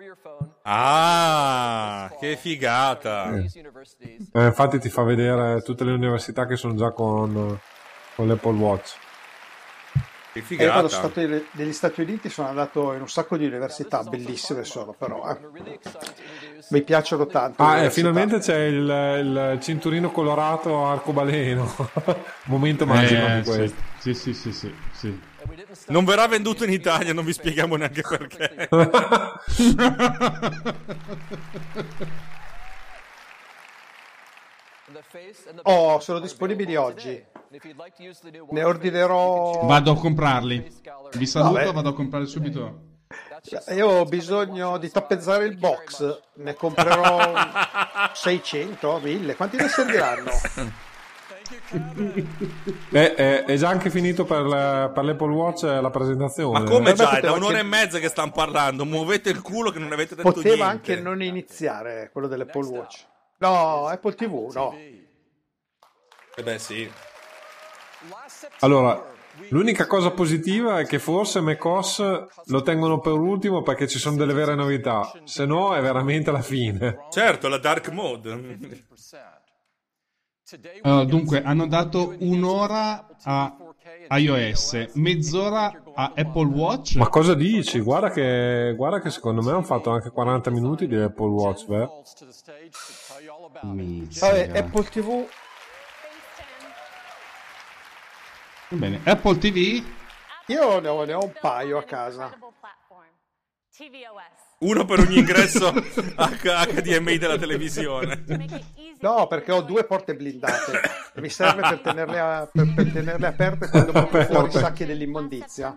Ah, che figata. Eh, infatti ti fa vedere tutte le università che sono già con, con l'Apple Watch. Che E io quando sono figata. stato negli Stati Uniti sono andato in un sacco di università, bellissime sono però, eh. Mi piacciono tanto. le Ah, e università. finalmente c'è il, il cinturino colorato arcobaleno. Momento magico Eh, anche sì. questo. Sì, sì, sì, sì, sì. Non verrà venduto in Italia, non vi spieghiamo neanche perché. Oh, sono disponibili oggi. Ne ordinerò. Vado a comprarli. Vi saluto, Vabbè. vado a comprare subito. Io ho bisogno di tappezzare il box, ne comprerò seicento, mille. Quanti ne serviranno? Eh, eh, è già anche finito per, la- per l'Apple Watch eh, la presentazione. Ma come Vabbè, già? È poteva da un'ora anche- e mezza che stanno parlando. Muovete il culo che non avete detto Poteva niente. anche non iniziare quello dell'Apple Watch. No, Apple T V, no. Eh beh, sì. Allora, l'unica cosa positiva è che forse macOS lo tengono per ultimo perché ci sono delle vere novità, se no è veramente la fine. Certo, la dark mode. Allora, dunque, hanno dato un'ora a iOS, mezz'ora a Apple Watch. Ma cosa dici? Guarda che, guarda che secondo me hanno fatto anche quaranta minuti di Apple Watch, beh. Vabbè, Apple T V. Va bene, Apple T V. Io ne ho, ne ho un paio a casa. Uno per ogni ingresso H D M I della televisione. No, perché ho due porte blindate e mi serve per tenerle, a- per, per tenerle aperte quando metto fuori i sacchi dell'immondizia.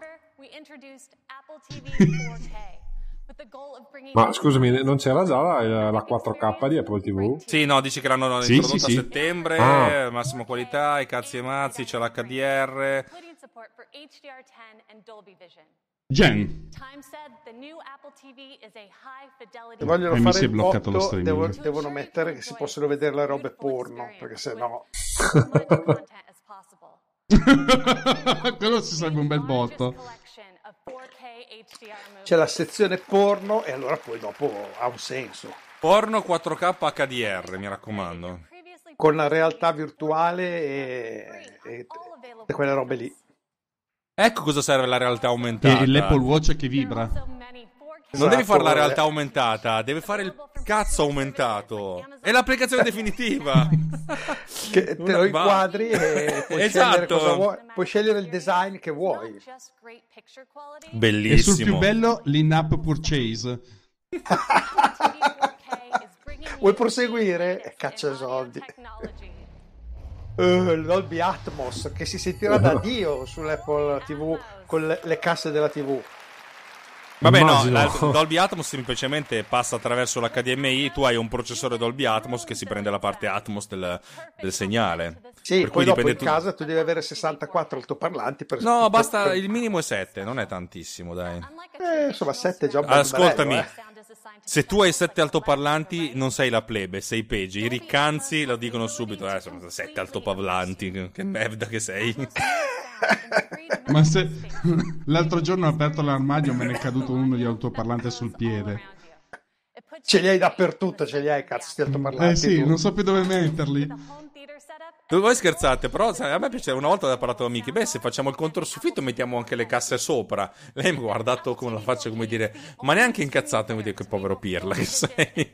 Ma scusami, non c'era già la, la quattro K di Apple T V? Sì, no, dici che l'hanno Sì, introdotta sì, sì. a settembre, Ah. massima qualità, i cazzi e mazzi, c'è l'H D R. Gen. Se vogliono E mi fare si è il bloccato lo botto, streaming. devo- devono mettere che si possono vedere le robe porno, perché se no... Quello si sarebbe un bel botto. C'è la sezione porno e allora poi dopo ha un senso. Porno quattro K H D R, mi raccomando. Con la realtà virtuale e, e, e quelle robe lì. Ecco cosa serve la realtà aumentata. E l'Apple Watch che vibra. Non devi fare la Esatto. realtà aumentata, devi fare il cazzo aumentato. È l'applicazione definitiva. Che te lo inquadri e puoi, Esatto. scegliere cosa vuoi, puoi scegliere il design che vuoi. E sul Bellissimo. più bello l'in-app purchase. Vuoi proseguire? E caccia soldi. Uh, il Dolby Atmos che si sentirà da Dio sull'Apple tivù con le, le casse della tivù. Vabbè, Immagino. no, la, Dolby Atmos semplicemente passa attraverso l'H D M I, tu hai un processore Dolby Atmos che si prende la parte Atmos del, del segnale. Sì, Per poi cui dopo in dipende tu- casa tu devi avere sessantaquattro altoparlanti per... No, per- basta, per- il minimo è sette, non è tantissimo, dai. Eh, insomma, sette è già un bel Ascoltami, numerello, eh. se tu hai sette altoparlanti non sei la plebe, sei peggio. I riccanzi lo dicono subito, eh, sono sette altoparlanti, che merda che sei. Ma se l'altro giorno ho aperto l'armadio me ne è caduto uno di altoparlante sul piede. Ce li hai dappertutto, ce li hai, cazzo, sti altoparlanti. Eh sì, tu. non so più dove metterli. Voi scherzate, però sai, a me piace, una volta ho parlato con Miki, beh, se facciamo il controsoffitto mettiamo anche le casse sopra. Lei mi ha guardato con la faccia come dire, ma neanche incazzato, mi dice che povero pirla che sei.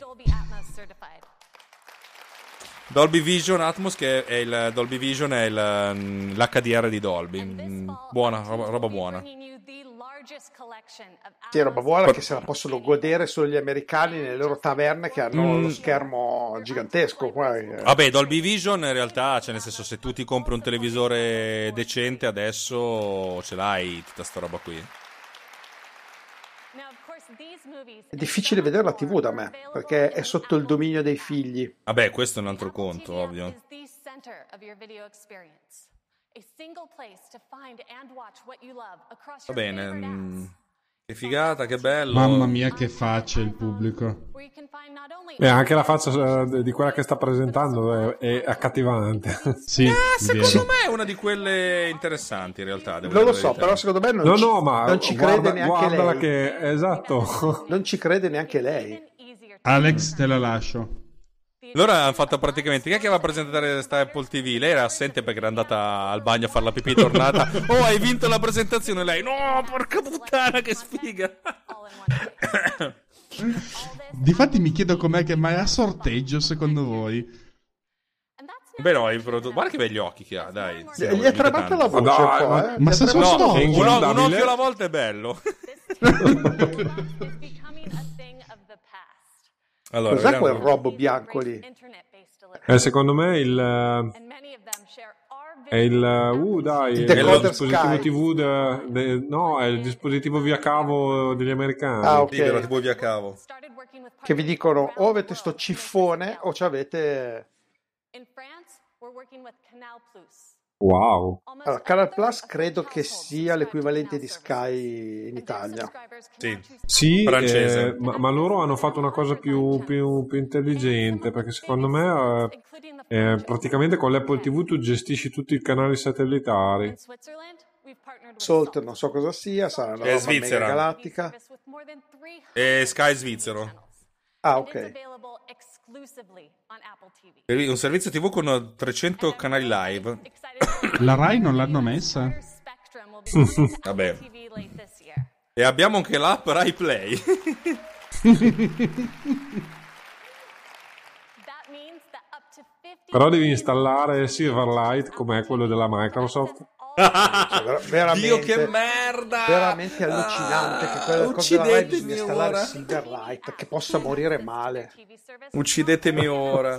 Dolby Vision Atmos, che è il Dolby Vision, è il, l'H D R di Dolby. Mm, buona, roba, roba buona. Sì, roba buona che se la possono godere solo gli americani nelle loro taverne che hanno Mm. lo schermo gigantesco. Guarda. Vabbè, Dolby Vision in realtà, cioè nel senso, se tu ti compri un televisore decente adesso ce l'hai tutta sta roba qui. È difficile vedere la tivù da me, perché è sotto il dominio dei figli. Vabbè, questo è un altro conto, ovvio. Va bene. mm, Che figata, che bello. Mamma mia che faccia il pubblico. E anche la faccia eh, di quella che sta presentando è, è accattivante. Sì, Eh, vero. secondo me è una di quelle interessanti in realtà. devo Non lo dire la so, verità. però secondo me non, No, ci, no, ma non ci guarda, crede neanche guardala lei. che esatto. Non ci crede neanche lei. Alex, te la lascio. Allora hanno fatto praticamente, chi è che va a presentare sta Apple T V? Lei era assente perché era andata al bagno a fare la pipì e è tornata. Oh, hai vinto la presentazione. Lei, no, porca puttana, che sfiga. Difatti mi chiedo com'è che mai ha sorteggio secondo voi. Beh no, il prodotto... guarda che begli occhi che ha, dai. Gli Stiamo è mica tremata la tanto. voce Ma un dai, po', ma- eh? Ma Gli è se tremata- sono No, sto- un, o- un inguardabile. occhio alla volta è bello. Allora, Cos'è vediamo. quel robo bianco lì? Eh, secondo me il è il uh dai Il è il decoder dispositivo Sky. tivù de- de- no, è il dispositivo via cavo degli americani. Ah, Sì, della ok. tivù via cavo. Che vi dicono o avete sto ciffone o ci avete... Wow. Allora, Canal Plus credo che sia l'equivalente di Sky in Italia. Sì. Sì, Francese. eh, ma, ma loro hanno fatto una cosa più, più, più intelligente, perché secondo me eh, eh, praticamente con l'Apple tivù tu gestisci tutti i canali satellitari. Salt non so cosa sia, sarà una È roba Svizzera. mega galattica. E Sky svizzero. Ah, ok. Per- Un servizio tivù con trecento canali live. La Rai non l'hanno messa? Vabbè. E abbiamo anche l'app Rai Play. Però devi installare Silverlight, come è quello della Microsoft. Cioè, ver- veramente, Dio, che merda! veramente allucinante che quella Ah, cosa della Rai uccidetemi bisogna installare ora. Silverlight, che possa morire male. Uccidetemi ora.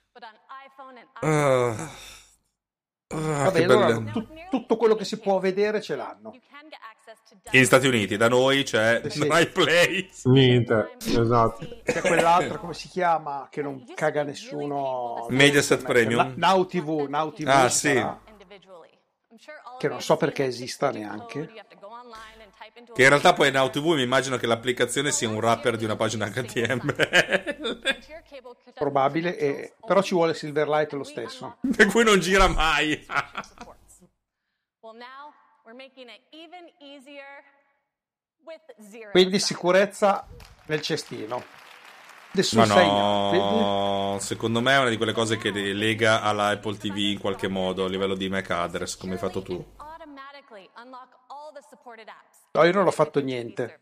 Ah. Ah, Vabbè, che allora belle. tu- tutto quello che si può vedere ce l'hanno. Negli Stati Uniti, da noi c'è Sì, sì. Rai Play. Niente, esatto. C'è quell'altra, come si chiama, che non caga nessuno. Mediaset Premium. Na- Now T V, Now T V Ah, ci sì. sarà. Che non so perché esista neanche. Che in realtà poi Now T V mi immagino che l'applicazione sia un wrapper di una pagina H T M L. Probabile, e- però ci vuole Silverlight lo stesso. Per cui non gira mai. Quindi sicurezza nel cestino. Nessun Ma segno. Vedi? no, secondo me è una di quelle cose che lega alla Apple T V in qualche modo a livello di M A C address, come hai fatto tu. No, io non ho fatto niente.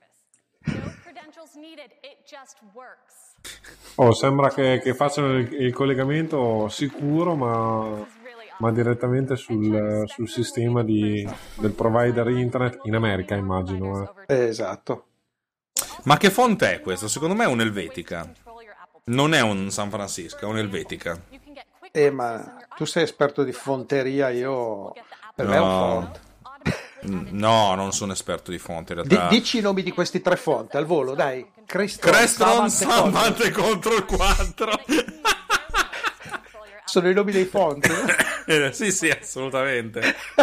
Oh, sembra che, che facciano il, il collegamento sicuro, ma, ma direttamente sul, sul sistema di, del provider internet in America, immagino. Eh. Eh, esatto. Ma che font è questo? Secondo me è un'elvetica. Non è un San Francisco, è un'elvetica. Eh, ma tu sei esperto di fonteria, io... Per me è un font. No, non sono esperto di font in Di- realtà. dici i nomi di questi tre font al volo, dai. Crestron, Crestron, Savant e Savant e Control quattro. sono i nomi dei font. Eh, sì, sì, assolutamente.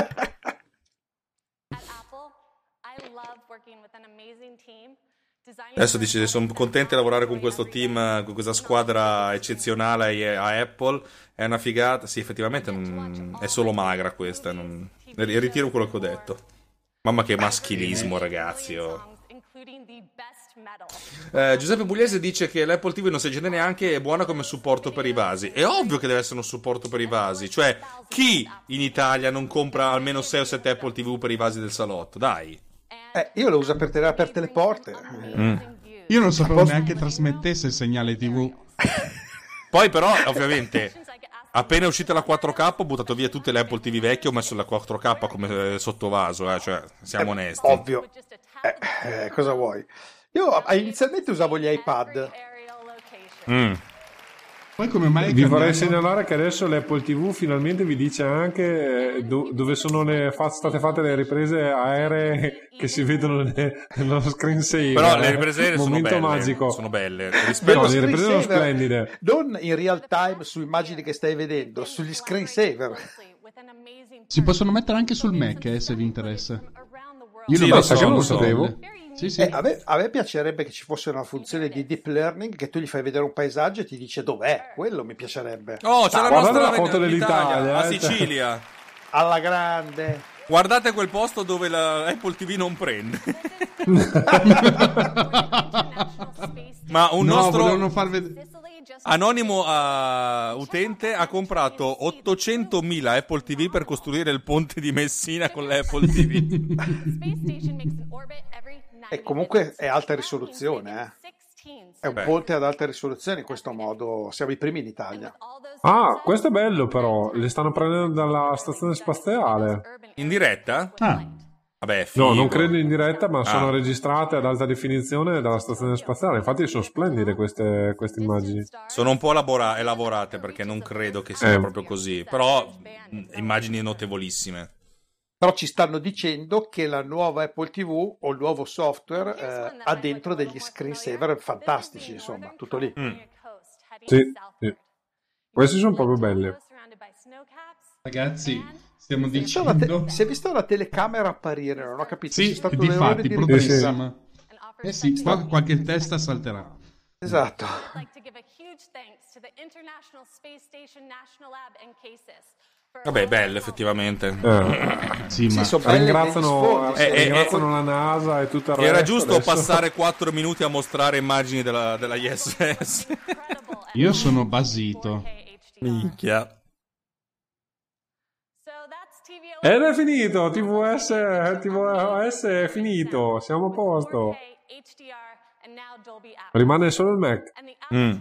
Adesso dici, sono contento di lavorare con questo team, con questa squadra eccezionale a Apple. È una figata. Sì, effettivamente non- è solo magra questa. Non... Ritiro quello che ho detto. Mamma che maschilismo, ragazzi. Oh. Eh, Giuseppe Pugliese dice che l'Apple tivù non si aggiunge neanche, è buona come supporto per i vasi. È ovvio che deve essere un supporto per i vasi. Cioè, chi in Italia non compra almeno sei o sette Apple tivù per i vasi del salotto? Dai. Eh, io lo uso per tenere aperte le porte. Mm. Io non sapevo neanche trasmettesse il segnale tivù. Poi però, ovviamente, appena è uscita la quattro K ho buttato via tutte le Apple tivù vecchie, ho messo la quattro K come sottovaso, eh, cioè, siamo Eh, onesti. Ovvio. Eh, eh, cosa vuoi? Io eh, inizialmente usavo gli iPad. Mm. Poi come mai è Vi vorrei cambiato? segnalare che adesso l'Apple tivù finalmente vi dice anche eh, do- dove sono le fa- state fatte le riprese aeree che si vedono ne- nello screensaver. Però le eh. riprese aeree sono Momento belle, magico. sono belle. Quello Rispetto No, le riprese sono screensaver, splendide. non in real time su immagini che stai vedendo, sugli screensaver. Si possono mettere anche sul Mac, eh, se vi interessa. Io Sì, l'ho lo visto so, lo molto so. belle. Sì, sì. Eh, a, me, a me piacerebbe che ci fosse una funzione di deep learning che tu gli fai vedere un paesaggio e ti dice dov'è. Quello mi piacerebbe. Oh, c'è Ah, la guardate nostra la foto d'Italia, dell'Italia, a eh, Sicilia. Alla grande. Guardate quel posto dove la Apple tivù non prende. Ma un No, nostro volevano far vedere. anonimo uh, utente ha comprato ottocentomila Apple tivù per costruire il ponte di Messina con l'Apple tivù. E comunque è alta risoluzione, eh. È un Beh. ponte ad alta risoluzione, in questo modo siamo i primi in Italia. Ah, questo è bello però, le stanno prendendo dalla stazione spaziale. In diretta? Ah, Vabbè, figo. No, non credo in diretta, ma Ah. sono registrate ad alta definizione dalla stazione spaziale. Infatti sono splendide queste, queste immagini. Sono un po' elabora- elaborate perché non credo che sia Eh. proprio così. Però mh, immagini notevolissime. Però ci stanno dicendo che la nuova Apple tivù o il nuovo software eh, ha dentro degli screensaver fantastici, insomma, tutto lì. Mm. Sì, sì. Queste sono proprio belle. ragazzi, stiamo Si è vista una dicendo... te- si è vista una telecamera apparire, non ho capito. C'è Sì, stato di un errore fatti, di bruttissima. ripresa. Eh sì, qua qualche testa salterà. Esatto. Vabbè, bello effettivamente. Eh. Sì, Sì, ma... sono belli Ringraziano, degli sfondi, Eh, sì, eh, ringraziano la NASA e tutto il resto. Era giusto adesso. passare quattro minuti a mostrare immagini della, della I S S. Io sono basito. Minchia. Ed è finito, T V S, T V S è finito, siamo a posto. Rimane solo il Mac. Mm.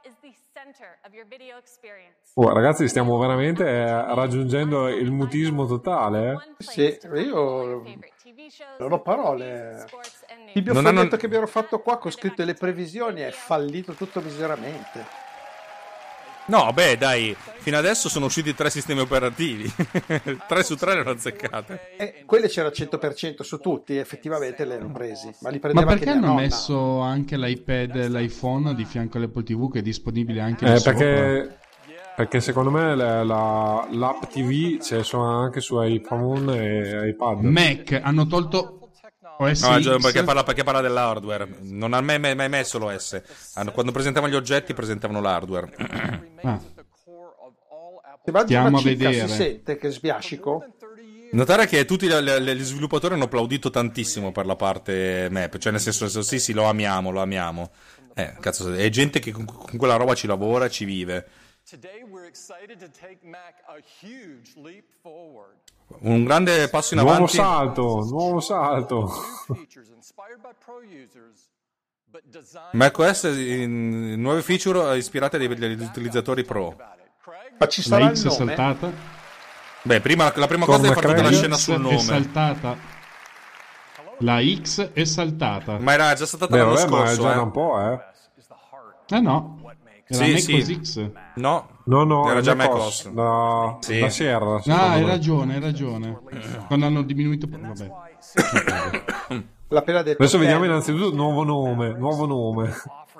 Oh, ragazzi, stiamo veramente eh, raggiungendo il mutismo totale. eh. Sì, io non ho parole. Il mio Non foglietto hanno- che mi ero fatto qua con scritto le previsioni è fallito tutto miseramente. No, beh, dai, fino adesso sono usciti tre sistemi operativi. tre su tre le hanno azzeccate. E quelle c'era al cento per cento su tutti, effettivamente le hanno presi. Ma li Ma prendeva perché anche mia hanno nonna. messo anche l'iPad e l'iPhone di fianco all'Apple tivù che è disponibile anche Eh, lì sopra? perché, perché secondo me la, la- l'app T V c'è solo anche su iPhone e iPad. Mac hanno tolto O S No, X. è perché parla, perché parla dell'hardware. Non ha mai, mai, mai messo l'O S. Hanno- quando presentavano gli oggetti, presentavano l'hardware. Ah, Se mangi Stiamo una a cicca vedere. si sente che sbiascico? Notare che tutti le- le- gli sviluppatori hanno applaudito tantissimo per la parte map. Cioè, nel senso, sì, sì, lo amiamo, lo amiamo. Eh, cazzo, è gente che con, con quella roba ci lavora e ci vive. Today we're excited to take Mac a huge leap forward. Un grande passo in Nuovo avanti. salto, nuovo salto. New features inspired by pro users, but designed macOS, in- nuove feature ispirate dai- dagli utilizzatori pro. Ma ci sarà la il X è nome? saltata. Beh, prima, la prima Con cosa è far tutta la Craig scena X sul è nome. saltata. La X è saltata. Ma era già saltata Beh, l'anno vabbè, ma è scorso, già eh. da un po', eh. Eh no. Era Sì, MacOS sì. X. No, No, no, era già macOS. macOS. Da, Sì. da Sierra. Ah, secondo hai me. ragione, hai ragione. Quando hanno diminuito... Vabbè. L'ha appena detto. Adesso vediamo Ken. innanzitutto nuovo nome, nuovo nome.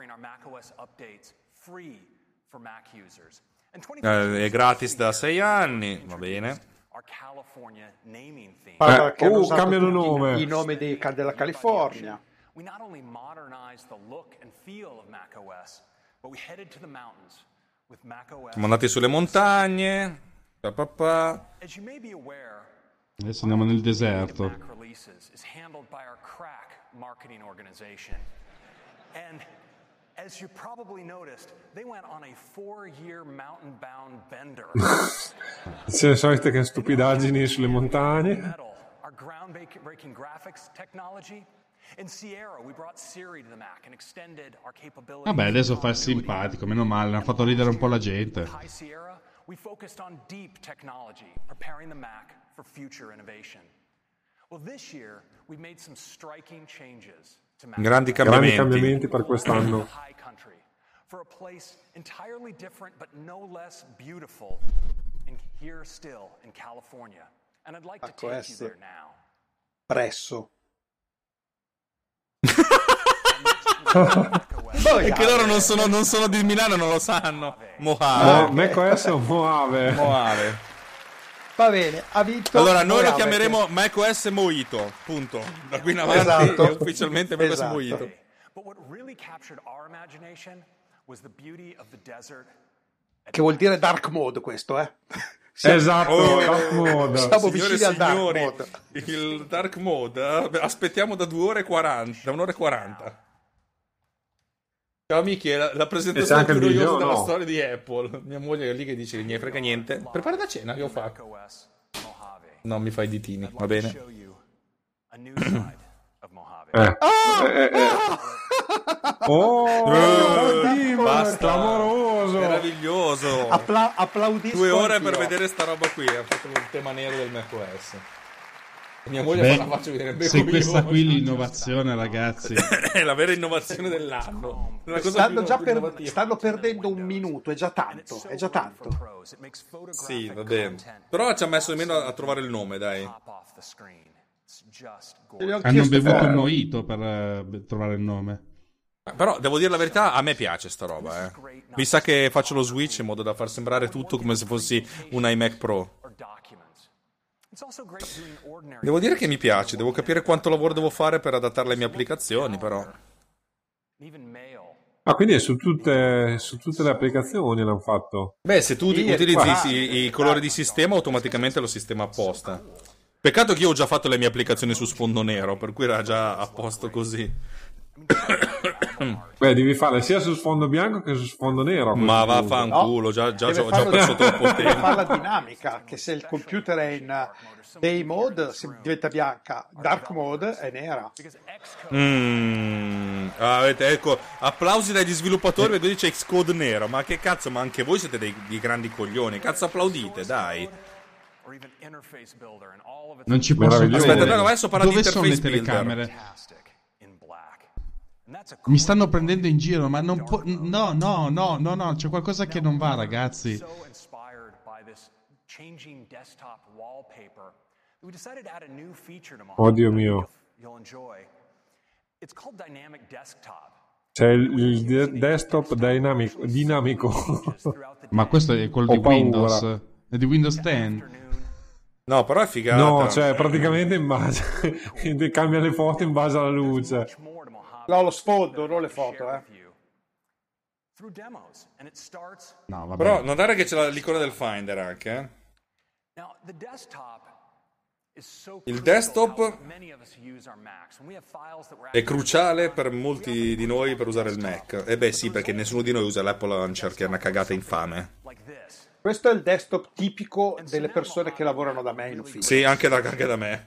Eh, è gratis da sei anni, va bene. Parla Eh, che hanno oh, usato cambiano tutti nome. i nomi dei- della California. We not only modernized the look and feel of macOS, but we headed to the mountains with macOS. Siamo andati sulle montagne. Pa, pa, pa. As you may be aware, Adesso andiamo nel Mac deserto. releases is handled by our crack marketing organization. And as you probably noticed, they went on a four-year mountain-bound bender. C'è le solite che stupidaggini sulle montagne. Metal, our groundbreaking graphics technology. In Sierra, we brought Siri to the Mac and extended our capabilities. Vabbè, adesso fa il simpatico, meno male, hanno fatto ridere un po' la gente. High Sierra, we focused on deep technology, preparing the Mac for future innovation. Well, this year, we've made some striking changes to Mac. Grandi Grandi cambiamenti. cambiamenti per quest'anno. High country, for a place entirely different but no less beautiful, and here still in California. And I'd like to take you macOS there now. presso. È che loro non sono, non sono di Milano, non lo sanno. No, Mojave. macOS o Mojave. Mojave. Va bene, ha vinto. Allora, noi lo Mojave, chiameremo macOS Mojito, punto. Da qui in avanti Esatto. è ufficialmente macOS Esatto. Mojito. But what really captured our imagination was the beauty of the desert. che vuol dire dark mode questo, eh? Esatto, Oh, dark mode. Siamo Signore e vicini al dark signori, mode. il dark mode eh, aspettiamo da due ore e quaranta, da un'ora e quaranta. Ciao Miki, è la, la E presentazione c'è anche più il video, noiosa della no? storia di Apple. Mia moglie è lì che dice che non ne frega niente. Prepara da cena che ho fatto. macOS Mojave. No, mi fai i ditini, I'd va like to bene. show you a new side of Mojave. Eh. Eh, eh, eh. Oh, Eh, basta. clamoroso. Meraviglioso. Appla- applaudisco Due ore anch'io. per vedere sta roba qui. Ha fatto il tema nero del macOS. Mia moglie Beh, fa la faccia vedere se questa qui l'innovazione, ragazzi. è la vera innovazione dell'anno. Una cosa Stanno più- già più per- innovativa. stanno perdendo un minuto, è già tanto, è già tanto. Sì, va bene. Però ci ha messo nemmeno a trovare il nome, dai. Ce li ho anch'io Hanno ste bevuto foto. un mojito per eh, trovare il nome. Però devo dire la verità, a me piace sta roba, eh. Mi sa che faccio lo switch in modo da far sembrare tutto come se fossi un iMac Pro. Devo dire che mi piace, devo capire quanto lavoro devo fare per adattare le mie applicazioni, però. Ah, quindi è su tutte, su tutte le applicazioni l'hanno fatto. Beh, se tu Sì, utilizzi qua- i, i colori di sistema, automaticamente lo sistema apposta. Peccato che io ho già fatto le mie applicazioni su sfondo nero, per cui era già a posto così. Beh, devi farle sia su sfondo bianco che su sfondo nero. a questo Ma punto. vaffanculo, già, già, Deve già, già ho farlo- perso troppo deve tempo. farla dinamica, che se il computer è in uh, day mode si- diventa bianca, dark mode è nera. Mm. Ah, avete- ecco, applausi dagli sviluppatori perché dice Xcode nero. Ma che cazzo, ma anche voi siete dei, dei grandi coglioni. Cazzo, applaudite, dai. Non ci posso Meraviglioso. Aspetta, credere. no, adesso parla di Dove sono le interface builder. telecamere? Mi stanno prendendo in giro, ma non può... No, no, no, no, no, c'è qualcosa che non va, ragazzi. So inspired by this changing desktop wallpaper, we decided to add a new feature to Mojave. Oddio mio. You'll enjoy. It's called Dynamic Desktop. C'è il, il de- desktop dinamico. dinamico. Ma questo è quello Ho di paura. Windows. È di Windows dieci. No, però è figata. No, cioè praticamente in base. Cambia le foto in base alla luce. No, lo sfondo, non le foto, eh. Through demos, and it starts. No, vabbè. Però notare che c'è la- l'icona del Finder anche, eh. Now, the desktop is so Il crucial desktop to how many of us use our Macs. When we have files that we're È cruciale per molti di noi per usare il Mac. E beh sì, perché nessuno di noi usa l'Apple Launcher, che è una cagata infame. like this. Questo è il desktop tipico delle persone che lavorano da me in ufficio. Sì, anche da, anche da me.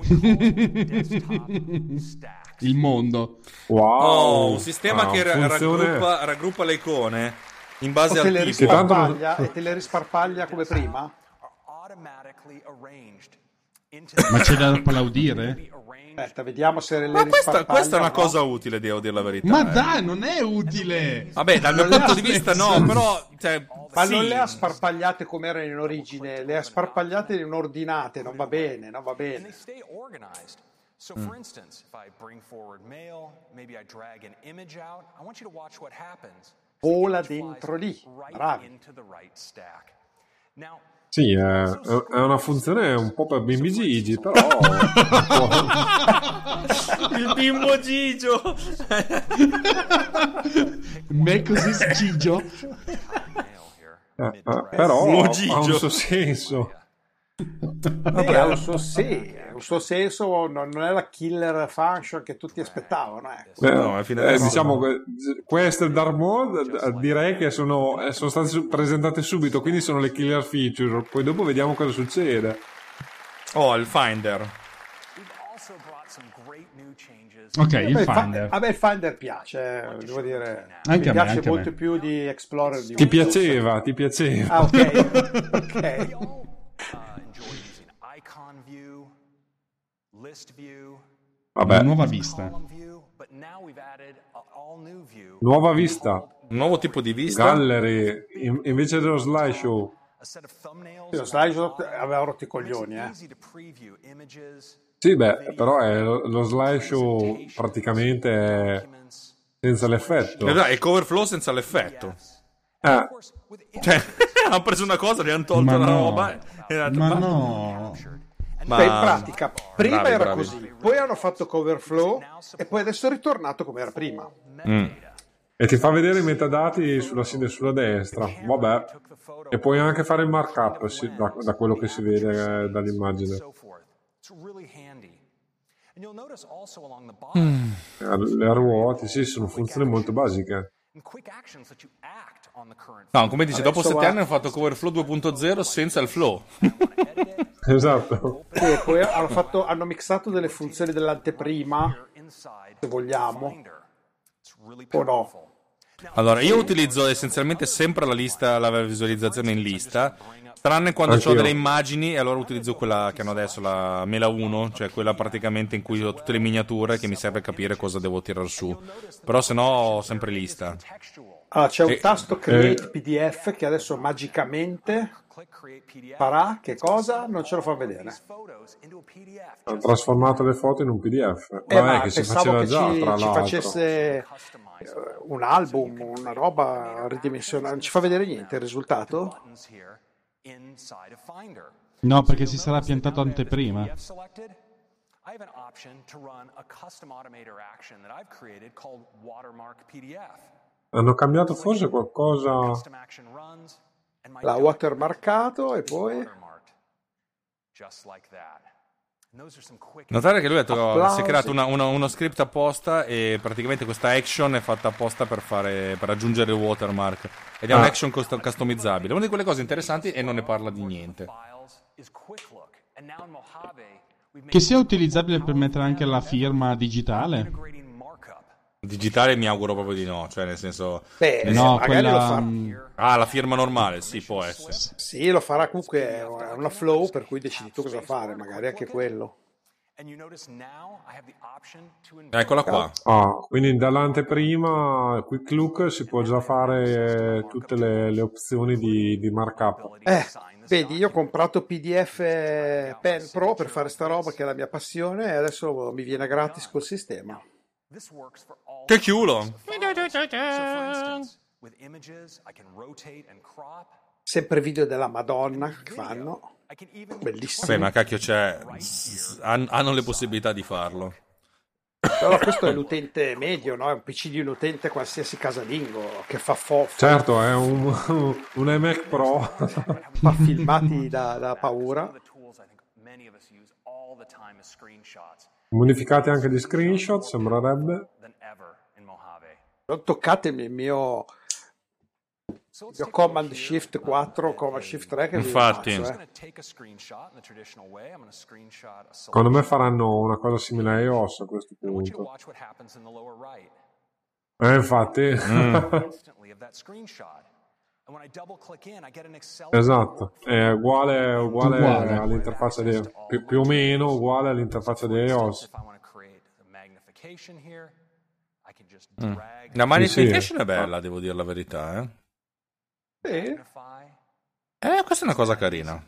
Il mondo. Wow. Oh, un sistema Ah, che ra- funzione- raggruppa, raggruppa le icone in base O te al le tipo. tanto non- risparpaglia e te le risparpaglia come prima? Are automatically arranged Ma c'è da applaudire? Aspetta, vediamo se le Ma questa, questa è una no? cosa utile, devo dire la verità. Ma eh. dai, non è utile! Vabbè, dal mio Non le punto ha di vista no, spesso. però... Cioè, Ma sì. non le ha sparpagliate come erano in origine, le ha sparpagliate in ordinate, non va bene, non va And they bene. stay organized. So, for instance, if I bring forward mail, maybe I drag an image out, I want you to watch what happens. Vola The image dentro flies lì, right bravi. into the right stack. Now, Sì, è, è una funzione un po' per bimbi Gigi, però... Il bimbo Gigio! Me così scigio. mail here. eh, eh, però Mo ha Gigio. un suo senso. Beh, ha un suo, sì, ha un suo senso, non non è la killer function che tutti aspettavano. Ecco. Eh, No, alla fine eh, adesso- diciamo che queste Dark Mode eh, direi che sono, eh, sono state su- presentate subito, quindi sono le killer feature. Poi dopo vediamo cosa succede. Oh, il Finder. We've also brought some great new changes. Ok, Beh, il il fa- Finder. a me il Finder piace, eh, devo dire, Anche mi a me, piace anche a molto me. più di Explorer di Ti Windows. piaceva, ti piaceva. Ah, ok. We ok. all uh, enjoy using icon view, list view, Vabbè, Nuova vista. column view, but now we've added an all new view, nuova vista, Un nuovo tipo di vista. gallery, in- invece dello slideshow. a set of thumbnails. Sì, lo slideshow aveva rotto i coglioni, eh. Easy to preview images, Sì, beh, però è lo, lo slideshow praticamente è documents. senza l'effetto. Eh, dai, il cover flow senza l'effetto. Eh, Of course, with Cioè, hanno preso una cosa, gli hanno tolto Ma la no. roba e hanno detto, Ma "Ma- no. ma- Beh, in pratica, prima bravi, era bravi. così, poi hanno fatto cover flow e poi adesso è ritornato come era prima. Mm. e ti fa vedere i metadati sulla sinistra e sulla destra. Vabbè. E puoi anche fare il markup sì, da, da quello che si vede eh, dall'immagine. so forth. It's really handy. And you'll notice also along the bottom, Eh, Le ruote, sì, sono funzioni molto basiche. and quick actions let you act on the current No, come dici, dopo Adesso sette va- anni hanno fatto cover flow due punto zero senza il flow. Esatto. E poi hanno, fatto, hanno mixato delle funzioni dell'anteprima, inside se vogliamo, Finder. It's really o no. powerful. Allora, io utilizzo essenzialmente sempre la lista, la visualizzazione in lista, tranne quando Anch'io. ho delle immagini, e allora utilizzo quella che hanno adesso, la Mela uno, cioè quella praticamente in cui ho tutte le miniature che mi serve capire cosa devo tirare su. Però se no ho sempre lista. Textual. Allora, c'è un E- tasto Create P D F che adesso magicamente Click create P D F. farà che cosa? Non ce lo fa vedere. Photos into a P D F. Hanno trasformato le foto in un P D F. Eh, Vabbè, ma che si pensavo faceva che già, ci, tra ci l'altro. facesse eh, un album, una roba ridimensionata. Non ci fa vedere niente il risultato? Buttons here inside a Finder. No, perché si sarà piantato anteprima. P D F selected. I have an option to run a custom automator action that I've created called Watermark P D F. Hanno cambiato forse qualcosa. Custom action runs and my L'ha document watermarcato e is poi... watermarked. Just like that. And those are some quick Notare che lui ha detto che Applausi. si è creato una- una- uno script apposta e praticamente questa action è fatta apposta per, fare, per aggiungere il watermark. Ed è Ah. un'action cust- customizzabile. Una di quelle cose interessanti e non ne parla di niente. files is quick look. And now in Mojave we've made Che sia utilizzabile per mettere anche la firma digitale. integrating markup. Digitale mi auguro proprio di no, cioè nel senso... Beh, nel No, magari quella... lo fa. mm, Ah, la firma normale, sì, può essere. Sì, lo farà comunque, è una flow per cui decidi tu cosa fare, magari anche quello. And you notice now I have the option to Eccola qua. Ah, quindi dall'anteprima, quick look, si può già fare eh, tutte le, le opzioni di, di markup. Eh, vedi, io ho comprato P D F Pen Pro per fare sta roba che è la mia passione e adesso mi viene gratis col sistema. This works for all Che culo! So for instance, with images I can rotate and crop. Sempre video della Madonna che fanno, I can even bellissimo. Beh, ma cacchio c'è... han- Hanno le possibilità di farlo. Però questo è l'utente medio, no? È un P C di un utente qualsiasi casalingo che fa, fo- Certo, è un, un iMac Pro. fa filmati da, da paura. One of the tools I think many of us use all the time is screenshots Modificati anche di screenshot, sembrerebbe. than ever in Mojave. Non toccatemi il mio, So let's mio take a look Command here Shift quattro, Command Shift tre che vi Infatti. faccio, I'm eh. going to take a screenshot in the traditional way. I'm going to screenshot a Secondo me selection. faranno una cosa simile a iOS a questo I want you to punto. watch what happens in the lower right. Eh, infatti. Mm. Instantly of that screenshot. Esatto, è uguale, uguale, Uguale. all'interfaccia di più, più o meno uguale all'interfaccia di iOS. Mm. La magnification Sì, sì. è bella, devo dire la verità. Eh? Sì, eh, questa è una cosa carina.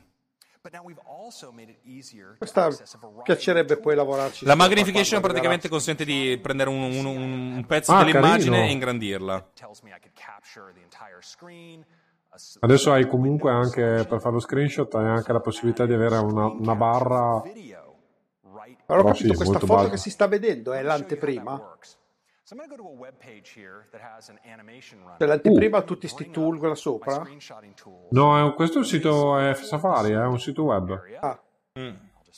questa piacerebbe poi lavorarci. La sopra magnification quando praticamente arriverà. consente di prendere un, un- un- un pezzo Ah, dell'immagine carino. e ingrandirla. Adesso hai comunque anche, per fare lo screenshot, hai anche la possibilità di avere una, una barra. Però ho Però capito, sì, questa molto foto base. che si sta vedendo è l'anteprima? Cioè l'anteprima ha tutti sti tool là sopra? No, è un- questo è un sito è Safari, è un sito web. Ah, Mm.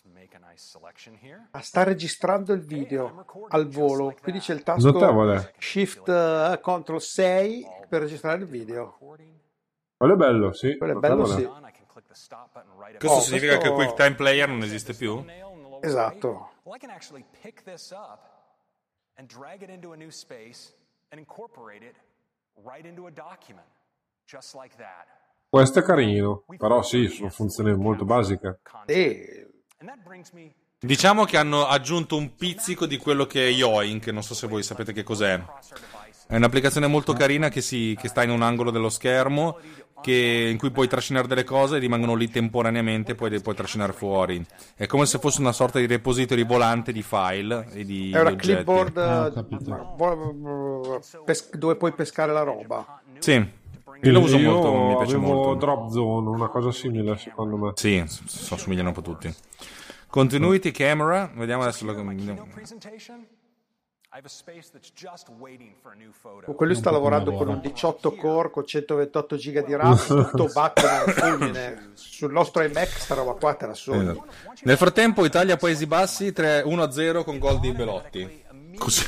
ah, sta registrando il video al volo, quindi c'è il tasto Notevole. Shift eh, Control sei per registrare il video. Quello è bello, sì. Quello è bello, notevole. sì. Questo Oh, significa questo- che il QuickTime Player non esiste più? Esatto. Well, I can actually pick this up and drag it into a new space and incorporate it right into a document, just like that. Questo è carino, però sì, sono funzioni molto basiche. E And that brings me Diciamo che hanno aggiunto un pizzico di quello che è Yoink, non so se voi sapete che cos'è. È un'applicazione molto carina che, si, che sta in un angolo dello schermo, che, in cui puoi trascinare delle cose e rimangono lì temporaneamente e poi le puoi trascinare fuori. È come se fosse una sorta di repository volante di file e di, è una di oggetti. clipboard Ah, ho eh, capito. vo- pes- dove puoi pescare la roba. Sì, io lo uso Io molto, mi piace avevo molto. Drop Zone, una cosa simile secondo me. Sì, s- s- assomigliano un po' tutti. Continuity camera, vediamo adesso la... keynote presentation. I have a space that's just waiting for a new photo. Quello sta Un po' lavorando come con un lavora. diciotto core con centoventotto giga di RAM, tutto va come un fulmine. Sul nostro iMac sta roba qua te la sogni. Esatto. Nel frattempo Italia Paesi Bassi tre uno a zero con gol di Belotti. Così.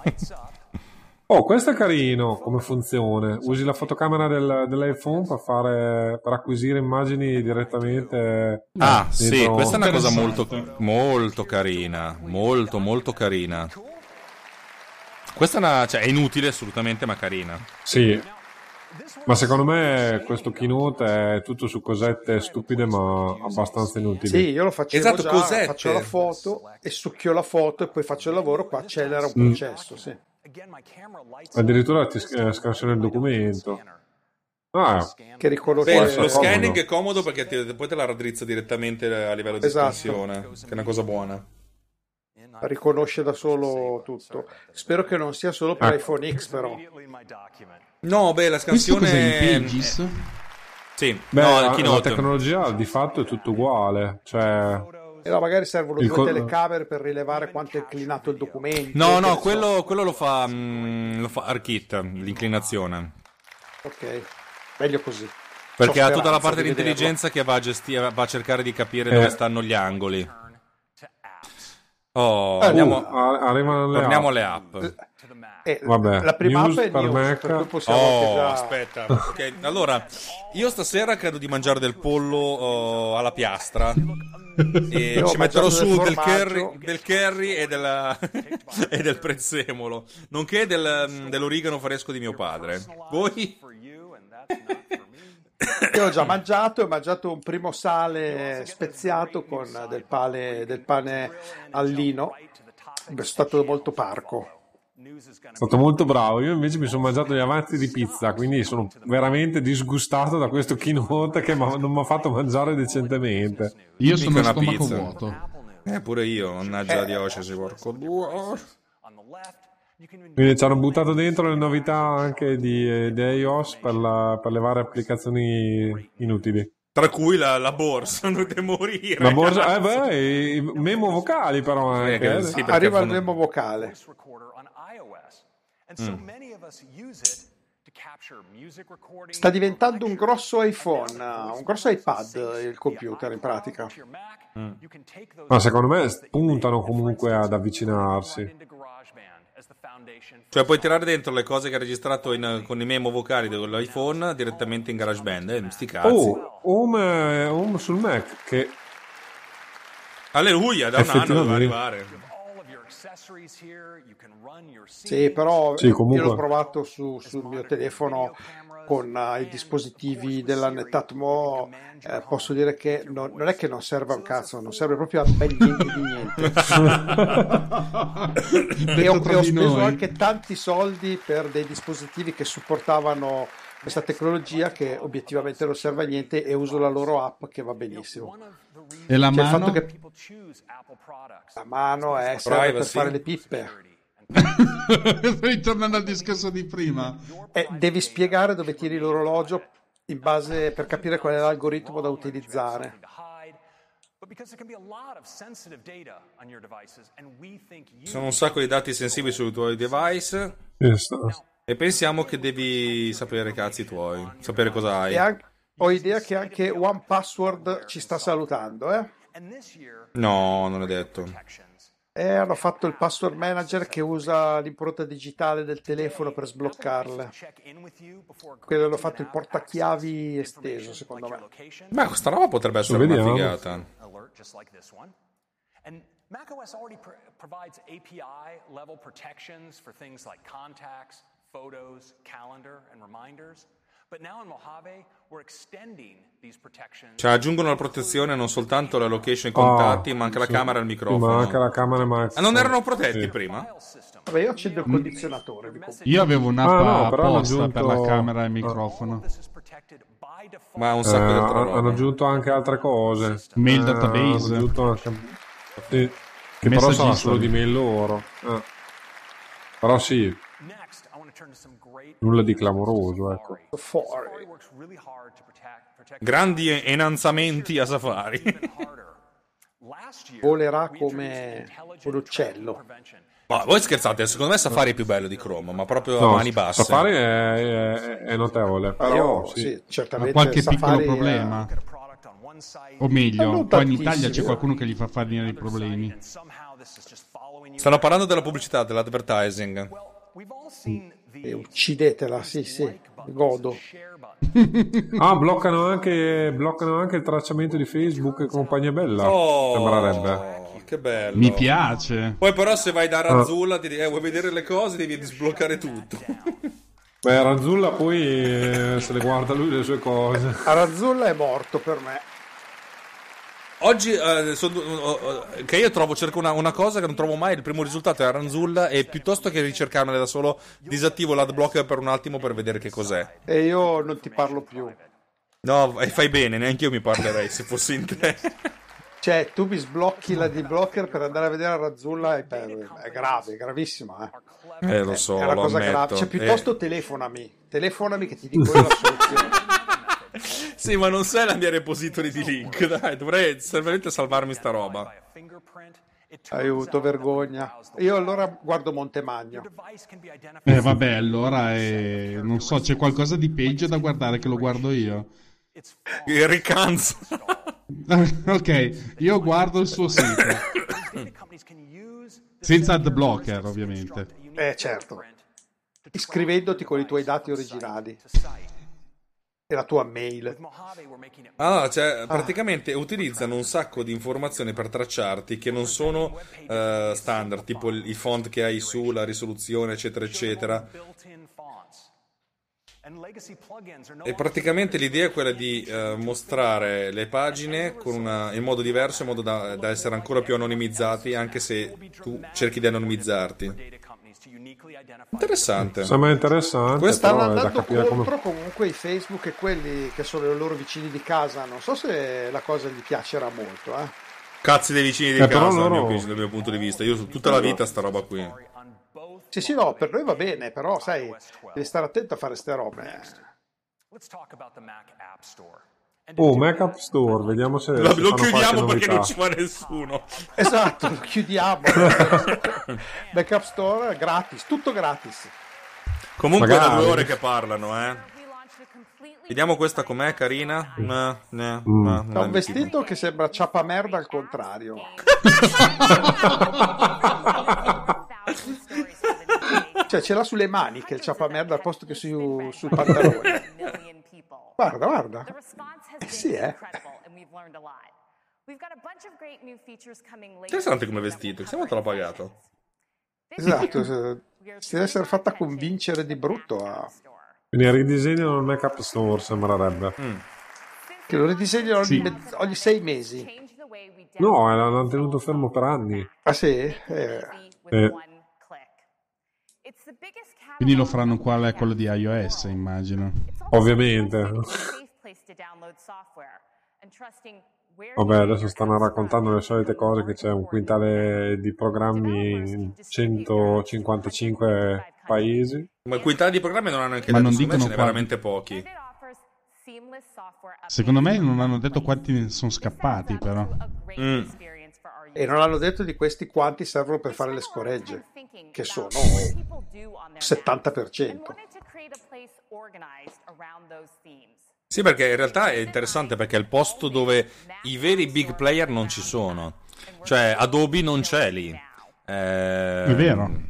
Oh, questo è carino come funzione. Usi la fotocamera del- dell'iPhone per fare per acquisire immagini direttamente. Ah, sì, dentro- questa è una cosa Interessante. molto molto carina, molto molto carina. Questa è una, cioè è inutile assolutamente, ma carina. Sì. Ma secondo me questo keynote è tutto su cosette stupide ma abbastanza inutili. Sì, io lo facevo Esatto, già, cosette. faccio la foto e succhio la foto e poi faccio il lavoro, qua accelera un Mm. processo, sì. Addirittura ti sc- eh, scansiona il documento. Ah, Che riconosce Beh, Questo lo è comodo. scanning è comodo perché ti- poi te la raddrizza direttamente a livello di Esatto. scansione, che è una cosa buona. riconosce da solo tutto. Spero che non sia solo per Ah. iPhone X, però. No, beh, la Questo cos'è scansione... in Pages? Sì, beh, no, la, il la keynote. tecnologia di fatto è tutto uguale. Cioè, E no, magari servono Il due co- telecamere per rilevare quanto è inclinato il documento. No, che no, ne so. quello, quello lo fa, mm, lo fa ARKit, l'inclinazione. Ok, meglio così. Perché C'ho ha tutta la speranza parte di di vederlo. intelligenza che va a, gestire, va a cercare di capire Eh. dove stanno gli angoli. Oh, Eh, andiamo, uh, a- arrivano le torniamo app. alle app. Eh, Vabbè, la prima news app è per news, Mac. per cui possiamo Oh, anche già... aspetta. Ok, allora, io stasera credo di mangiare del pollo oh, alla piastra. E Io ho ci metterò mangiato su del del formaggio. curry, del curry e, della, e del prezzemolo, nonché del, dell'origano fresco di mio padre. Voi? Io ho già mangiato, ho mangiato un primo sale speziato con del pane, del pane al lino. È stato molto parco. È stato molto bravo. Io invece mi sono mangiato gli avanzi di pizza, quindi sono veramente disgustato da questo keynote che m'ha- non mi ha fatto mangiare decentemente. Io Mica sono una stomaco pizza. vuoto. Eh, pure io, mannaggia la diocesi, porco due. Quindi ci hanno buttato dentro le novità anche di, di iOS per, la- per le varie applicazioni inutili. Tra cui la, la borsa, non te morire. La borsa, eh beh, i memo vocali però anche. Eh, che eh. sì, perché Arriva il fanno- memo vocale. Sta diventando un grosso iPhone, un grosso iPad il computer in pratica. Ma secondo me puntano comunque ad avvicinarsi. Cioè puoi tirare dentro le cose che hai registrato in- con i memo vocali dell'iPhone direttamente in GarageBand, eh, sti cazzi. Oh, Home, Home sul Mac che Alleluia, da un anno doveva effettivamente. arrivare. Sì, però Sì, comunque. io l'ho provato su, sul mio telefono con uh, i dispositivi della Netatmo, eh, posso dire che non, non è che non serve a un cazzo, non serve proprio a ben niente di niente. E ho, e ho speso anche tanti soldi per dei dispositivi che supportavano questa tecnologia che obiettivamente non serve a niente, e uso la loro app che va benissimo. E la Cioè, il mano? fatto che la mano è serve per Privacy. fare le pippe. Ritornando al discorso di prima. Eh, devi spiegare dove tiri l'orologio in base per capire qual è l'algoritmo da utilizzare. Ci sono un sacco di dati sensibili sui tuoi device Esatto. e pensiamo che devi sapere i cazzi tuoi, sapere cosa hai. E anche, ho idea che anche One Password ci sta salutando, eh? No, non è detto. E hanno fatto il password manager che usa l'impronta digitale del telefono per sbloccarle. Quello hanno fatto il portachiavi esteso, secondo me. Ma questa roba potrebbe essere una Vediamo. figata. macOS already pr- provides A P I level protections for things like contacts, photos, calendar, and reminders. But now in Mojave, we're extending these protections. Cioè aggiungono la protezione non soltanto la location e i contatti, Ah, ma anche la sì. camera e il Sì, microfono. ma anche la camera e il Ah, microfono. non erano protetti Sì. prima? Vabbè, io accendo il condizionatore. vi compro. Io avevo un'app Ah, no, però hanno apposta per la aggiunto- camera e il ah. microfono. Ma un Eh, sacco di altre hanno robe. aggiunto anche altre cose. Mail Eh, database. hanno aggiunto anche... Sì. Che però Message sarà history. solo di mail loro. Eh. Però sì, Next, I want to turn to some great nulla di clamoroso, ecco. Fuori. Safari works really hard to protect, protect Grandi enanzamenti a Safari. even harder. Last year, Volerà we come introduced intelligent un uccello. traffic prevention. Ma voi scherzate, secondo me Safari è più bello di Chrome, ma proprio a No, mani basse. Safari è, è- è notevole, però Io, sì. sì, Ma certamente qualche Safari piccolo è- problema. Get a product on one site, O meglio, Non qua in tantissimi. Italia c'è qualcuno che gli fa fare i problemi. and somehow this is just following you. Stanno parlando della pubblicità, dell'advertising. Well, we've all seen E the uccidetela, sì, sì, godo. share button. Ah, bloccano anche, bloccano anche il tracciamento di Facebook e compagnia bella. Oh, Sembrerebbe. che bello. Mi piace. Poi però se vai da Razzulla ti dici, eh, vuoi vedere le cose, devi sbloccare tutto. Beh, Razzulla poi eh, se le guarda lui le sue cose. Arazzulla è morto per me. Oggi eh, sono- oh, oh, che io trovo, cerco una, una cosa che non trovo mai, il primo risultato è Ranzulla e piuttosto che ricercarmela da solo disattivo l'adblocker per un attimo per vedere che cos'è. E io non ti parlo più. No, e fai bene, neanche io mi parlerei se fossi in te. Cioè, tu mi sblocchi la D-blocker per andare a vedere Arazzulla, è, è grave, è gravissima. Eh. Eh, lo so, È una lo cosa ammetto. grave. Cioè, Eh, piuttosto telefonami. Telefonami che ti dico io la soluzione. sì, ma non sei la mia repository di link, dai, dovrei veramente salvarmi sta roba. Aiuto, vergogna. Io allora guardo Montemagno. Eh vabbè, allora eh, non so, c'è qualcosa di peggio da guardare che lo guardo io. Il ricanzo. Ok, io guardo il suo sito. Senza adblocker, ovviamente. Eh, certo. Iscrivendoti con i tuoi dati originali e la tua mail. Ah, cioè, praticamente utilizzano un sacco di informazioni per tracciarti che non sono eh, standard, tipo il- i font che hai su, la risoluzione, eccetera, eccetera. E praticamente l'idea è quella di eh, mostrare le pagine con una, in modo diverso, in modo da, da essere ancora più anonimizzati, anche se tu cerchi di anonimizzarti. Interessante. Sembra interessante, Questo Stanno però è da andando capire come... contro comunque i Facebook e quelli che sono i loro vicini di casa. Non so se la cosa gli piacerà molto, eh. Cazzi dei vicini di Eh, però casa, dal, loro- mio, dal mio punto di vista. Io su tutta la vita sta roba qui. Sì, sì, no, per noi va bene, però sai, devi stare attento a fare ste robe. Let's talk about the Mac App Store. And Oh, Mac App Store, vediamo se... Lo, se lo fanno chiudiamo qualche perché novità. non ci fa nessuno. Esatto, lo chiudiamo. Backup Store gratis, tutto gratis. Comunque da Magari. due ore che parlano, eh. Vediamo questa com'è, carina. No, no, no, Ha no, un vestito che sembra ciapa merda al contrario. Cioè ce l'ha sulle maniche il ciapa merda al posto che su, sul pantalone. Guarda, guarda. Eh sì, eh. Interessante come vestito, chissà quanto l'ha pagato. Esatto, si deve essere fatta convincere di brutto a... Quindi ridisegnano il Mac App Store, sembrerebbe. Mm. Che lo ridisegnano Sì. ogni, mezz- ogni sei mesi. No, l'hanno tenuto fermo per anni. Ah sì? Eh. Eh. Quindi lo faranno uguale a quello di iOS, immagino. Ovviamente. Vabbè, adesso stanno raccontando le solite cose, che c'è un quintale di programmi in centocinquantacinque paesi. Ma quintali di programmi non hanno anche Ma detto, non secondo me dicono ce ne quanti. veramente pochi. Secondo me non hanno detto quanti sono scappati, però. Mm. E non hanno detto di questi quanti servono per fare le scoregge, che sono settanta per cento. Sì, perché in realtà è interessante, perché è il posto dove i veri big player non ci sono. Cioè Adobe non c'è lì. Eh... È vero.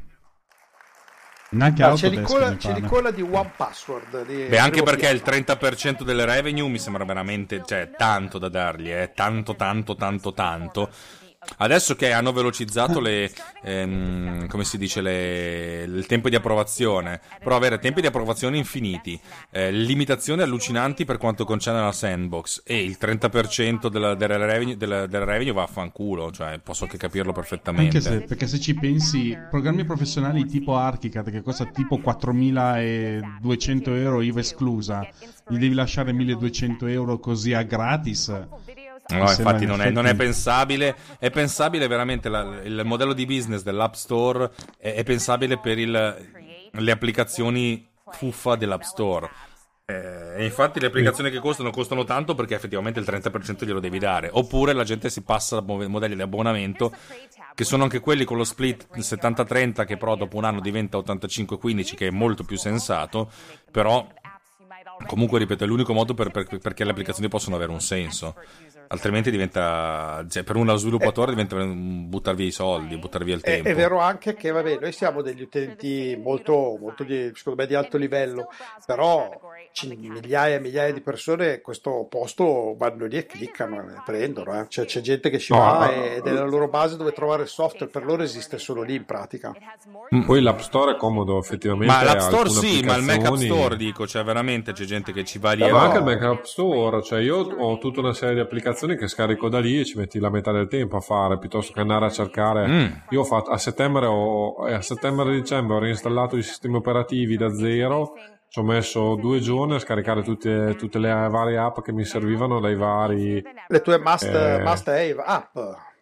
Neanche Ah, c'è Autodesk, l'incolla, mi c'è pare. l'incolla di One Password. Di Beh, anche primo perché piano. il trenta per cento delle revenue mi sembra veramente, cioè, tanto da dargli, eh, tanto, tanto, tanto, tanto. Adesso che hanno velocizzato le, ehm, come si dice, le, il tempo di approvazione, però avere tempi di approvazione infiniti, eh, limitazioni allucinanti per quanto concerne la sandbox e il trenta per cento della, della, revenue, della, della revenue va a fanculo, cioè posso anche capirlo perfettamente. Anche se, perché se ci pensi, programmi professionali tipo Archicad, che costa tipo quattromiladuecento euro I V A esclusa, gli devi lasciare milleduecento euro così a gratis. No, Mi sembra infatti in non è, effetti- non è pensabile, è pensabile veramente la- il modello di business dell'App Store è, è pensabile per il, le applicazioni fuffa dell'App Store. Eh, e infatti le applicazioni che costano costano tanto perché effettivamente il trenta per cento glielo devi dare, oppure la gente si passa a mo- modelli di abbonamento che sono anche quelli con lo split settanta trenta, che però dopo un anno diventa ottantacinque quindici, che è molto più sensato, però comunque ripeto è l'unico modo per, per- perché le applicazioni possono avere un senso, altrimenti diventa, cioè, per uno sviluppatore diventa un buttar via i soldi, buttar via il È, tempo. è vero anche che, vabbè, noi siamo degli utenti molto, molto di, secondo me, di alto livello, però c- migliaia e migliaia di persone questo posto vanno lì e cliccano e prendono. Eh. Cioè, c'è gente che ci No, va eh, ed è la loro base dove trovare il software, per loro esiste solo lì in pratica. Poi l'App Store è comodo, effettivamente. Ma l'App Store alcune sì, ma il Mac App applicazioni- Store dico, cioè veramente c'è gente che ci va lì Eh, e ma va. anche il Mac App Store, cioè io ho tutta una serie di applicazioni che scarico da lì e ci metti la metà del tempo a fare, piuttosto che andare a cercare. Mm. Io ho fatto a settembre ho, eh, a settembre e dicembre ho reinstallato i sistemi operativi da zero, ci ho messo due giorni a scaricare tutte, tutte le varie app che mi servivano dai vari Le tue must, Eh. must have app.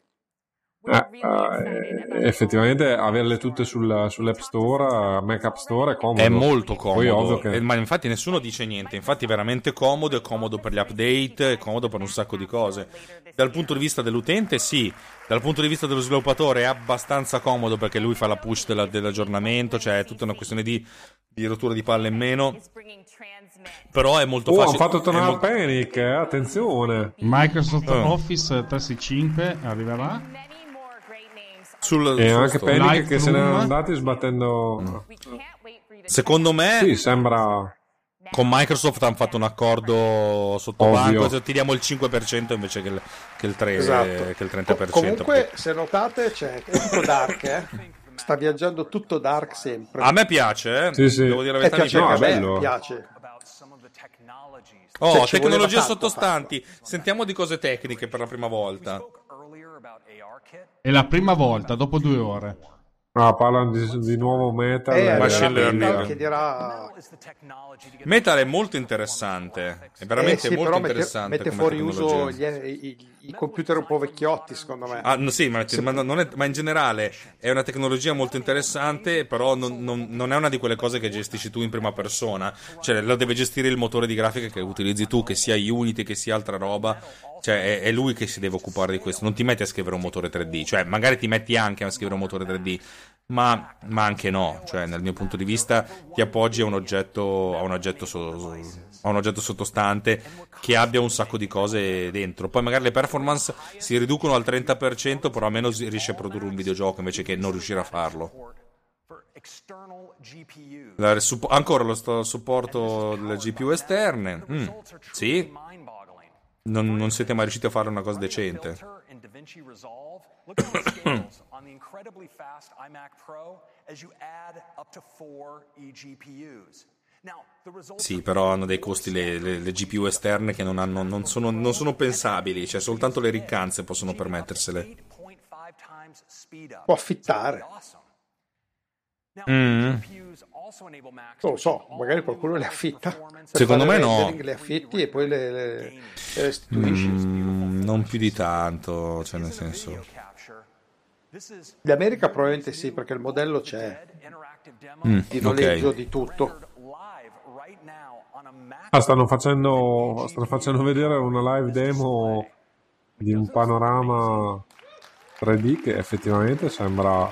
eh, eh, effettivamente averle tutte sul, sull'App Store, Mac App Store è comodo. È molto Poi ovvio comodo, che Eh, ma infatti nessuno dice niente, infatti è veramente comodo, è comodo per gli update, è comodo per un sacco di cose. Dal punto di vista dell'utente sì, dal punto di vista dello sviluppatore è abbastanza comodo perché lui fa la push della- dell'aggiornamento, cioè è tutta una questione di, di rottura di palle in meno, però è molto oh, hanno facile. fatto è tornare molto- Panic, eh, attenzione. Microsoft Oh. Office trecentosessantacinque arriverà. sul, E sullo anche store. Panic che se ne Lightroom. erano andati sbattendo. Secondo me Sì, sembra. con Microsoft hanno fatto un accordo sotto Ovvio. banco, cioè ti diamo il cinque per cento invece che il, che il, tre, Esatto. che il trenta per cento. Co- comunque, se notate, c'è è tutto dark, eh? Sta viaggiando tutto dark sempre. A me piace, eh? Sì, sì. Devo dire la E verità. mi piace no, anche piace. a è me, bello. piace. Oh, Cioè, ci tecnologie voleva tanto sottostanti. Sentiamo di cose tecniche per la prima volta. È la prima volta, dopo due ore. Ah, parlano di, di nuovo Metal. E e- arriverà Machine Metal learning. che dirà Metal è molto interessante. È veramente eh sì, molto però mette, interessante. mette come fuori uso tecnologia. gli, i, i computer un po' vecchiotti, secondo me. Ah, no, sì, ma, ma non è- ma in generale è una tecnologia molto interessante, però non, non- non è una di quelle cose che gestisci tu in prima persona. Cioè, lo deve gestire il motore di grafica che utilizzi tu, che sia Unity, che sia altra roba. Cioè, è, è lui che si deve occupare di questo. Non ti metti a scrivere un motore tre D. Cioè, magari ti metti anche a scrivere un motore tre D, ma, ma anche no. Cioè, nel mio punto di vista, ti appoggi a un oggetto, a un oggetto, so- a un oggetto sottostante che abbia un sacco di cose dentro. Poi magari le performance si riducono al trenta per cento, però almeno si riesce a produrre un videogioco invece che non riuscire a farlo. La- supp- ancora lo sto- supporto delle G P U esterne. Mm, sì. Non, non siete mai riusciti a fare una cosa decente. DaVinci Resolve, look at the scales on the incredibly fast iMac Pro as you add up to four eGPUs. Sì, però hanno dei costi le, le, le G P U esterne che non, hanno, non, sono, non sono pensabili, cioè soltanto le riccanze possono permettersele. Può affittare. Mm. Non lo so, magari qualcuno le affitta. Secondo me no. Le affitti e poi le, le, le restituisci. Mm, non più di tanto, cioè nel senso. In America probabilmente sì, perché il modello c'è. Mm, di noleggio okay. di tutto. Ah, stanno facendo stanno facendo vedere una live demo di un panorama tre D che effettivamente sembra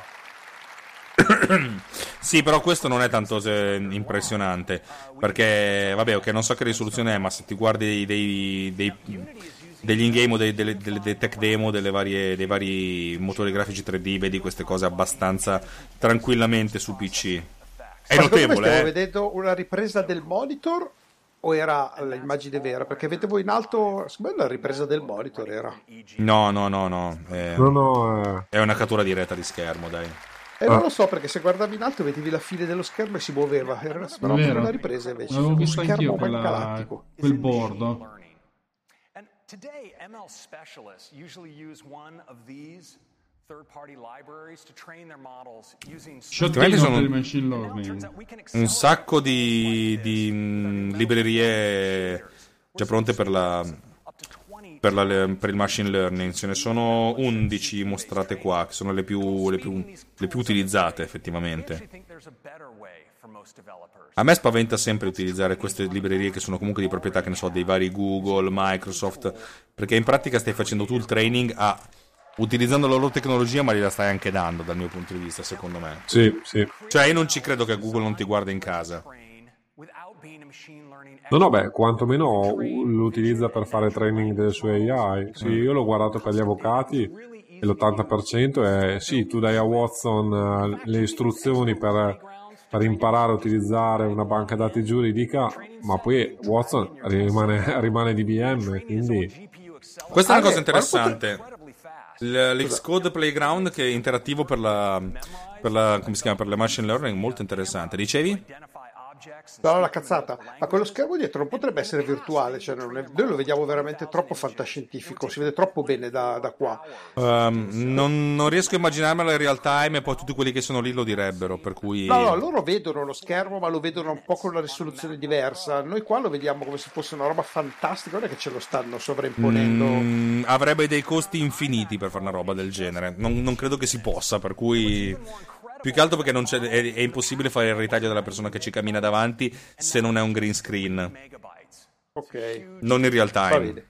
sì, però questo non è tanto impressionante, perché vabbè, ok, non so che risoluzione è, ma se ti guardi dei, dei, degli in-game o dei, delle, delle, dei tech demo delle varie, dei vari motori grafici tre D, vedi queste cose abbastanza tranquillamente su P C. È ma notevole, stiamo eh? vedendo una ripresa del monitor o era l'immagine vera? Perché vedevo in alto, secondo me la ripresa del monitor era. No, no, no, no. È, no, no, eh. è una cattura diretta di schermo, dai. E eh, non lo so, perché se guardavi in alto vedevi la fine dello schermo e si muoveva. Era però una ripresa invece. L'avevo visto anch'io quella, galattico. Quel bordo. And today M L specialists usually use one of these third-party libraries to train their models using sono del machine learning. Un sacco di, di mh, librerie già pronte per la per, la, per il machine learning. Ce ne sono undici mostrate qua, che sono le più, le più, le più utilizzate effettivamente. A me spaventa sempre utilizzare queste librerie che sono comunque di proprietà, che ne so, dei vari Google, Microsoft, perché in pratica stai facendo tu il training a utilizzando la loro tecnologia, ma gliela stai anche dando dal mio punto di vista, secondo me. Sì, sì. Cioè io non ci credo che Google non ti guarda in casa. No, no, beh, quantomeno lo utilizza per fare training delle sue A I. Sì, io l'ho guardato per gli avvocati e l'ottanta per cento è sì, tu dai a Watson le istruzioni per, per imparare a utilizzare una banca dati giuridica, ma poi Watson rimane, rimane D B M, quindi... Questa è una cosa interessante. L'Xcode Playground, che è interattivo per la, per la come si chiama, per la machine learning, molto interessante. Dicevi? No, la cazzata, ma quello schermo dietro non potrebbe essere virtuale, cioè non è, noi lo vediamo veramente troppo fantascientifico, si vede troppo bene da, da qua. Um, non, non riesco a immaginarmelo in real time, e poi tutti quelli che sono lì lo direbbero, per cui... No, no, loro vedono lo schermo, ma lo vedono un po' con una risoluzione diversa. Noi qua lo vediamo come se fosse una roba fantastica, non è che ce lo stanno sovraimponendo. Mm, avrebbe dei costi infiniti per fare una roba del genere, non, non credo che si possa, per cui... Più che altro perché non c'è, è, è impossibile fare il ritaglio della persona che ci cammina davanti se non è un green screen. Ok. Non in real time.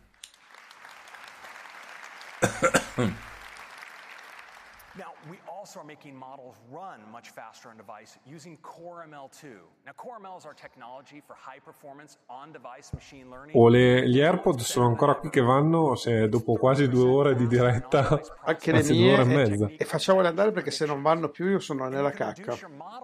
Now, we also are making models run much faster on device using Core M L two. Now, Core M L is our technology for high performance on-device machine learning. O le, gli AirPods sono ancora qui che vanno, se dopo quasi due ore di diretta, anche le anzi, mie, due ore e mezza. E, e facciamole andare, perché se non vanno più io sono nella cacca.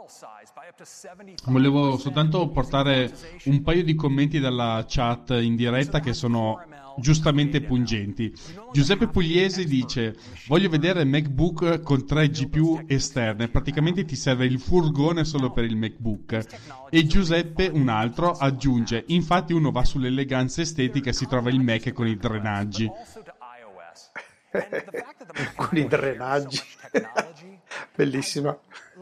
Volevo soltanto portare un paio di commenti dalla chat in diretta che sono giustamente pungenti. Giuseppe Pugliesi dice: voglio vedere MacBook con tre G P U esterne, praticamente ti serve il furgone solo per il MacBook. E Giuseppe, un altro, aggiunge: infatti uno va sull'eleganza estetica e si trova il Mac con i drenaggi. Con i drenaggi. Bellissima.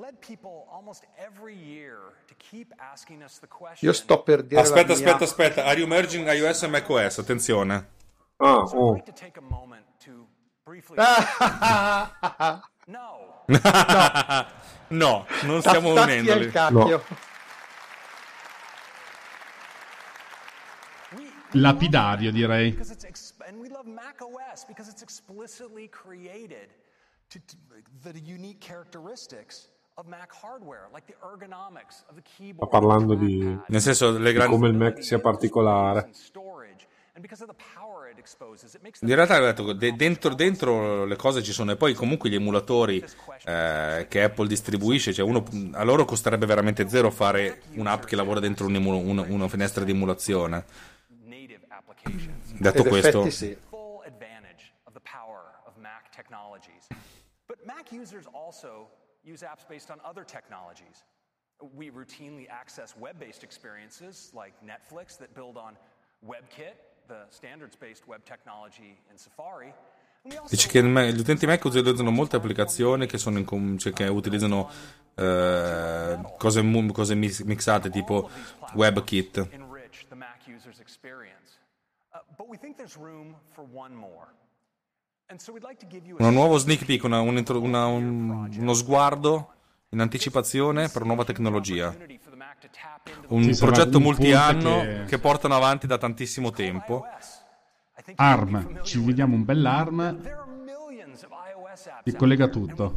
Io sto per dire aspetta la aspetta mia... aspetta are you merging iOS e macOS? Attenzione. Ah, oh. No. No, non stiamo unendoli. No. Lapidario, direi. And we love macOS because it's explicitly created to, to the unique characteristics of Mac hardware, like the ergonomics of the keyboard. Sta parlando di, Nel senso, le grandi... come il Mac sia particolare. In realtà, detto, dentro, dentro le cose ci sono, e poi comunque gli emulatori eh, che Apple distribuisce, cioè uno, a loro costerebbe veramente zero fare un'app che lavora dentro un emu, un, una finestra di emulazione. Detto Ed questo, effetti, sì. technologies. But Mac users also use apps based on other technologies. We routinely access web-based experiences like Netflix that build on WebKit, the standards-based web technology in Safari. Dice che gli utenti Mac utilizzano molte applicazioni che sono in com- cioè che utilizzano eh, cose, mu- cose mixate tipo WebKit. Un nuovo sneak peek, una, un intro- una, un, uno sguardo in anticipazione per nuova tecnologia. Un Sì, progetto un multianno che... che portano avanti da tantissimo tempo. A R M, ci vediamo un bel A R M che collega tutto.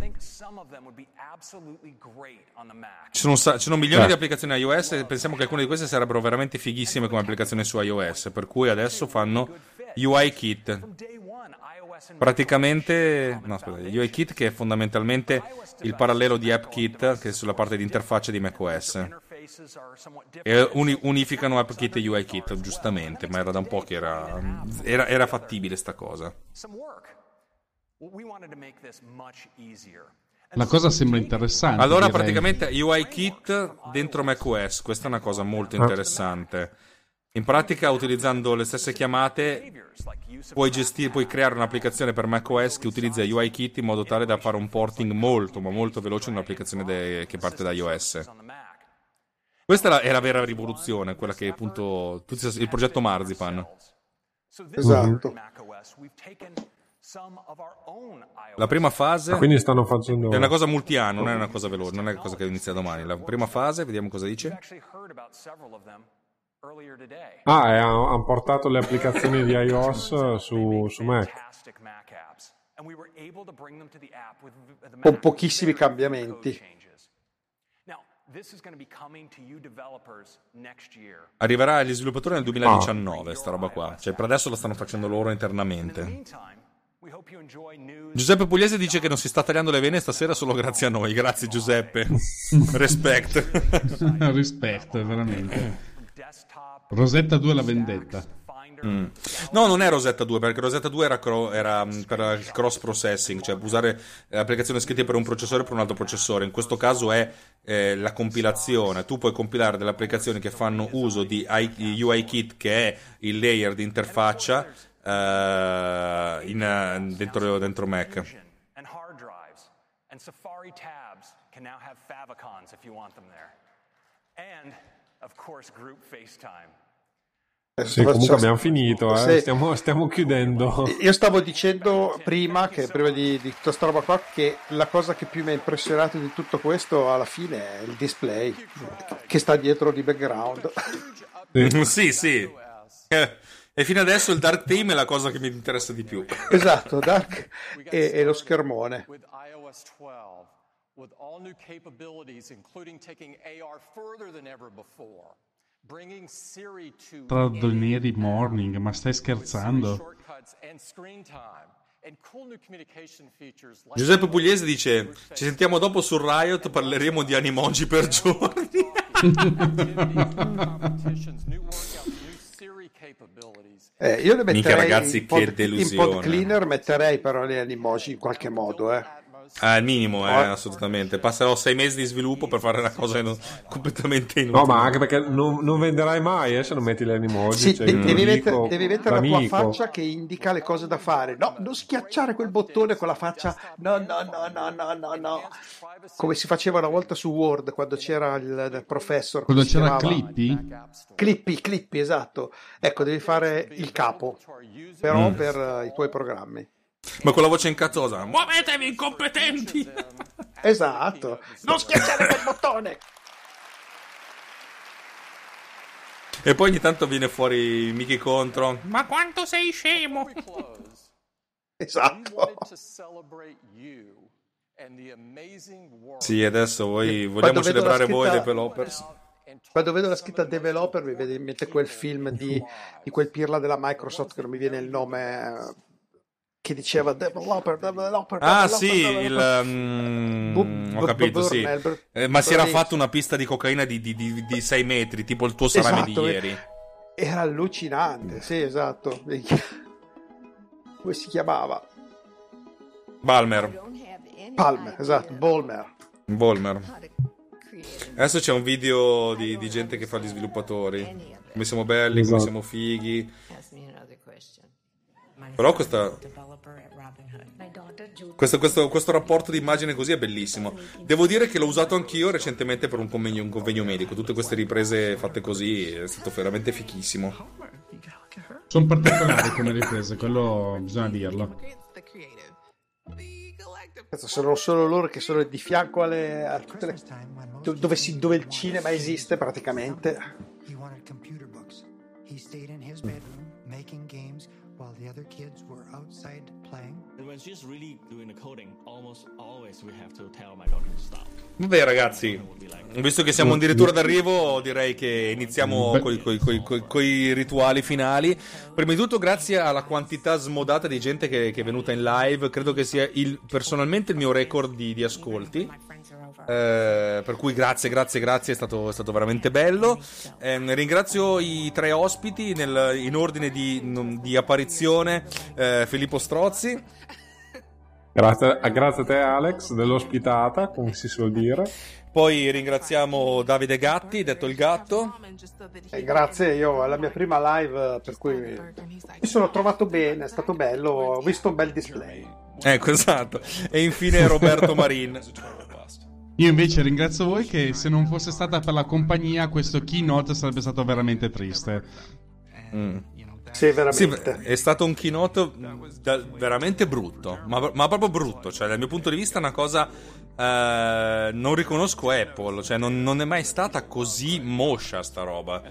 Ci sono, ci sono milioni di applicazioni iOS e pensiamo che alcune di queste sarebbero veramente fighissime come applicazioni su iOS, per cui adesso fanno U I Kit. Praticamente, no, aspetta, U I Kit che è fondamentalmente il parallelo di AppKit che è sulla parte di interfaccia di macOS. E uni- unificano AppKit e U I Kit, giustamente, ma era da un po' che era, era, era fattibile sta cosa. La cosa sembra interessante. Allora, direi. praticamente U I Kit dentro macOS, questa è una cosa molto interessante. In pratica, utilizzando le stesse chiamate, puoi gestire, puoi creare un'applicazione per macOS che utilizza U I Kit in modo tale da fare un porting molto, ma molto veloce in un'applicazione de- che parte da iOS. Questa è la, è la vera rivoluzione, quella che appunto il progetto Marzipan. Esatto. La prima fase Ah, quindi stanno facendo è una cosa multi-anno, non è una cosa veloce, non è una cosa che inizia domani. La prima fase, vediamo cosa dice. Ah, e hanno portato le applicazioni di iOS su, su Mac. Con pochissimi cambiamenti. Arriverà agli sviluppatori nel duemiladiciannove, sta roba qua. Cioè, per adesso la stanno facendo loro internamente. Giuseppe Pugliese dice che non si sta tagliando le vene stasera solo grazie a noi. Grazie Giuseppe. Respect. Respect, veramente. Rosetta due la vendetta. Mm. No, non è Rosetta due, perché Rosetta due era, cro- era per il cross processing, cioè usare applicazioni scritte per un processore per un altro processore. In questo caso è eh, la compilazione. Tu puoi compilare delle applicazioni che fanno uso di I- U I Kit, che è il layer di interfaccia uh, in, dentro, dentro Mac. And Safari tabs can now have favicons if you want them there. And of course group FaceTime. Sì, comunque abbiamo finito, eh? Sì. stiamo, stiamo chiudendo. Io stavo dicendo prima, che prima di, di tutta sta roba qua, che la cosa che più mi ha impressionato di tutto questo alla fine è il display che sta dietro di background. Sì, sì. E fino adesso il Dark Theme è la cosa che mi interessa di più. Esatto, Dark e, e lo schermone. With all new capabilities, including taking A R further than ever before, bringing Siri to Tradonieri Morning, ma stai scherzando? Giuseppe Pugliese dice: ci sentiamo dopo su Riot, parleremo di animoji per giorni. Eh, io le metterei Mica, ragazzi, in, pod, che delusione. in pod cleaner metterei però le animoji in qualche modo, eh. Ah, il minimo, eh, assolutamente. Passerò sei mesi di sviluppo per fare una cosa non, completamente inutile. No, ma anche perché non, non venderai mai eh, se non metti le animoji. Sì, cioè, devi, amico, mettere, devi mettere la tua l'amico. faccia che indica le cose da fare. No, non schiacciare quel bottone con la faccia. No, no, no, no, no, no, no. Come si faceva una volta su Word quando c'era il, il professor. Quando come si c'era chiamava? Clippy? Clippy, Clippy, esatto. Ecco, devi fare il capo, però Mm. per uh, i tuoi programmi. Ma con la voce incazzosa: muovetevi, incompetenti! Esatto. Non schiacciare quel bottone. E poi ogni tanto viene fuori Mickey contro: ma quanto sei scemo! Esatto. Sì, adesso voi Quando vogliamo vedo celebrare la voi scritta- developers. Quando vedo la scritta developer mi viene in mente quel film di, di quel pirla della Microsoft che non mi viene il nome, eh, che diceva developer, developer, Ah, developer, sì, developer. il mm, Bu- ho bu- capito, sì. Burnell, Bur- Eh, ma si era Burnell. fatto una pista di cocaina di, di, di, di sei metri, tipo il tuo salame Esatto, di eh. ieri. Era allucinante, sì, esatto. Come si chiamava? Balmer. Palmer, esatto, Ballmer. Balmer. Adesso c'è un video di, di gente che fa gli sviluppatori. Come siamo belli, Esatto. come siamo fighi. Però questa, questo, questo, questo rapporto di immagine così è bellissimo. Devo dire che l'ho usato anch'io recentemente per un convegno, un convegno medico. Tutte queste riprese fatte così è stato veramente fichissimo. Sono particolari come riprese, quello bisogna dirlo. Sono solo loro che sono di fianco alle, a tutte le, dove, si, dove il cinema esiste praticamente. He wanted computer books. He stayed in his bedroom making games while the other kids were outside playing. And when she's really doing the coding, almost always we have to tell my daughter to stop. Vabbè ragazzi, visto che siamo addirittura d'arrivo, direi che iniziamo coi, coi, coi, coi, coi rituali finali. Prima di tutto grazie alla quantità smodata di gente che, che è venuta in live. Credo che sia il, personalmente il mio record di, di ascolti. Eh, per cui grazie, grazie, grazie, è stato, è stato veramente bello. Eh, ringrazio i tre ospiti nel, in ordine di, di apparizione. eh, Filippo Strozzi. Grazie, grazie a te Alex dell'ospitata, come si suol dire. Poi ringraziamo Davide Gatti, detto il gatto. Eh, grazie, io alla mia prima live, per cui mi sono trovato bene, è stato bello, ho visto un bel display. Ecco, esatto. E infine Roberto Marin. Io invece ringrazio voi che se non fosse stata per la compagnia questo keynote sarebbe stato veramente triste. Mm. Sì, veramente. Sì, è stato un keynote da- veramente brutto, ma, ma proprio brutto. Cioè, dal mio punto di vista, è una cosa. Eh, non riconosco Apple, cioè, non, non è mai stata così moscia sta roba.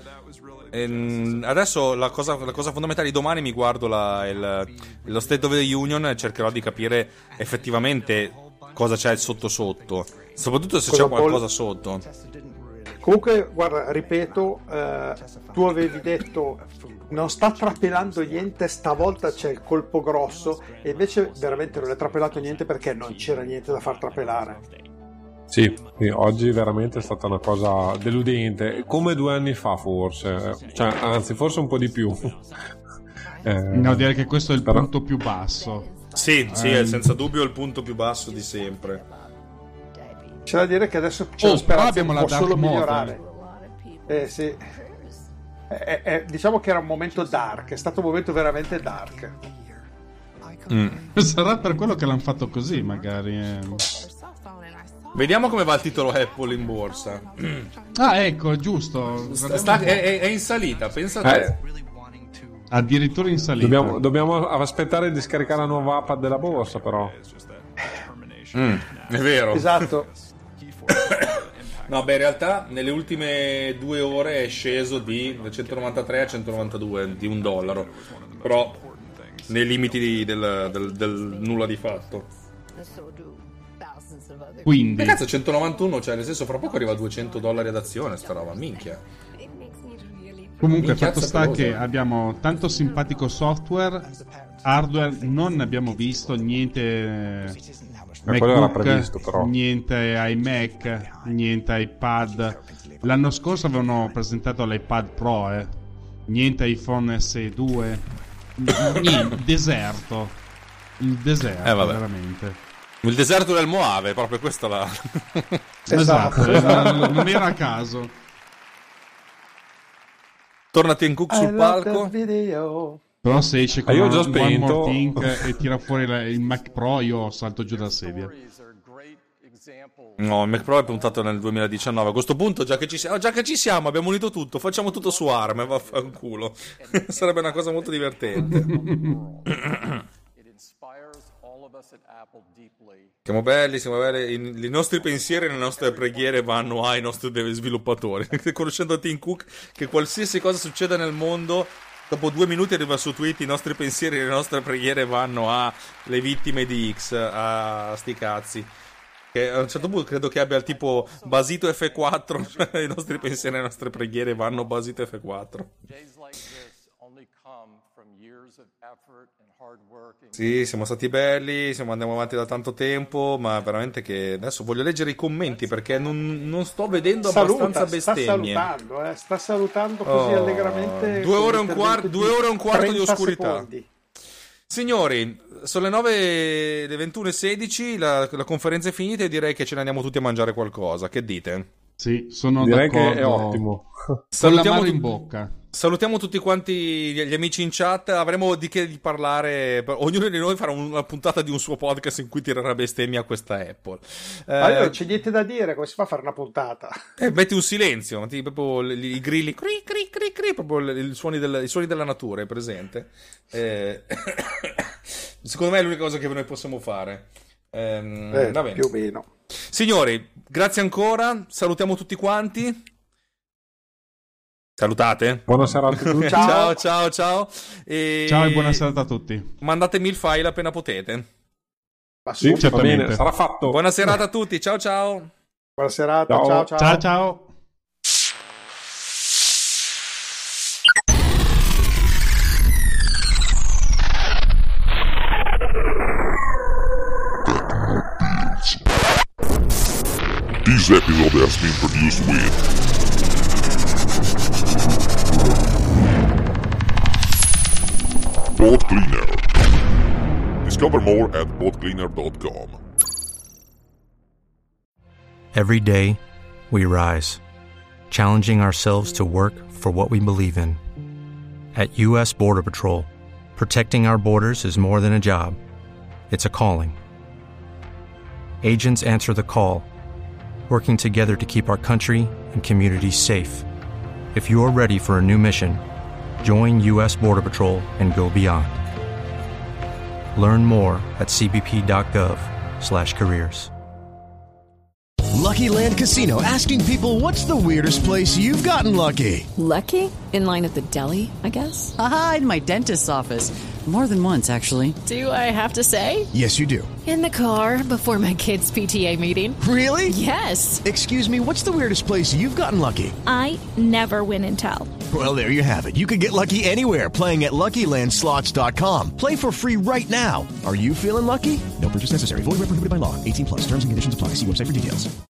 E, adesso la cosa, la cosa fondamentale di domani mi guardo la, il, lo State of the Union e cercherò di capire effettivamente cosa c'è sotto sotto, soprattutto se Cosa c'è qualcosa vuol- sotto. Comunque, guarda, ripeto, eh, tu avevi detto non sta trapelando niente, stavolta c'è il colpo grosso, e invece veramente non è trapelato niente perché non c'era niente da far trapelare. Sì, sì, oggi veramente è stata una cosa deludente, come due anni fa forse, cioè, anzi forse un po' di più. eh, No, direi che questo è il però- punto più basso. Sì, sì, Ehm. è senza dubbio il punto più basso di sempre. C'è da dire che adesso c'è Oh, la speranza però abbiamo che la può dark solo mode. migliorare. Eh sì. Eh, eh, diciamo che era un momento dark, è stato un momento veramente dark. Sarà per quello che l'hanno fatto così, magari. eh. Vediamo come va il titolo Apple in borsa. Ah, ecco, giusto. Sta- sta- è, è- è in salita, pensa a te. Eh, Addirittura in salita. dobbiamo, dobbiamo aspettare di scaricare la nuova app della borsa, però. Mm, è vero. Esatto. No, beh, in realtà nelle ultime due ore è sceso di da centonovantatré a centonovantadue, di un dollaro. Però nei limiti di- del, del- del nulla di fatto. Quindi, Ma cazzo, centonovantuno, cioè nel senso fra poco arriva a duecento dollari ad azione sta roba, minchia. comunque, Minchia, fatto sta pelosa. che abbiamo tanto simpatico software, hardware non ne abbiamo visto, niente. Ma quello era MacBook, previsto, però. niente iMac, niente iPad. L'anno scorso avevano presentato l'iPad Pro, eh. Niente iPhone S E due. Niente, deserto. Il deserto, Eh, vabbè. veramente. Il deserto del Moave, proprio questa la. Esatto, Esatto. non non era a caso. Torna Tim Cook I sul love palco. that video. Però se esce con Ah, io ho già One spento. More Thing e tira fuori la- il Mac Pro, io salto giù dalla sedia. No, il Mac Pro è puntato nel duemiladiciannove. A questo punto, già che ci siamo, già che ci siamo, abbiamo unito tutto, facciamo tutto su ARM e vaffanculo. Sarebbe una cosa molto divertente. Siamo belli, siamo belli. I, I nostri pensieri e le nostre preghiere vanno ai nostri sviluppatori. Conoscendo Tim Cook, che qualsiasi cosa succeda nel mondo, dopo due minuti arriva su tweet: i nostri pensieri e le nostre preghiere vanno alle vittime di X, a sti cazzi. Che a un certo punto credo che abbia il tipo basito F quattro. Cioè i nostri pensieri e le nostre preghiere vanno basito F quattro. Sì, siamo stati belli, siamo andiamo avanti da tanto tempo, ma veramente che adesso voglio leggere i commenti perché non, non sto vedendo abbastanza Saluta, sta bestemmie. salutando, eh, sta salutando così Oh, allegramente. due con ore e un intervento quarto- di due ore e un quarto di trenta oscurità. secondi. Signori, sono le nove, le ventuno e sedici, la, la conferenza è finita e direi che ce ne andiamo tutti a mangiare qualcosa. Che dite? Sì, sono Direi d'accordo. che è ottimo. Con l'amaro in bocca. Salutiamo tutti quanti gli amici in chat. Avremo di che di parlare. Ognuno di noi farà una puntata di un suo podcast in cui tirerà bestemmia a questa Apple. Ma Eh, non c'è niente da dire, come si fa a fare una puntata? eh, metti un silenzio, metti proprio i i grilli, cri, cri, cri, cri, proprio i suoni, del, i suoni della natura, è presente? Eh, secondo me è l'unica cosa che noi possiamo fare. Ehm, Eh, va bene. più o meno. Signori, grazie ancora. Salutiamo tutti quanti. Salutate. Buonasera a tutti. Ciao, ciao, ciao. E... Ciao e buona serata a tutti. Mandatemi il file appena potete. Ma Sì, su, va bene, sarà fatto. Buona serata a tutti. Ciao, ciao. buona serata, Ciao. ciao ciao. Ciao ciao. This episode has been produced with Boat Cleaner. Discover more at boat cleaner dot com. Every day, we rise, challenging ourselves to work for what we believe in. At U S Border Patrol, protecting our borders is more than a job. It's a calling. Agents answer the call, working together to keep our country and communities safe. If you're ready for a new mission, join U S Border Patrol and go beyond. Learn more at c b p dot gov slash careers. Lucky Land Casino, asking people, what's the weirdest place you've gotten lucky? Lucky? In line at the deli, I guess? Aha, in my dentist's office. More than once, actually. Do I have to say? Yes, you do. In the car before my kids' P T A meeting. Really? Yes. Excuse me, what's the weirdest place you've gotten lucky? I never win and tell. Well, there you have it. You can get lucky anywhere, playing at lucky land slots dot com. Play for free right now. Are you feeling lucky? No purchase necessary. Void where prohibited by law. eighteen plus. Terms and conditions apply. See website for details.